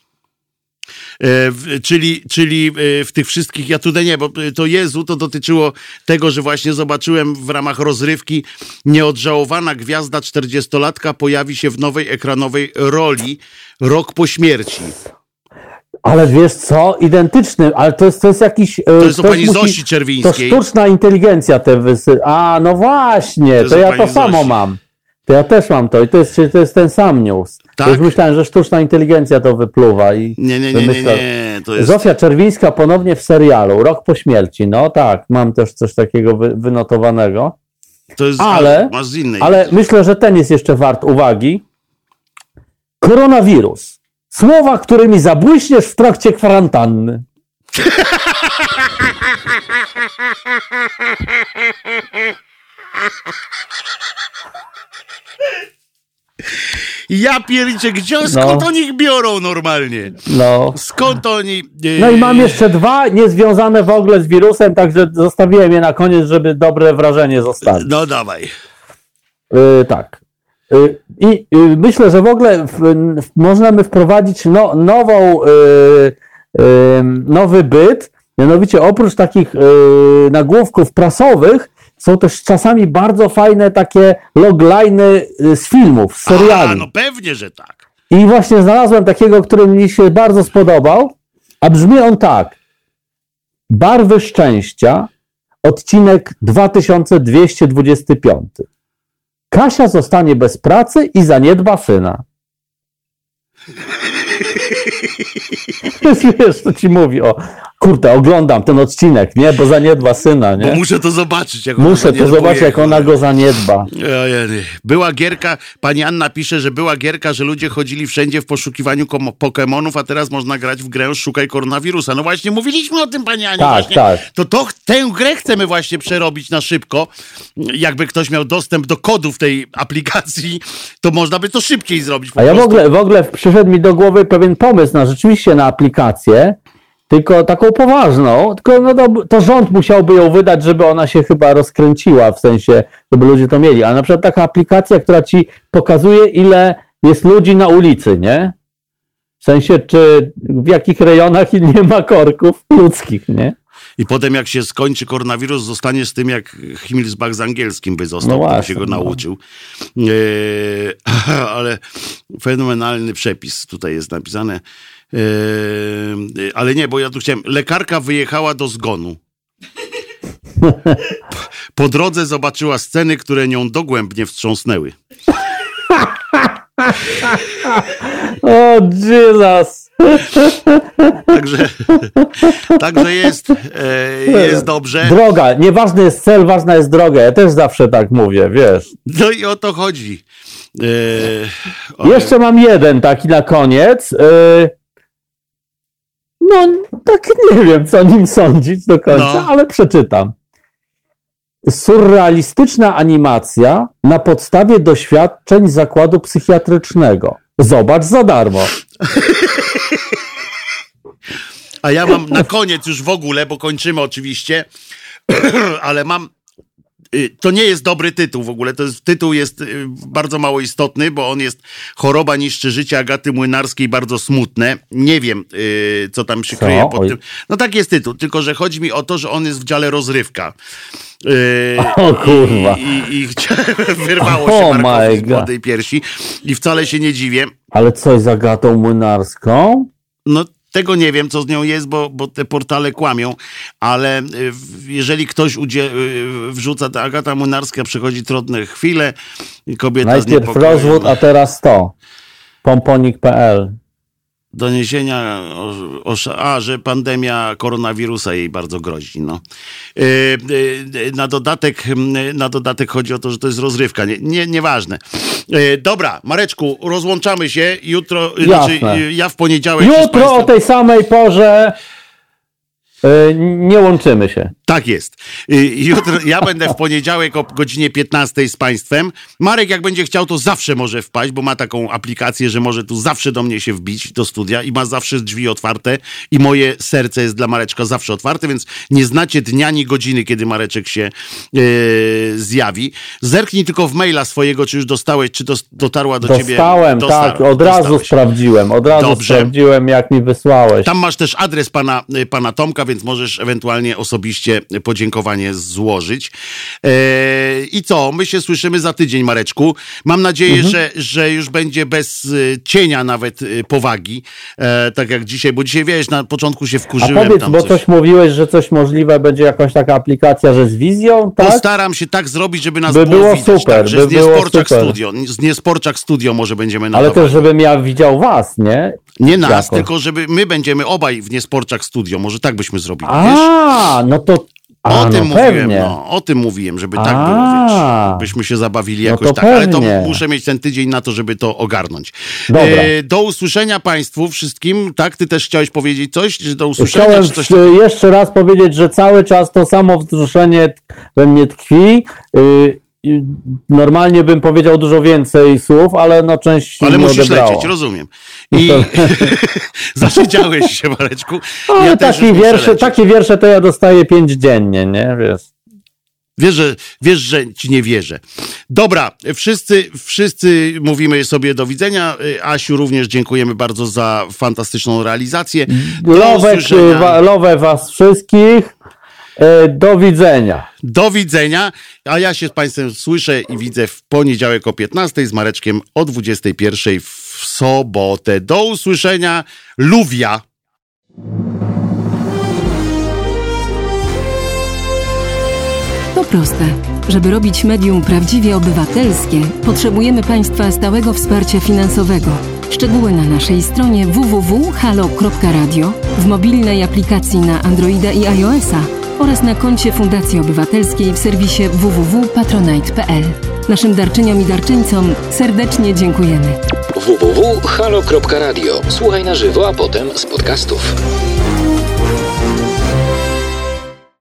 E, czyli, czyli w tych wszystkich, ja tutaj nie, bo to Jezu, to dotyczyło tego, że właśnie zobaczyłem w ramach rozrywki nieodżałowana gwiazda czterdziestolatka pojawi się w nowej ekranowej roli rok po śmierci.
Ale wiesz co? Identyczny, ale to jest, to jest jakiś...
To jest o pani musi, Zosi Czerwińskiej.
To sztuczna inteligencja te wysy... A, no właśnie, to, to ja to samo Zosi. mam. To ja też mam to i to jest, to jest ten sam news. Tak? Już myślałem, że sztuczna inteligencja to wypluwa. I
nie, nie, nie, nie, nie. To jest...
Zofia Czerwińska ponownie w serialu, rok po śmierci. No tak, mam też coś takiego wy, wynotowanego.
To jest,
ale,
masz z innej.
Ale myślę, że ten jest jeszcze wart uwagi. Koronawirus. Słowa, którymi zabłyśniesz w trakcie kwarantanny.
Ja pierniczę, gdzie, skąd no. oni ich biorą normalnie?
No.
Skąd oni... Yy...
No i mam jeszcze dwa niezwiązane w ogóle z wirusem, także zostawiłem je na koniec, żeby dobre wrażenie zostawić.
No dawaj.
Yy, tak. Yy, I yy, myślę, że w ogóle w, w, możemy wprowadzić no, nową, yy, yy, nowy byt, mianowicie oprócz takich yy, nagłówków prasowych, są też czasami bardzo fajne takie logliny z filmów, z seriali.
A, no pewnie, że tak.
I właśnie znalazłem takiego, który mi się bardzo spodobał, a brzmi on tak. Barwy szczęścia, odcinek dwa tysiące dwieście dwudziesty piąty. Kasia zostanie bez pracy i zaniedba syna. Wiesz, co ci mówi o... Kurde, oglądam ten odcinek, nie? Bo zaniedba syna, nie?
Bo muszę to zobaczyć. Jak
muszę to zobaczyć, jak ona go zaniedba.
Była gierka, pani Anna pisze, że była gierka, że ludzie chodzili wszędzie w poszukiwaniu Pokemonów, a teraz można grać w grę Szukaj Koronawirusa. No właśnie, mówiliśmy o tym, pani Aniu.
Tak,
właśnie.
tak.
To, to tę grę chcemy właśnie przerobić na szybko. Jakby ktoś miał dostęp do kodów tej aplikacji, to można by to szybciej zrobić.
A ja w ogóle, w ogóle przyszedł mi do głowy pewien pomysł na rzeczywiście na aplikację, tylko taką poważną, tylko no to, to rząd musiałby ją wydać, żeby ona się chyba rozkręciła, w sensie, żeby ludzie to mieli. A na przykład taka aplikacja, która ci pokazuje, ile jest ludzi na ulicy, nie? W sensie, czy w jakich rejonach nie ma korków ludzkich, nie?
I potem jak się skończy koronawirus, zostanie z tym, jak Himmelsbach z angielskim by został, no właśnie, się go nauczył. No. E, ale fenomenalny przepis tutaj jest napisane. Yy, ale nie, bo ja tu chciałem. Lekarka wyjechała do zgonu. Po drodze zobaczyła sceny, które nią dogłębnie wstrząsnęły.
O, Jesus!
Także, także jest, e, jest dobrze.
Droga, nieważny jest cel, ważna jest droga. Ja też zawsze tak mówię, wiesz.
No i o to chodzi. E,
ale... Jeszcze mam jeden taki na koniec. E, no, tak nie wiem, co o nim sądzić do końca, no. Ale przeczytam. Surrealistyczna animacja na podstawie doświadczeń zakładu psychiatrycznego. Zobacz za darmo.
A ja mam na koniec już w ogóle, bo kończymy oczywiście, ale mam To nie jest dobry tytuł w ogóle, to jest, tytuł jest bardzo mało istotny, bo on jest Choroba niszczy życie Agaty Młynarskiej, bardzo smutne. Nie wiem, yy, co tam się
Co?
kryje pod
Oj.
tym. No tak jest tytuł, tylko że chodzi mi o to, że on jest w dziale rozrywka. Yy,
O kurwa.
I, i, i wyrwało
Oh
się Markowi z
my
młodej piersi i wcale się nie dziwię.
Ale coś z Agatą Młynarską?
No tego nie wiem, co z nią jest, bo, bo te portale kłamią, ale y, jeżeli ktoś udzie- y, wrzuca, to Agata Młynarska przechodzi trudne chwile i kobieta z
Najpierw rozwód, a teraz to. Pomponik kropka pe el.
Doniesienia, o, o, a, że pandemia koronawirusa jej bardzo grozi. No. Yy, yy, na, dodatek, yy, na dodatek chodzi o to, że to jest rozrywka. Nie, nie, nieważne. Yy, dobra, Mareczku, rozłączamy się. Jutro, yy, znaczy, yy, ja w poniedziałek... się z
Jutro
państwem...
o tej samej porze yy, nie łączymy się.
Tak jest. Yy, Jutro, ja będę w poniedziałek o godzinie piętnastej z państwem. Marek, jak będzie chciał, to zawsze może wpaść, bo ma taką aplikację, że może tu zawsze do mnie się wbić do studia i ma zawsze drzwi otwarte i moje serce jest dla Mareczka zawsze otwarte, więc nie znacie dnia ani godziny, kiedy Mareczek się yy, zjawi. Zerknij tylko w maila swojego, czy już dostałeś, czy dos- dotarła do ciebie.
Dostałem,
Dostałem,
tak, od razu
dostałeś.
sprawdziłem, od razu
Dobrze.
sprawdziłem, jak mi wysłałeś.
Tam masz też adres pana, pana Tomka, więc możesz ewentualnie osobiście podziękowanie złożyć. E, I co? My się słyszymy za tydzień, Mareczku. Mam nadzieję,
Mhm.
że, że już będzie bez y, cienia nawet y, powagi, e, tak jak dzisiaj, bo dzisiaj, wiesz, na początku się
A
wkurzyłem.
powiedz,
tam
bo
coś.
coś mówiłeś, że coś możliwe będzie jakaś taka aplikacja, że z wizją, tak?
Postaram się tak zrobić, żeby nas
By
było,
było
widać.
super,
tak, że
by
z
było
Niesporczak
super.
Studio. Z Niesporczak Studio może będziemy
Ale
nadawać.
też, żebym ja widział was, nie?
Nie nas,
Jakoś.
tylko żeby my będziemy obaj w Niesporczak Studio. Może tak byśmy zrobili, wiesz?
A, no to... A,
O tym
no
mówiłem,
pewnie.
no, o tym mówiłem, żeby tak
A.
było, wiesz, byśmy się zabawili
No
jakoś
to
tak, ale to
pewnie.
muszę mieć ten tydzień na to, żeby to ogarnąć.
Dobra.
E, do usłyszenia Państwu wszystkim, tak? Ty też chciałeś powiedzieć coś? Czy do usłyszenia,
Chciałem
czy coś?
w- jeszcze raz powiedzieć, że cały czas to samo wzruszenie we mnie tkwi. Y, y, Normalnie bym powiedział dużo więcej słów, ale no część
Ale
nie
musisz
odebrało.
lecieć, rozumiem. I zasiedziałeś się, Mareczku.
Ale
Ja też
takie,
już muszę
wiersze,
lecieć.
takie wiersze to ja dostaję pięć dziennie, nie? Wiesz.
Wiesz, że, wiesz, że ci nie wierzę. Dobra, wszyscy, wszyscy mówimy sobie do widzenia. Asiu, również dziękujemy bardzo za fantastyczną realizację. Do
Lowek,
usłyszenia.
wa- lowę was wszystkich. Y, Do widzenia.
Do widzenia, a ja się z Państwem słyszę i widzę w poniedziałek o piętnastej z Mareczkiem o dwudziestej pierwszej w sobotę. Do usłyszenia. Luwia.
To proste. Żeby robić medium prawdziwie obywatelskie, potrzebujemy Państwa stałego wsparcia finansowego. Szczegóły na naszej stronie w w w kropka halo kropka radio, w mobilnej aplikacji na Androida i iOS-a oraz na koncie Fundacji Obywatelskiej w serwisie w w w kropka patronite kropka p l. Naszym darczyniom i darczyńcom serdecznie dziękujemy.
w w w kropka halo kropka radio. Słuchaj na żywo, a potem z podcastów.